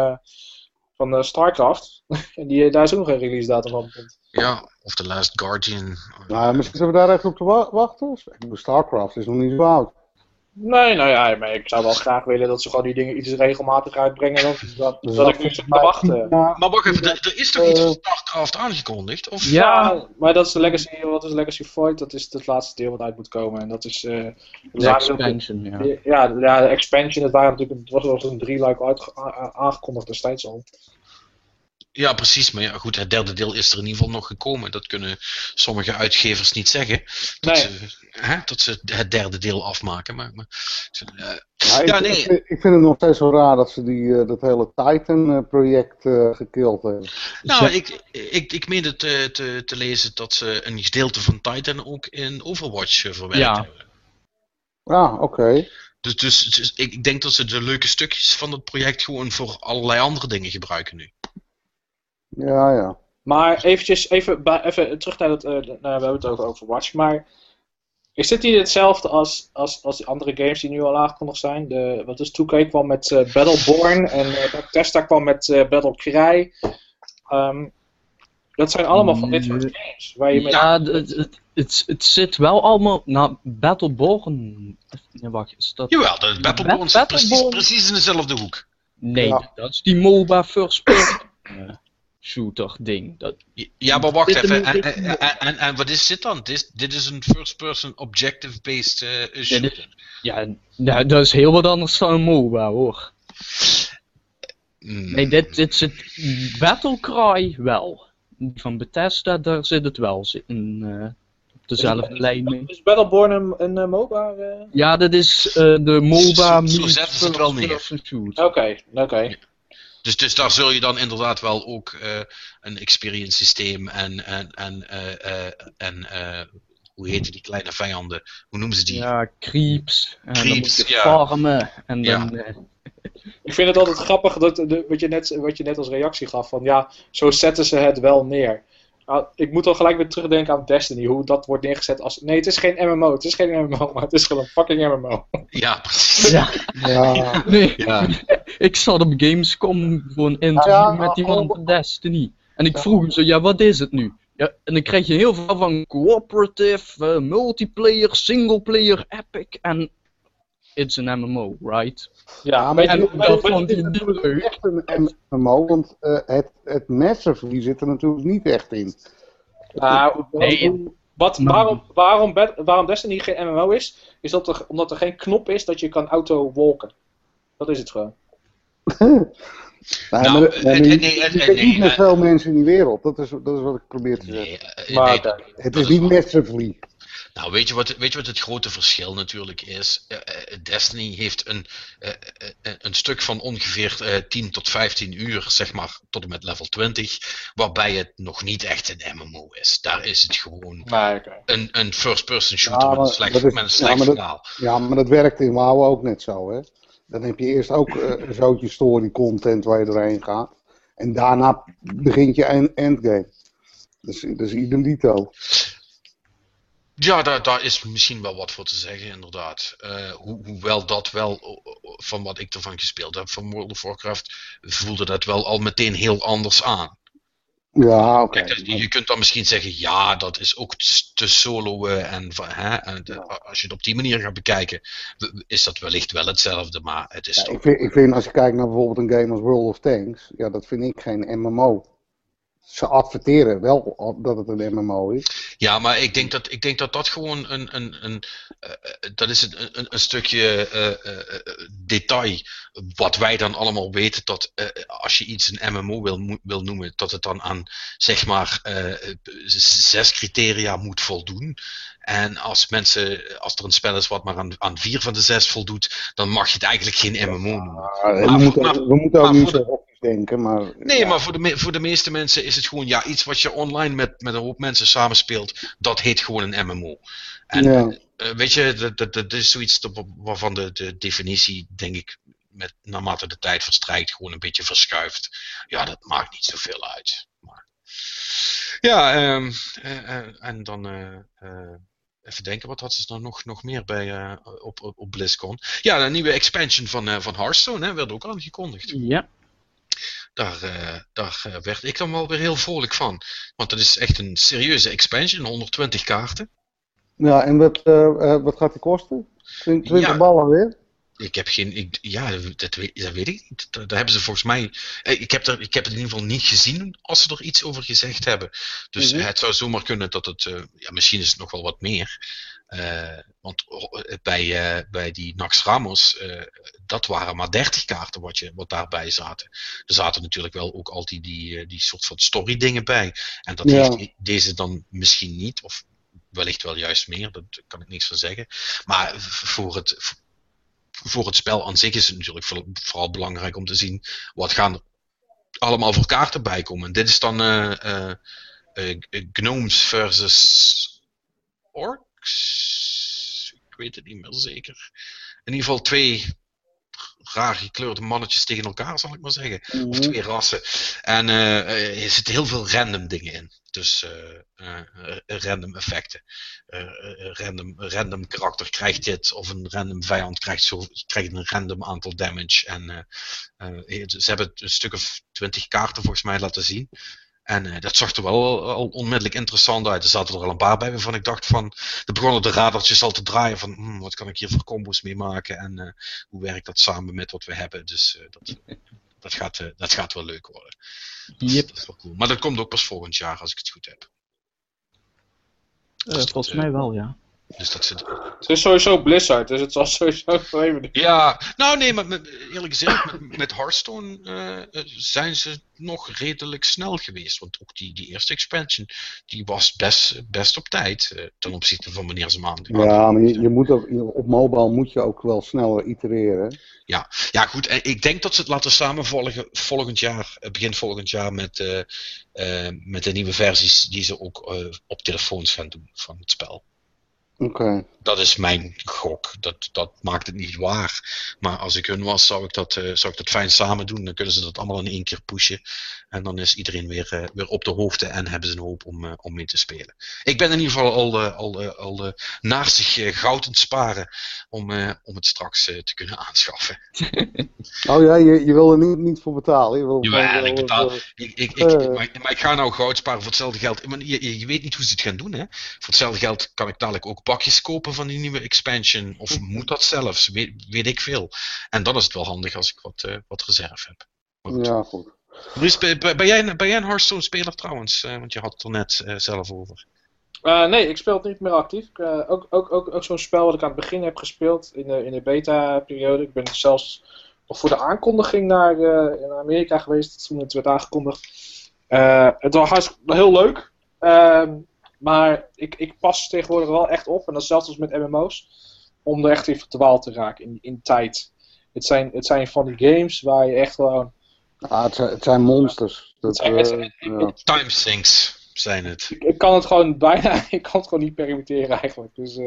van StarCraft. En daar is ook nog een release datum van. Ja, of The Last Guardian. Nou, misschien zitten we daar even op te wachten. StarCraft is nog niet zo oud. Nee, nou ja, maar ik zou wel graag willen dat ze gewoon die dingen iets regelmatig uitbrengen. Dat ik niet zit te wachten. Maar wacht even, er is toch iets van StarCraft aangekondigd? Of... Ja, maar dat is de Legacy. Wat is Legacy Void? Dat is het laatste deel wat uit moet komen. En dat is... De expansion, ja. Ja, de expansion. Het was een 3-luik aangekondigd destijds al. Ja, precies. Maar ja, goed, het derde deel is er in ieder geval nog gekomen. Dat kunnen sommige uitgevers niet zeggen. Dat ze het derde deel afmaken. Maar ik vind het nog steeds zo raar dat ze dat hele Titan-project gekild hebben. Nou, ik meen het te lezen dat ze een gedeelte van Titan ook in Overwatch verwerkt hebben. Ah, oké. Dus ik denk dat ze de leuke stukjes van het project gewoon voor allerlei andere dingen gebruiken nu. Ja. Maar even terug naar we hebben het over Overwatch, maar is dit niet hetzelfde als die andere games die nu al aangekondigd zijn? Wat is 2K kwam met Battleborn en Bethesda kwam met Battlecry. Dat zijn allemaal van dit soort games. Waar je het zit wel allemaal... Nou, Battleborn... Nee, wacht, is dat... Jawel, de Battleborn zit precies in dezelfde hoek. Nee, dat is die MOBA first person shooter ding. Ja, maar wacht even. En wat is dit dan? Dit is een first-person objective-based shooter. Ja, dat is heel wat anders dan een MOBA, hoor. Nee, dit zit Battlecry wel. Die van Bethesda, daar zit het wel op dezelfde lijn mee. Is Battleborn een MOBA? Ja, dat is de MOBA Zo zetten ze het wel neer. Oké. Dus daar zul je dan inderdaad wel ook een experience systeem en hoe heten die kleine vijanden? Hoe noemen ze die? Ja, creeps. En dan moet je farmen. En dan... Ik vind het altijd grappig wat je net als reactie gaf van ja, zo zetten ze het wel neer. Ik moet al gelijk weer terugdenken aan Destiny, hoe dat wordt neergezet als... Nee, het is geen MMO, maar het is gewoon een fucking MMO. Ja, precies. Ja. Nee, ik zat op Gamescom voor een interview met iemand van Destiny. En ik vroeg hem zo, ja, wat is het nu? Ja, en dan krijg je heel veel van cooperative, multiplayer, singleplayer, epic en... It's an MMO, right? Ja, maar dat vond hij niet het leuk. echt een MMO, want het massively zit er natuurlijk niet echt in. Waarom Destiny geen MMO is omdat er geen knop is dat je kan auto-walken. Dat is het gewoon. Je bent niet met veel mensen in die wereld, dat is wat ik probeer te zeggen. Het is niet massively. Nou, weet je wat het grote verschil natuurlijk is? Destiny heeft een stuk van ongeveer 10 tot 15 uur, zeg maar, tot en met level 20, waarbij het nog niet echt een MMO is. Daar is het gewoon een first-person shooter met een slecht verhaal. Ja, maar dat werkt in WoW ook net zo, hè. Dan heb je eerst ook een zootje story content waar je doorheen gaat. En daarna begint je endgame. Dus idem dito. Ja, daar is misschien wel wat voor te zeggen, inderdaad. Hoewel dat wel, van wat ik ervan gespeeld heb van World of Warcraft, voelde dat wel al meteen heel anders aan. Ja, oké. Kijk, je kunt dan misschien zeggen, ja, dat is ook te soloen. Als je het op die manier gaat bekijken, is dat wellicht wel hetzelfde. Maar het is toch... Ik vind, als je kijkt naar bijvoorbeeld een game als World of Tanks, ja, dat vind ik geen MMO. Ze adverteren wel dat het een MMO is. Ja, maar ik denk dat gewoon dat is een stukje detail wat wij dan allemaal weten, dat als je iets een MMO wil noemen, dat het dan aan zeg maar 6 criteria moet voldoen. En als er een spel is wat maar aan 4 van de 6 voldoet, dan mag je het eigenlijk geen MMO noemen. We moeten ook niet zo hokjes denken, maar... Nee, ja. Maar voor de meeste mensen is het gewoon iets wat je online met een hoop mensen samenspeelt, dat heet gewoon een MMO. En weet je, dat is zoiets waarvan de definitie, denk ik, naarmate de tijd verstrijkt, gewoon een beetje verschuift. Ja, dat maakt niet zoveel uit. Maar... Ja, en dan... even denken, wat had ze dan nog meer bij op BlizzCon? Ja, een nieuwe expansion van Hearthstone werd ook aangekondigd. Ja. Daar werd ik dan wel weer heel vrolijk van. Want dat is echt een serieuze expansion, 120 kaarten. Ja, en wat gaat die kosten? 20 ballen weer? Ik heb geen... dat weet ik niet. Daar hebben ze volgens mij... Ik heb het in ieder geval niet gezien als ze er iets over gezegd hebben. Dus het zou zomaar kunnen dat het... misschien is het nog wel wat meer. Want bij die Nax Ramos, dat waren maar 30 kaarten wat daarbij zaten. Er zaten natuurlijk wel ook altijd die soort van story dingen bij. En dat heeft deze dan misschien niet, of wellicht wel juist meer, daar kan ik niks van zeggen. Maar voor het spel aan zich is het natuurlijk vooral belangrijk om te zien wat gaan er allemaal voor kaarten bij komen. Dit is dan Gnomes versus Orcs? Ik weet het niet meer zeker. In ieder geval 2 raar gekleurde mannetjes tegen elkaar, zal ik maar zeggen. Of 2 rassen. En er zitten heel veel random dingen in. Dus random effecten. Random karakter krijgt dit, of een random vijand krijgt een random aantal damage. En ze hebben een stuk of 20 kaarten volgens mij laten zien. En dat zag er wel al onmiddellijk interessant uit. Er zaten er al een paar bij waarvan ik dacht van... Er begonnen de radertjes al te draaien van... wat kan ik hier voor combos mee maken? En hoe werkt dat samen met wat we hebben? Dus dat gaat wel leuk worden. Yep. Dat is wel cool. Maar dat komt ook pas volgend jaar, als ik het goed heb. Volgens mij wel, ja. Dus dat zit... Het is sowieso Blizzard, dus het zal sowieso even... Ja, nou nee, maar eerlijk gezegd, met Hearthstone zijn ze nog redelijk snel geweest. Want ook die eerste expansion, die was best op tijd ten opzichte van wanneer ze maanden. Ja, maar je moet ook, op mobile moet je ook wel sneller itereren. Ja, goed. En ik denk dat ze het laten samenvolgen begin volgend jaar met de nieuwe versies die ze ook op telefoons gaan doen van het spel. Okay. Dat is mijn gok. Dat maakt het niet waar. Maar als ik hun was, zou ik dat fijn samen doen. Dan kunnen ze dat allemaal in 1 keer pushen. En dan is iedereen weer op de hoogte en hebben ze een hoop om mee te spelen. Ik ben in ieder geval al naast zich goud aan het sparen om het straks te kunnen aanschaffen. Oh ja, je wil er niet voor betalen. Jawel, ik betaal. Maar ik ga nou goud sparen voor hetzelfde geld. Maar je weet niet hoe ze het gaan doen, hè? Voor hetzelfde geld kan ik dadelijk ook bakjes kopen van die nieuwe expansion. Of moet dat zelfs? Weet ik veel. En dan is het wel handig als ik wat reserve heb. Goed. Ja, goed. Bruce, ben jij een Hearthstone speler trouwens? Want je had het er net zelf over. Nee, ik speel het niet meer actief. Ook zo'n spel wat ik aan het begin heb gespeeld in de beta-periode. Ik ben zelfs nog voor de aankondiging naar Amerika geweest toen het werd aangekondigd. Het was heel leuk. Maar ik pas tegenwoordig wel echt op, en dat is zelfs als met MMO's, om er echt in verdwaald te raken in tijd. Het zijn van die games waar je echt gewoon... het zijn monsters. Time sinks zijn het. Ik kan het gewoon niet permitteren eigenlijk. Dus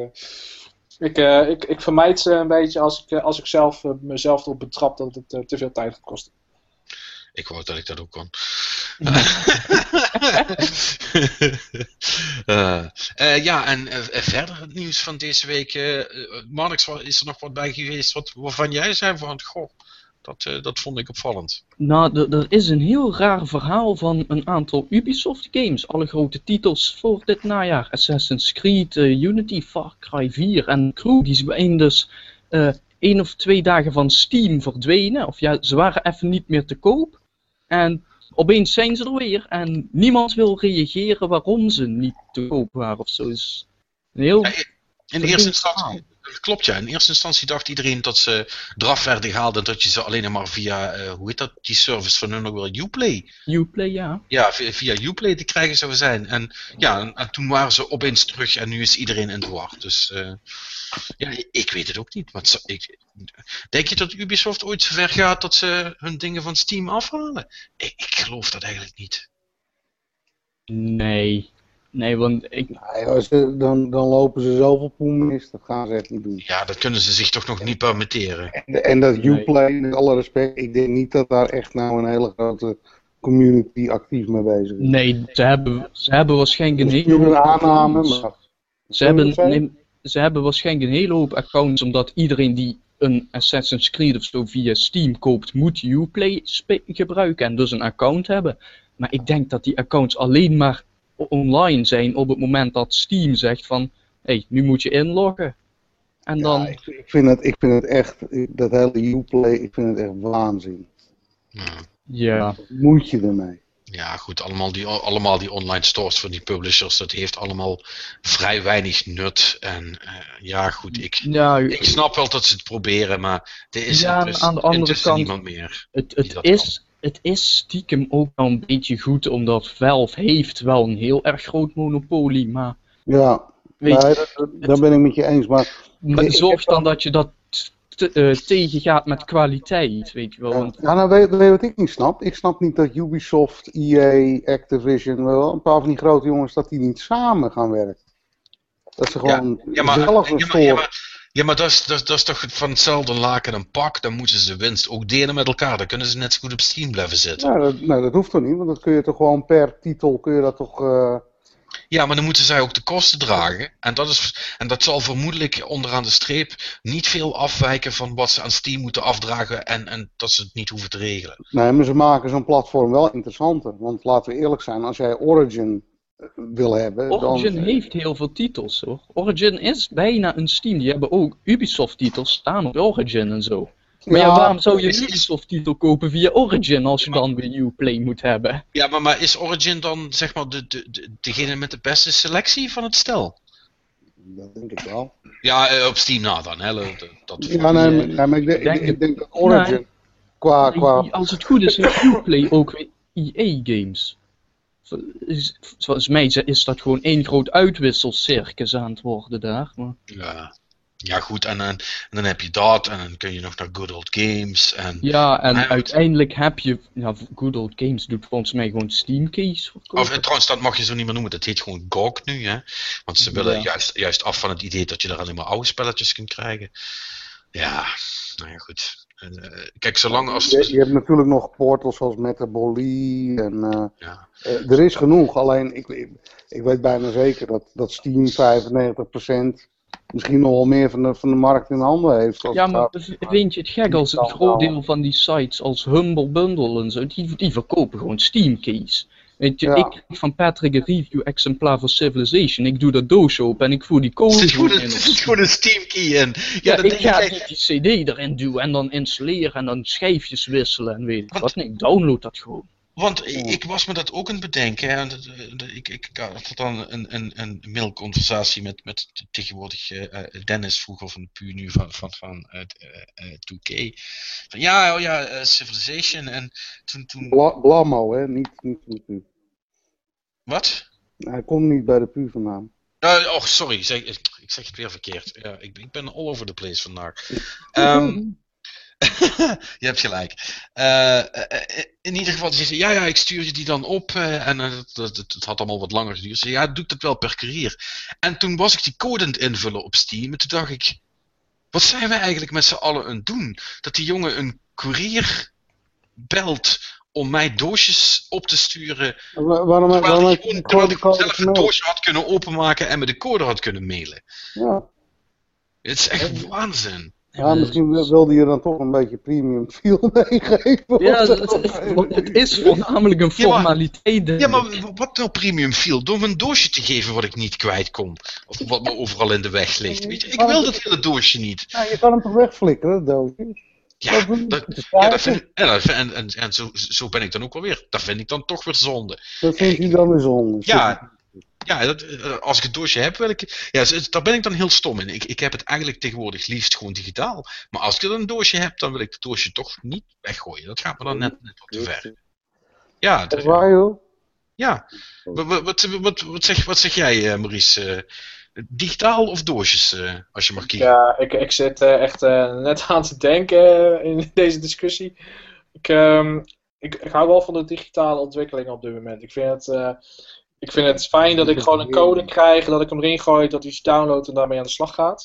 ik vermijd ze een beetje als ik mezelf erop betrap dat het te veel tijd gaat kosten. Ik wou dat ik dat ook kon. Ja, en verder het nieuws van deze week. Marnix, is er nog wat bij geweest waarvan jij zei van, goh, dat vond ik opvallend. Nou, er is een heel raar verhaal van een aantal Ubisoft games. Alle grote titels voor dit najaar. Assassin's Creed, Unity, Far Cry 4 en Crew. Die zijn dus 1 of 2 dagen van Steam verdwenen. Of ja, ze waren even niet meer te koop. En opeens zijn ze er weer. En niemand wil reageren waarom ze niet te koop waren of zo. Is een heel... In eerste instantie, klopt ja, in eerste instantie dacht iedereen dat ze eraf werden gehaald en dat je ze alleen maar via, hoe heet dat, die service van hun ook wel, Uplay? Uplay, ja. Ja, via Uplay te krijgen zou zijn. En ja, en toen waren ze opeens terug en nu is iedereen in de war. Dus ja, ik weet het ook niet. Want denk je dat Ubisoft ooit zover gaat dat ze hun dingen van Steam afhalen? Ik geloof dat eigenlijk niet. Nee, want dan lopen ze zoveel poen mis, dat gaan ze echt niet doen. Ja, dat kunnen ze zich toch nog niet permitteren. En dat Uplay, met alle respect, ik denk niet dat daar echt nou een hele grote community actief mee bezig is. Nee, ze hebben waarschijnlijk een hele hoop aanname, maar... Ze hebben waarschijnlijk een hele hoop accounts, omdat iedereen die een Assassin's Creed of zo via Steam koopt, moet Uplay gebruiken en dus een account hebben. Maar ik denk dat die accounts alleen maar online zijn op het moment dat Steam zegt van, hey, nu moet je inloggen. En ja, dan... ik vind het echt, dat hele Uplay, ik vind het echt waanzin. Ja. Wat moet je ermee? Ja, goed, allemaal die online stores van die publishers, dat heeft allemaal vrij weinig nut. En ja, goed, ik snap wel dat ze het proberen, maar er is aan de andere kant niemand meer. Het is stiekem ook wel een beetje goed, omdat Valve heeft wel een heel erg groot monopolie, maar... Ja, daar ben ik met je eens, maar zorg dan dat je dat tegengaat met kwaliteit, weet je wel. Want... Ja, nou weet je wat ik niet snap? Ik snap niet dat Ubisoft, EA, Activision, wel, een paar van die grote jongens, dat die niet samen gaan werken. Dat ze gewoon zelf een store... Ja, maar dat is toch van hetzelfde laken een pak, dan moeten ze de winst ook delen met elkaar. Dan kunnen ze net zo goed op Steam blijven zitten. Ja, dat hoeft toch niet, want dat kun je toch gewoon per titel, kun je dat toch... Ja, maar dan moeten zij ook de kosten dragen. En dat zal vermoedelijk onderaan de streep niet veel afwijken van wat ze aan Steam moeten afdragen en dat ze het niet hoeven te regelen. Nee, maar ze maken zo'n platform wel interessanter. Want laten we eerlijk zijn, als jij Origin wil hebben... Origin heeft heel veel titels hoor. Origin is bijna een Steam. Die hebben ook Ubisoft titels staan op Origin en zo. Maar ja, waarom zou je een Ubisoft-titel kopen via Origin als je dan weer Uplay moet hebben? Ja, maar is Origin dan zeg maar degene met de beste selectie van het stel? Dat denk ik wel. Ja, op Steam na dan, hè? Maar ik denk dat Origin qua... Als het goed is, heeft Uplay ook weer EA-games. Volgens mij is dat gewoon één groot uitwisselcircus aan het worden daar. Maar... Ja goed, en dan heb je dat en dan kun je nog naar Good Old Games. Uiteindelijk heb je... Ja, Good Old Games doet volgens mij gewoon Steam keys verkopen. Trouwens, dat mag je zo niet meer noemen, dat heet gewoon GOG nu, hè. Want ze willen juist af van het idee dat je er alleen maar oude spelletjes kunt krijgen. Ja, nou ja goed. Kijk, zolang als... Je hebt natuurlijk nog portals zoals Metaboly en er is genoeg, alleen ik weet bijna zeker dat Steam 95%... misschien nog wel meer van de markt in handen heeft. Ja, maar vind je het gek als een groot deel van die sites als Humble Bundle en zo, die verkopen gewoon Steam keys. Weet je, ik krijg van Patrick een review-exemplaar voor Civilization, ik doe dat doosje open en ik voer die code Er zit gewoon een Steam key in. Ja, ik ga niet die cd erin duwen en dan installeren en dan schijfjes wisselen en weet ik wat. Nee, ik download dat gewoon. Want ik was me dat ook aan het bedenken. Hè. Ik had dan een mailconversatie met tegenwoordig Dennis vroeger van de PU nu van 2K. Van Civilization en toen... Blammo, hè? Niet PU. Wat? Hij komt niet bij de PU vandaan. Sorry, ik zeg het weer verkeerd. Ja, ik ben all over the place vandaag. Je hebt gelijk. In ieder geval, ze zei, ik stuur je die dan op. En het had allemaal wat langer geduurd. Ze zei, doe ik dat wel per courier. En toen was ik die code aan het invullen op Steam. En toen dacht ik, wat zijn we eigenlijk met z'n allen aan het doen? Dat die jongen een courier belt om mij doosjes op te sturen. Waarom Terwijl heb je ik gewoon gewoon de zelf een doosje had kunnen openmaken en me de code had kunnen mailen. Ja. Het is echt waanzin. Ja, misschien wilde je dan toch een beetje premium feel meegeven. Ja, of zo. het is voornamelijk een formaliteit. Ja, maar wat nou premium feel? Door me een doosje te geven wat ik niet kwijt kom. Of wat me overal in de weg ligt. Weet je, ik wil dat hele doosje niet. Ja, je kan hem toch wegflikkeren, dat doosje? Ja, Dat vind ik, en zo ben ik dan ook wel weer. Dat vind ik dan toch weer zonde. Dat vindt hij dan weer zonde. Ja, als ik het doosje heb, wil ik. Ja, daar ben ik dan heel stom in. Ik heb het eigenlijk tegenwoordig liefst gewoon digitaal. Maar als ik dan een doosje heb, dan wil ik het doosje toch niet weggooien. Dat gaat me dan net wat te ver. Ja, Dat is waar, joh. Ja. Wat zeg jij, Maurice? Digitaal of doosjes, als je mag kiezen? Ja, ik zit echt net aan te denken in deze discussie. Ik hou wel van de digitale ontwikkeling op dit moment. Ik vind het fijn dat ik gewoon een code krijg, dat ik hem erin gooi, dat hij iets downloadt en daarmee aan de slag gaat.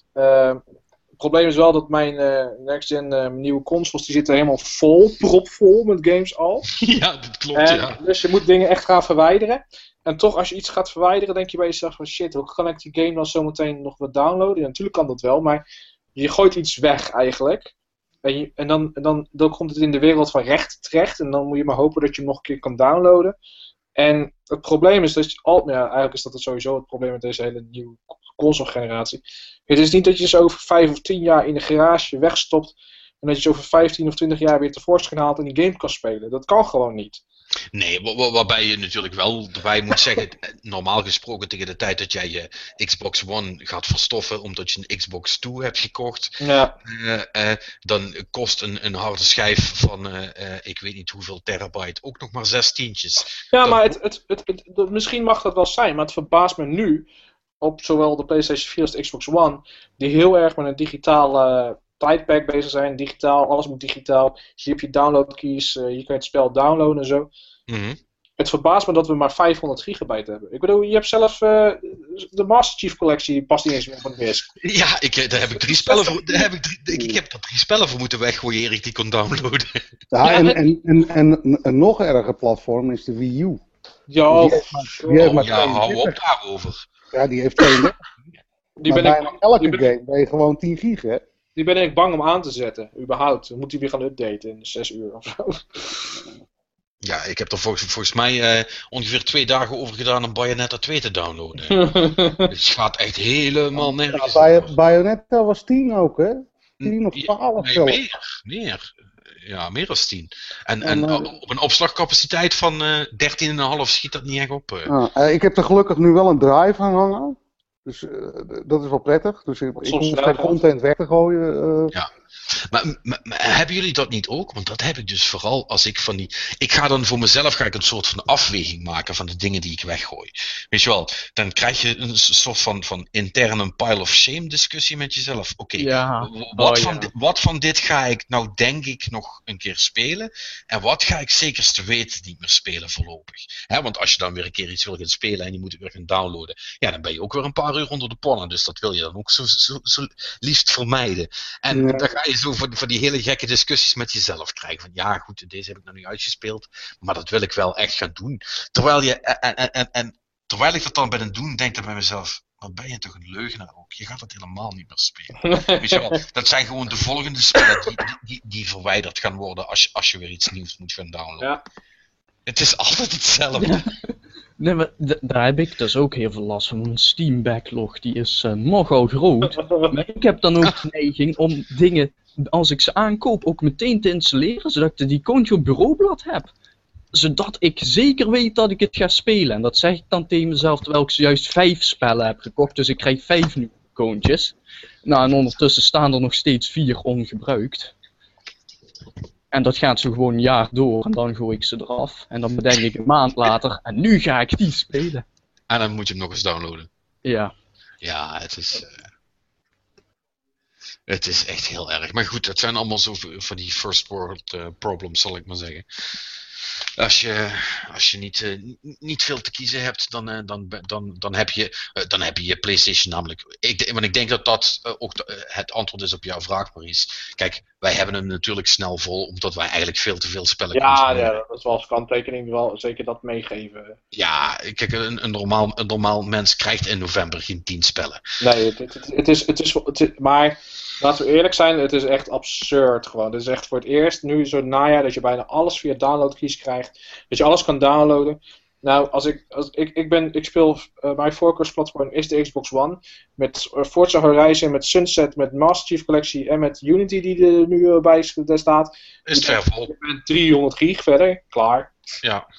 Het probleem is wel dat mijn next-gen nieuwe consoles, die zitten helemaal vol, propvol met games al. Ja, dat klopt, ja. Dus je moet dingen echt gaan verwijderen. En toch, als je iets gaat verwijderen, denk je bij jezelf van shit, hoe kan ik die game dan zometeen nog wat downloaden? Ja, natuurlijk kan dat wel, maar je gooit iets weg eigenlijk. En dan komt het in de wereld van recht terecht. En dan moet je maar hopen dat je hem nog een keer kan downloaden. En het probleem is dat eigenlijk is dat het sowieso het probleem met deze hele nieuwe console generatie. Het is niet dat je ze over 5 of 10 jaar in de garage wegstopt. En dat je ze over 15 of 20 jaar weer tevoorschijn haalt en die game kan spelen. Dat kan gewoon niet. Nee, waarbij je natuurlijk wel erbij moet zeggen, normaal gesproken tegen de tijd dat jij je Xbox One gaat verstoffen omdat je een Xbox 2 hebt gekocht, Ja. dan kost een harde schijf van ik weet niet hoeveel terabyte ook nog maar 6 tientjes. Ja, maar misschien mag dat wel zijn, maar het verbaast me nu op zowel de PlayStation 4 als de Xbox One, die heel erg met een digitale tijdpack bezig zijn, digitaal, alles moet digitaal. Je hebt je download keys, je kan het spel downloaden en zo. Mhm. Het verbaast me dat we maar 500 gigabyte hebben. Ik bedoel, je hebt zelf de Master Chief collectie, die past niet eens meer op een disk. Ja, daar heb ik 3 spellen voor. Ik heb er 3 spellen voor moeten weggooien eer ik die kon downloaden. Ja, en een nog erger platform is de Wii U. Ja, Die heeft maar hou 32. op daarover. Ja, die heeft 32. die Maar ben bijna ik, elke die ben- game ben je gewoon 10 gig, hè? die ben ik bang om aan te zetten, überhaupt. Dan moet hij weer gaan updaten in 6 uur of zo. Ja, ik heb er volgens mij ongeveer 2 dagen over gedaan om Bayonetta 2 te downloaden. Het gaat echt helemaal nergens. Ja, Bayonetta was 10 ook, hè? 10 of 12 Nee, zelfs. meer. Ja, meer dan 10. En op een opslagcapaciteit van 13,5 schiet dat niet echt op. Ik heb er gelukkig nu wel een drive aan hangen. Dus dat is wel prettig. Dus ik soms hoef geen wel, content weg te gooien. Ja. Maar hebben jullie dat niet ook? Want dat heb ik dus vooral als ik van die. Ik ga dan voor mezelf een soort van afweging maken van de dingen die ik weggooi. Weet je wel, dan krijg je een soort van interne pile of shame discussie met jezelf. Oké, Ja. wat van dit ga ik nou denk ik nog een keer spelen? En wat ga ik zekerst te weten niet meer spelen voorlopig? Want als je dan weer een keer iets wil gaan spelen en je moet het weer gaan downloaden, ja, dan ben je ook weer een paar uur onder de pannen. Dus dat wil je dan ook zo liefst vermijden. En dan ga je zo voor die hele gekke discussies met jezelf krijgen. Van ja, goed, deze heb ik nog niet uitgespeeld, maar dat wil ik wel echt gaan doen. Terwijl ik dat dan ben aan het doen, denk ik bij mezelf, wat ben je toch een leugenaar ook? Je gaat dat helemaal niet meer spelen. Weet je wel, dat zijn gewoon de volgende spellen die verwijderd gaan worden als je weer iets nieuws moet gaan downloaden. Ja. Het is altijd hetzelfde. Nee, maar daar heb ik dus ook heel veel last van. Mijn Steam backlog die is nogal groot. Maar ik heb dan ook de neiging om dingen, als ik ze aankoop, ook meteen te installeren, zodat ik die icoontje op bureaublad heb. Zodat ik zeker weet dat ik het ga spelen. En dat zeg ik dan tegen mezelf, terwijl ik juist 5 spellen heb gekocht. Dus ik krijg 5 nieuwe icoontjes. Nou, en ondertussen staan er nog steeds 4 ongebruikt. En dat gaat zo gewoon een jaar door en dan gooi ik ze eraf. En dan bedenk ik een maand later, en nu ga ik die spelen. En dan moet je hem nog eens downloaden. Ja. Ja, het is echt heel erg. Maar goed, het zijn allemaal zo van die first world problems, zal ik maar zeggen. Als je niet veel te kiezen hebt, dan heb je je PlayStation namelijk. Want ik denk dat ook het antwoord is op jouw vraag, Maurice. Kijk, wij hebben hem natuurlijk snel vol, omdat wij eigenlijk veel te veel spellen consumeren. Ja, dat is wel als kanttekening wel zeker dat meegeven. Ja, kijk, een normaal mens krijgt in november geen 10 spellen. Nee, het is, maar laten we eerlijk zijn, het is echt absurd gewoon. Het is echt voor het eerst nu zo'n najaar dat je bijna alles via downloadkeys krijgt. Dat je alles kan downloaden. Nou, ik speel, mijn voorkeursplatform is de Xbox One. Met Forza Horizon, met Sunset, met Master Chief Collection en met Unity die er nu bij staat. Is het ver vol? Ik ben 300 gig verder, klaar. Ja.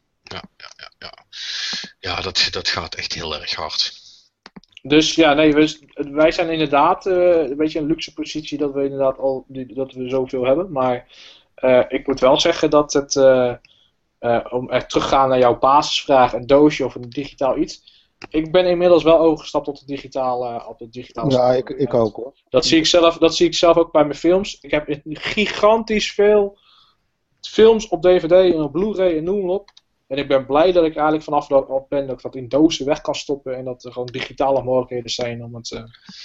Ja, dat gaat echt heel erg hard. Dus ja, nee, wij zijn inderdaad een beetje een luxe positie dat we inderdaad dat we zoveel hebben. Maar ik moet wel zeggen dat het, om echt terug te gaan naar jouw basisvraag, een doosje of een digitaal iets. Ik ben inmiddels wel overgestapt op het digitale. Ja, ik ook hoor. Dat zie ik zelf ook bij mijn films. Ik heb gigantisch veel films op DVD en op Blu-ray en noem maar op. En ik ben blij dat ik eigenlijk vanaf dat ben dat ik dat in dozen weg kan stoppen en dat er gewoon digitale mogelijkheden zijn om het.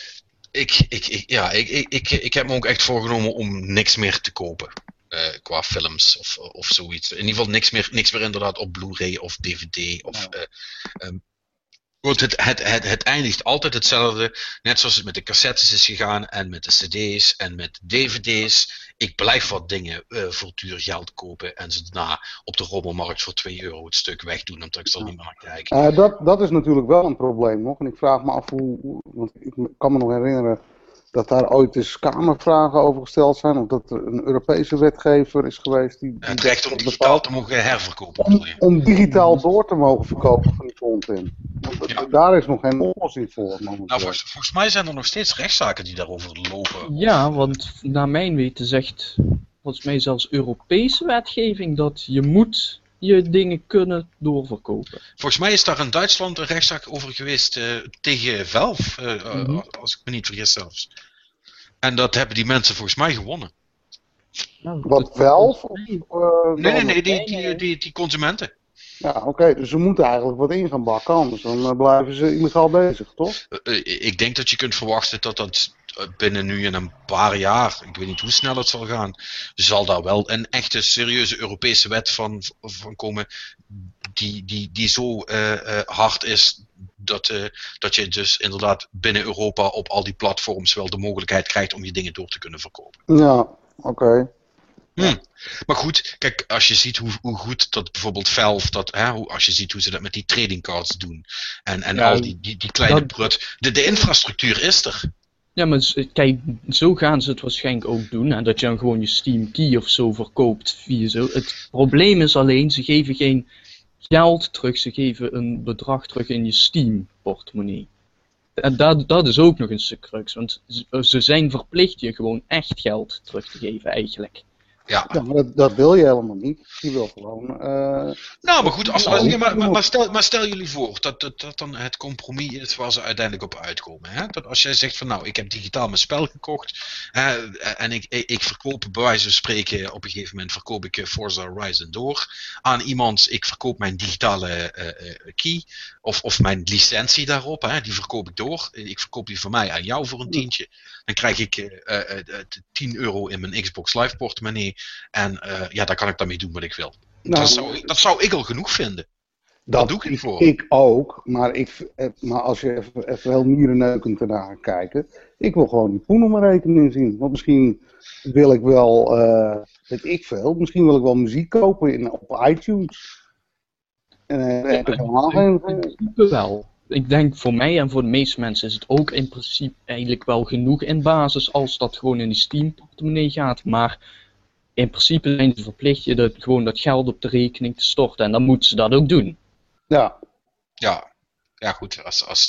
Ik heb me ook echt voorgenomen om niks meer te kopen. Qua films of zoiets. In ieder geval niks meer inderdaad op Blu-ray of DVD of. Want het eindigt altijd hetzelfde. Net zoals het met de cassettes is gegaan en met de cd's en met dvd's. Ik blijf wat dingen voor duur geld kopen en ze daarna op de rommelmarkt voor €2 het stuk wegdoen omdat ik er niet meer naar kijk. Dat is natuurlijk wel een probleem nog. En ik vraag me af want ik kan me nog herinneren dat daar ooit eens kamervragen over gesteld zijn. Of dat er een Europese wetgever is geweest die het recht om digitaal te mogen herverkopen. Om digitaal door te mogen verkopen van die content. Daar is nog geen oplossing voor. Nou, volgens mij zijn er nog steeds rechtszaken die daarover lopen. Ja, want naar mijn weten zegt volgens mij zelfs Europese wetgeving dat je moet je dingen kunnen doorverkopen. Volgens mij is daar in Duitsland een rechtszaak over geweest tegen Valve, als ik me niet vergis zelfs. En dat hebben die mensen volgens mij gewonnen. Nou, Wat Valve? Nee, die consumenten. Ja, oké, dus ze moeten eigenlijk wat in gaan bakken, anders dan blijven ze illegaal bezig, toch? Ik denk dat je kunt verwachten dat binnen nu in een paar jaar, ik weet niet hoe snel het zal gaan, zal daar wel een echte serieuze Europese wet van komen die zo hard is dat je dus inderdaad binnen Europa op al die platforms wel de mogelijkheid krijgt om je dingen door te kunnen verkopen. Ja, oké. Maar goed, kijk, als je ziet hoe goed dat bijvoorbeeld Valve, als je ziet hoe ze dat met die trading cards doen en al die kleine prut, de infrastructuur is er. Ja, maar kijk, zo gaan ze het waarschijnlijk ook doen. En dat je dan gewoon je Steam Key of zo verkoopt via zo. Het probleem is alleen, ze geven geen geld terug, ze geven een bedrag terug in je Steam portemonnee. En dat is ook nog een stuk crux, want ze zijn verplicht je gewoon echt geld terug te geven eigenlijk. Ja, maar dat wil je helemaal niet. Je wil gewoon... Nou, maar goed, maar stel jullie voor dat dan het compromis is waar ze uiteindelijk op uitkomen. Hè? Dat als jij zegt van nou, ik heb digitaal mijn spel gekocht en ik verkoop bij wijze van spreken, op een gegeven moment verkoop ik Forza Horizon door aan iemand, ik verkoop mijn digitale key of mijn licentie daarop, die verkoop ik door. Ik verkoop die van mij aan jou voor een tientje. Dan krijg ik €10 in mijn Xbox Live portemonnee. En daar kan ik daarmee doen wat ik wil. Nou, dat zou ik al genoeg vinden. Dat doe ik niet voor. Ik ook, maar als je even heel mierenneukend ernaar gaat kijken. Ik wil gewoon die poen op mijn rekening zien. Want misschien wil ik wel, weet ik veel, misschien wil ik wel muziek kopen op iTunes. En wel. Ik denk voor mij en voor de meeste mensen is het ook in principe eigenlijk wel genoeg in basis als dat gewoon in die Steam portemonnee gaat. Maar in principe zijn ze verplicht je gewoon dat geld op de rekening te storten en dan moeten ze dat ook doen. Ja, goed.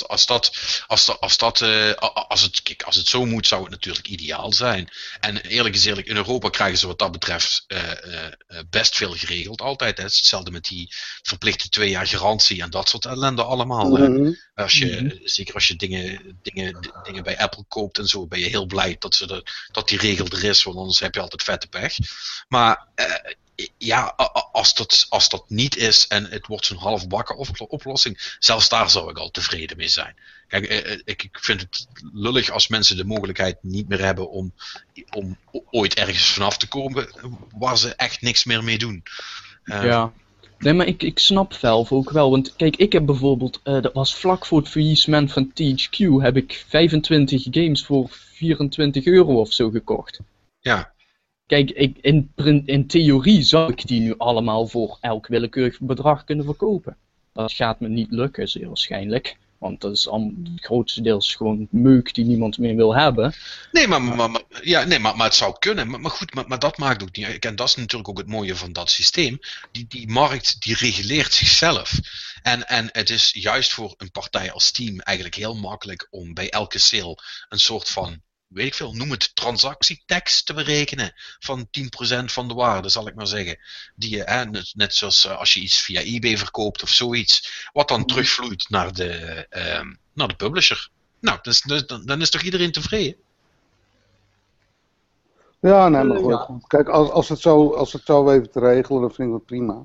Als het zo moet, zou het natuurlijk ideaal zijn. En eerlijk is eerlijk, in Europa krijgen ze wat dat betreft best veel geregeld altijd. Hè. Het is hetzelfde met die verplichte 2 jaar garantie en dat soort ellende allemaal. Hè. Zeker als je dingen bij Apple koopt en zo, ben je heel blij dat die regel er is, want anders heb je altijd vette pech. Maar Ja, als dat niet is en het wordt zo'n halfbakken oplossing, zelfs daar zou ik al tevreden mee zijn. Kijk, ik vind het lullig als mensen de mogelijkheid niet meer hebben om ooit ergens vanaf te komen waar ze echt niks meer mee doen. Ja. Nee, maar ik snap Valve ook wel, want kijk, ik heb bijvoorbeeld, dat was vlak voor het faillissement van THQ, heb ik 25 games voor €24 of zo gekocht. Ja. Kijk, in theorie zou ik die nu allemaal voor elk willekeurig bedrag kunnen verkopen. Dat gaat me niet lukken, zeer waarschijnlijk. Want dat is grotendeels gewoon meuk die niemand meer wil hebben. Nee, maar het zou kunnen. Maar goed, maar dat maakt ook niet. En dat is natuurlijk ook het mooie van dat systeem. Die markt die reguleert zichzelf. En het is juist voor een partij als Steam eigenlijk heel makkelijk om bij elke sale een soort van, weet ik veel, noem het transactietax te berekenen van 10% van de waarde, zal ik maar zeggen. Die je, net zoals als je iets via eBay verkoopt of zoiets, wat dan terugvloeit naar de publisher. Nou, dan is toch iedereen tevreden? Ja, nee, maar goed. Kijk, als het zo weten te regelen, dan vind ik dat prima.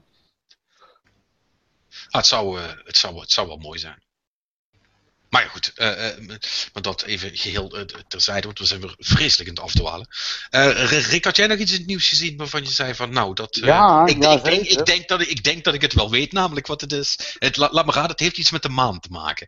Het zou wel mooi zijn. Maar ja, goed, maar dat even geheel terzijde, want we zijn weer vreselijk aan het afdwalen. Rick, had jij nog iets in het nieuws gezien waarvan je zei van, nou, dat... ik denk dat ik het wel weet, namelijk wat het is. Laat me raden, het heeft iets met de maan te maken.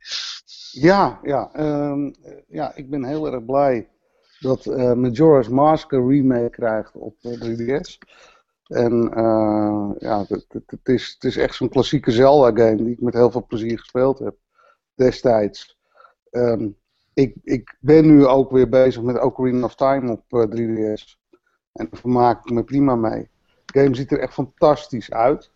Ja, ik ben heel erg blij dat Majora's Mask een remake krijgt op 3DS. En het is echt zo'n klassieke Zelda-game die ik met heel veel plezier gespeeld heb destijds. Ik ben nu ook weer bezig met Ocarina of Time op 3DS. En daar vermaak ik me prima mee. De game ziet er echt fantastisch uit.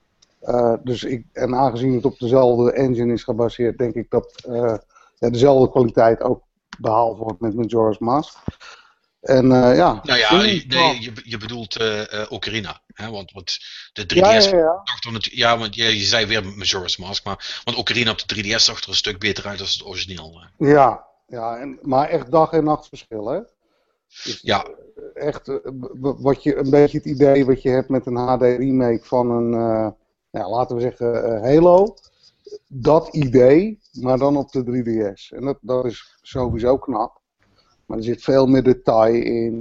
En aangezien het op dezelfde engine is gebaseerd, denk ik dat dezelfde kwaliteit ook behaald wordt met Majora's Mask. En Nou ja, je bedoelt Ocarina, hè? Want de 3DS want je zei weer Majora's Mask, want Ocarina op de 3DS zag er een stuk beter uit dan het origineel. Maar echt dag en nacht verschil, hè? Dus ja. Echt, een beetje het idee wat je hebt met een HD remake van een, laten we zeggen, Halo. Dat idee, maar dan op de 3DS. En dat is sowieso knap. Maar er zit veel meer detail in.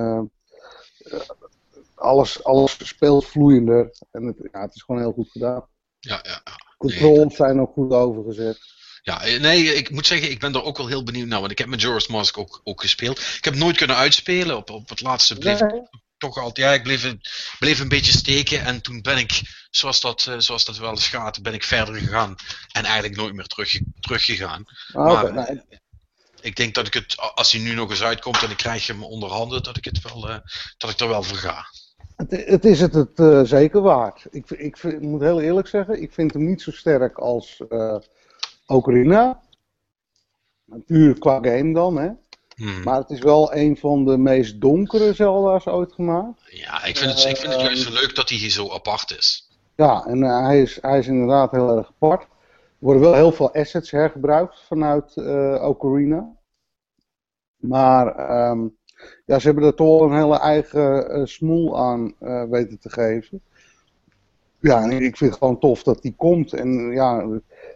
Alles speelt vloeiender. En het is gewoon heel goed gedaan. Ja. Controls zijn ook goed overgezet. Ja, nee, ik moet zeggen, ik ben er ook wel heel benieuwd naar. Want ik heb Majora's Mask ook gespeeld. Ik heb nooit kunnen uitspelen. Op het laatste bleef ik toch altijd... Ja, ik bleef een beetje steken. En toen ben ik, zoals dat wel eens gaat, ben ik verder gegaan. En eigenlijk nooit meer teruggegaan. Ik denk dat ik het, als hij nu nog eens uitkomt en ik krijg hem onder handen, dat ik er wel voor ga. Het is het zeker waard. Ik moet heel eerlijk zeggen, ik vind hem niet zo sterk als Ocarina. Natuurlijk qua game dan, hè. Maar het is wel een van de meest donkere Zelda's ooit gemaakt. Ja, ik vind het juist zo leuk dat hij hier zo apart is. Ja, en hij is inderdaad heel erg apart. Er worden wel heel veel assets hergebruikt vanuit Ocarina. Maar ze hebben er toch een hele eigen smoel aan weten te geven. Ja, en ik vind het gewoon tof dat die komt. En ja,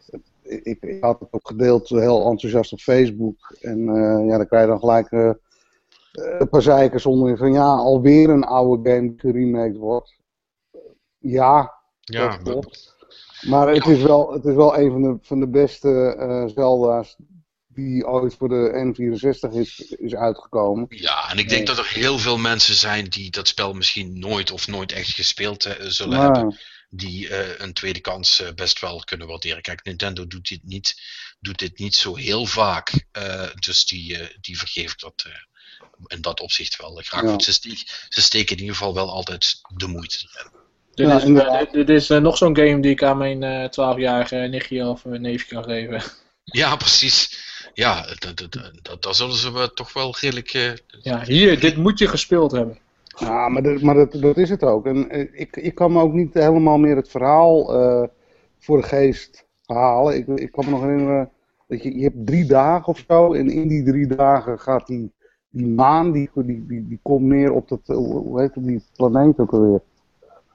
ik had het ook gedeeld heel enthousiast op Facebook. En dan krijg je dan gelijk een paar zeikers onderin van ja, alweer een oude game die geremaked wordt. Ja, dat klopt. Maar het is wel een van de beste Zelda's die ooit voor de N64 is uitgekomen. Ja, en ik denk dat er heel veel mensen zijn die dat spel misschien nooit echt gespeeld zullen hebben. Die een tweede kans best wel kunnen waarderen. Kijk, Nintendo doet dit niet zo heel vaak. Dus die vergeef ik dat in dat opzicht wel graag. Want ze steken in ieder geval wel altijd de moeite erin. Dit is nog zo'n game die ik aan mijn 12-jarige nichtje of neefje kan geven. Ja, precies. Ja, daar zullen ze toch wel redelijk... Ja, dit moet je gespeeld hebben. Ja, maar dat is het ook. En ik kan me ook niet helemaal meer het verhaal voor de geest halen. Ik kan me nog herinneren dat je hebt 3 dagen of zo. En in die 3 dagen gaat die maan, die komt neer op dat, hoe heet het, die planeet ook alweer?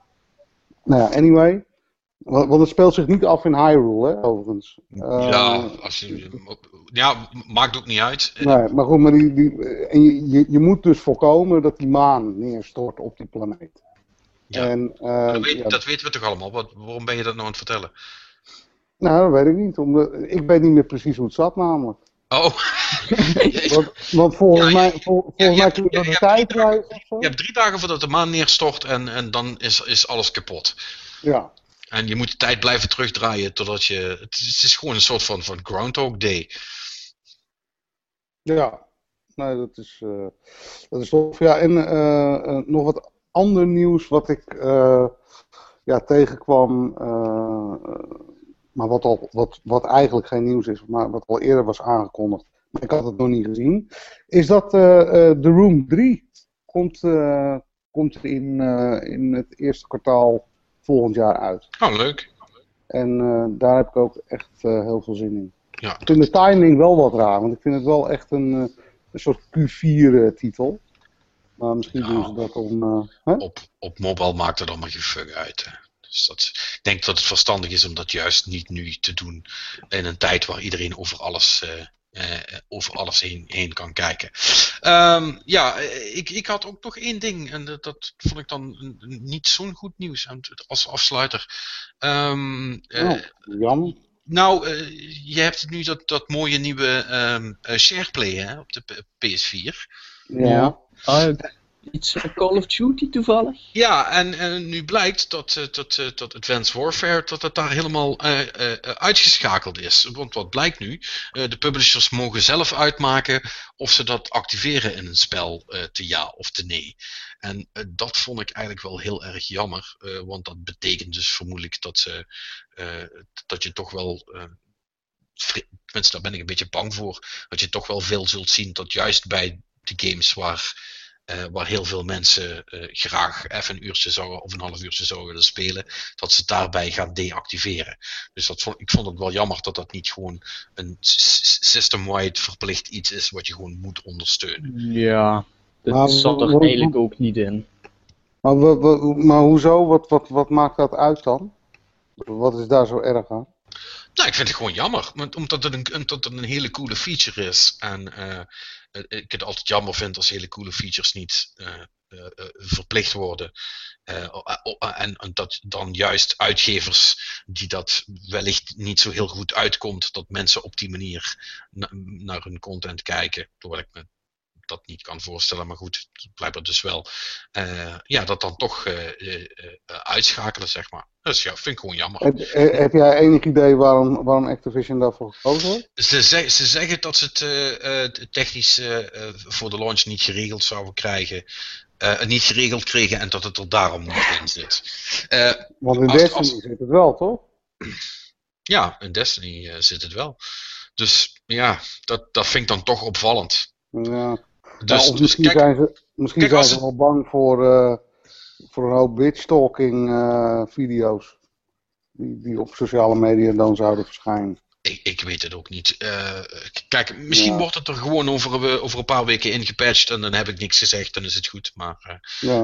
Nou ja, anyway. Want het speelt zich niet af in Hyrule, hè, overigens. Maakt ook niet uit. Nee, maar goed, en je moet dus voorkomen dat die maan neerstort op die planeet. Ja. En, dat weten we toch allemaal? Waarom ben je dat nou aan het vertellen? Nou, dat weet ik niet. Ik weet niet meer precies hoe het zat namelijk. Oh. want volgens mij kun je door de tijd reizen of zo. Je hebt 3 dagen voordat de maan neerstort en dan is alles kapot. Ja. En je moet de tijd blijven terugdraaien totdat je... Het is gewoon een soort van Groundhog Day. Ja. Nee, dat is tof. Ja, en nog wat ander nieuws wat ik tegenkwam... maar wat eigenlijk geen nieuws is, maar wat al eerder was aangekondigd, maar ik had het nog niet gezien, is dat The Room 3 komt in het eerste kwartaal volgend jaar uit. Oh, leuk. En daar heb ik ook echt heel veel zin in. Ja. Ik vind de timing wel wat raar, want ik vind het wel echt een soort Q4-titel. Maar misschien doen ze dat om... Op mobile maakt het allemaal geen fuck uit. Hè. Dus ik denk dat het verstandig is om dat juist niet nu te doen in een tijd waar iedereen over alles heen kan kijken. Ik had ook nog één ding en dat vond ik dan niet zo'n goed nieuws als afsluiter. Jan? Nou, je hebt nu dat mooie nieuwe SharePlay hè, op de PS4. Ja. Iets Call of Duty toevallig? Ja, en nu blijkt dat Advanced Warfare dat het daar helemaal uitgeschakeld is. Want wat blijkt nu? De publishers mogen zelf uitmaken of ze dat activeren in een spel te ja of te nee. En dat vond ik eigenlijk wel heel erg jammer. Want dat betekent dus vermoedelijk dat je toch wel... Tenminste, daar ben ik een beetje bang voor. Dat je toch wel veel zult zien dat juist bij de games waar heel veel mensen graag even een uurtje of een half uurtje zouden willen spelen, dat ze het daarbij gaan deactiveren. Dus ik vond het wel jammer dat dat niet gewoon een system-wide verplicht iets is wat je gewoon moet ondersteunen. Ja, dat zat er eigenlijk ook niet in. Maar hoezo? Wat maakt dat uit dan? Wat is daar zo erg aan? Nou, ik vind het gewoon jammer, omdat het een hele coole feature is. En ik het altijd jammer vind als hele coole features niet verplicht worden. En dat dan juist uitgevers die dat wellicht niet zo heel goed uitkomt, dat mensen op die manier naar hun content kijken. Terwijl ik me dat niet kan voorstellen, maar goed, blijkbaar dus wel. Dat dan toch uitschakelen, zeg maar. Dus ja, vind ik gewoon jammer. Heb jij enig idee waarom Activision daarvoor gekozen heeft? Ze zeggen dat ze het technisch voor de launch niet geregeld zouden krijgen. Niet geregeld kregen en dat het er daarom niet in zit. Want in Destiny zit het wel, toch? Ja, in Destiny zit het wel. Dus ja, dat vind ik dan toch opvallend. Ja. Dus misschien zijn ze wel bang voor een hoop bitch-talking video's die op sociale media dan zouden verschijnen. Ik weet het ook niet. Kijk, misschien wordt het er gewoon over een paar weken ingepatcht en dan heb ik niks gezegd en is het goed. Maar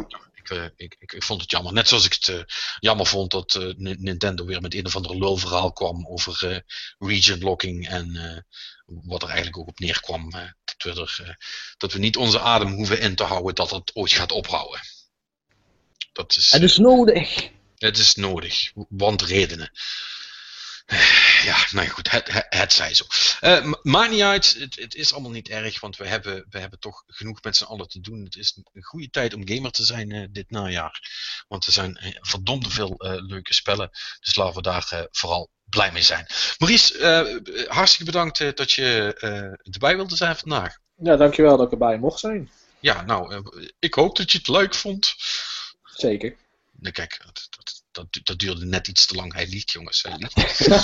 ik vond het jammer. Net zoals ik het jammer vond dat Nintendo weer met een of ander lulverhaal kwam over region locking en wat er eigenlijk ook op neerkwam. Dat we niet onze adem hoeven in te houden dat het ooit gaat ophouden. Het is nodig. Het is nodig, want redenen. Ja, nou goed, het zij zo. Maakt niet uit, het is allemaal niet erg, want we hebben toch genoeg met z'n allen te doen. Het is een goede tijd om gamer te zijn dit najaar. Want er zijn verdomd veel leuke spellen, dus laten we daar vooral blij mee zijn. Maurice, hartstikke bedankt dat je erbij wilde zijn vandaag. Ja, dankjewel dat ik erbij mocht zijn. Ja, nou, ik hoop dat je het leuk vond. Zeker. Nou, kijk, dat duurde net iets te lang. Hij liegt, jongens. Hij liegt.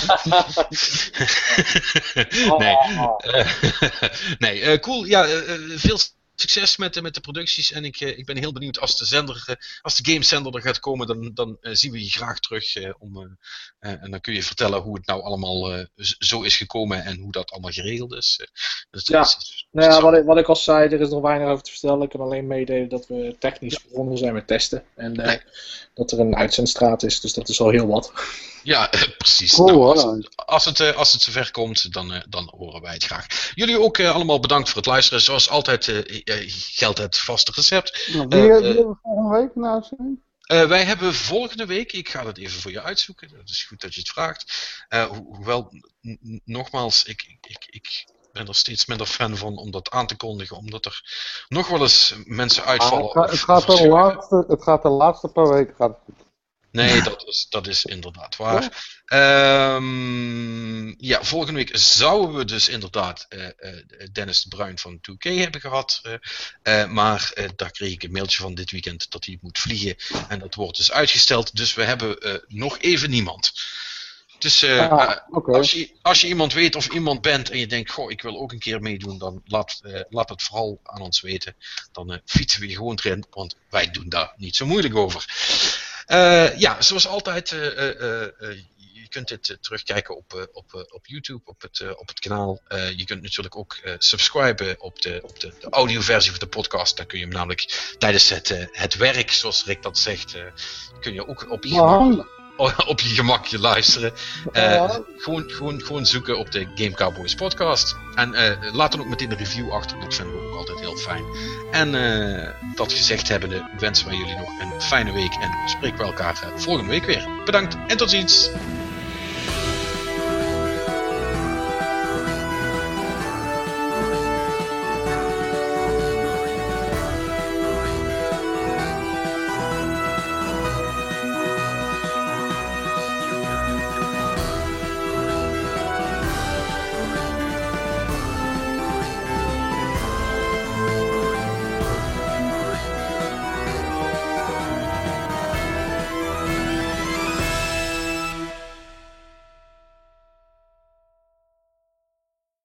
Nee, cool. Ja, veel succes met de producties. En ik ben heel benieuwd als de gamezender er gaat komen, dan zien we je graag terug. En dan kun je vertellen hoe het nou allemaal zo is gekomen en hoe dat allemaal geregeld is. Nou ja, wat ik al zei, er is nog weinig over te vertellen. Ik kan alleen meedelen dat we technisch begonnen zijn met testen. En dat er een uitzendstraat is, dus dat is al heel wat. Ja, precies. Cool, Nou, als het zover komt, dan horen wij het graag. Jullie ook allemaal bedankt voor het luisteren. Zoals altijd geldt het vaste recept. Nou, wie hebben we volgende week een uitzending? Wij hebben volgende week, ik ga dat even voor je uitzoeken. Het is goed dat je het vraagt. Hoewel, nogmaals, ik ben er steeds minder fan van om dat aan te kondigen. Omdat er nog wel eens mensen uitvallen. Het gaat de laatste paar weken gaat het goed. Nee, dat is inderdaad waar. Ja, volgende week zouden we dus inderdaad Dennis de Bruin van 2K hebben gehad. Maar daar kreeg ik een mailtje van dit weekend dat hij moet vliegen. En dat wordt dus uitgesteld. Dus we hebben nog even niemand. Dus okay. als je iemand weet of iemand bent en je denkt, goh, ik wil ook een keer meedoen, dan laat het vooral aan ons weten. Dan fietsen we je gewoon erin, want wij doen daar niet zo moeilijk over. Ja, zoals altijd, je kunt dit terugkijken op YouTube, op het kanaal. Je kunt natuurlijk ook subscriben op de audioversie van de podcast. Dan kun je hem namelijk tijdens het werk, zoals Rick dat zegt, kun je ook op je gemakje luisteren. Gewoon zoeken op de Game Cowboys podcast. En laat dan ook meteen een review achter. Dat vinden we ook altijd heel fijn. En dat gezegd hebbende wensen wij jullie nog een fijne week. En spreken we elkaar volgende week weer. Bedankt en tot ziens.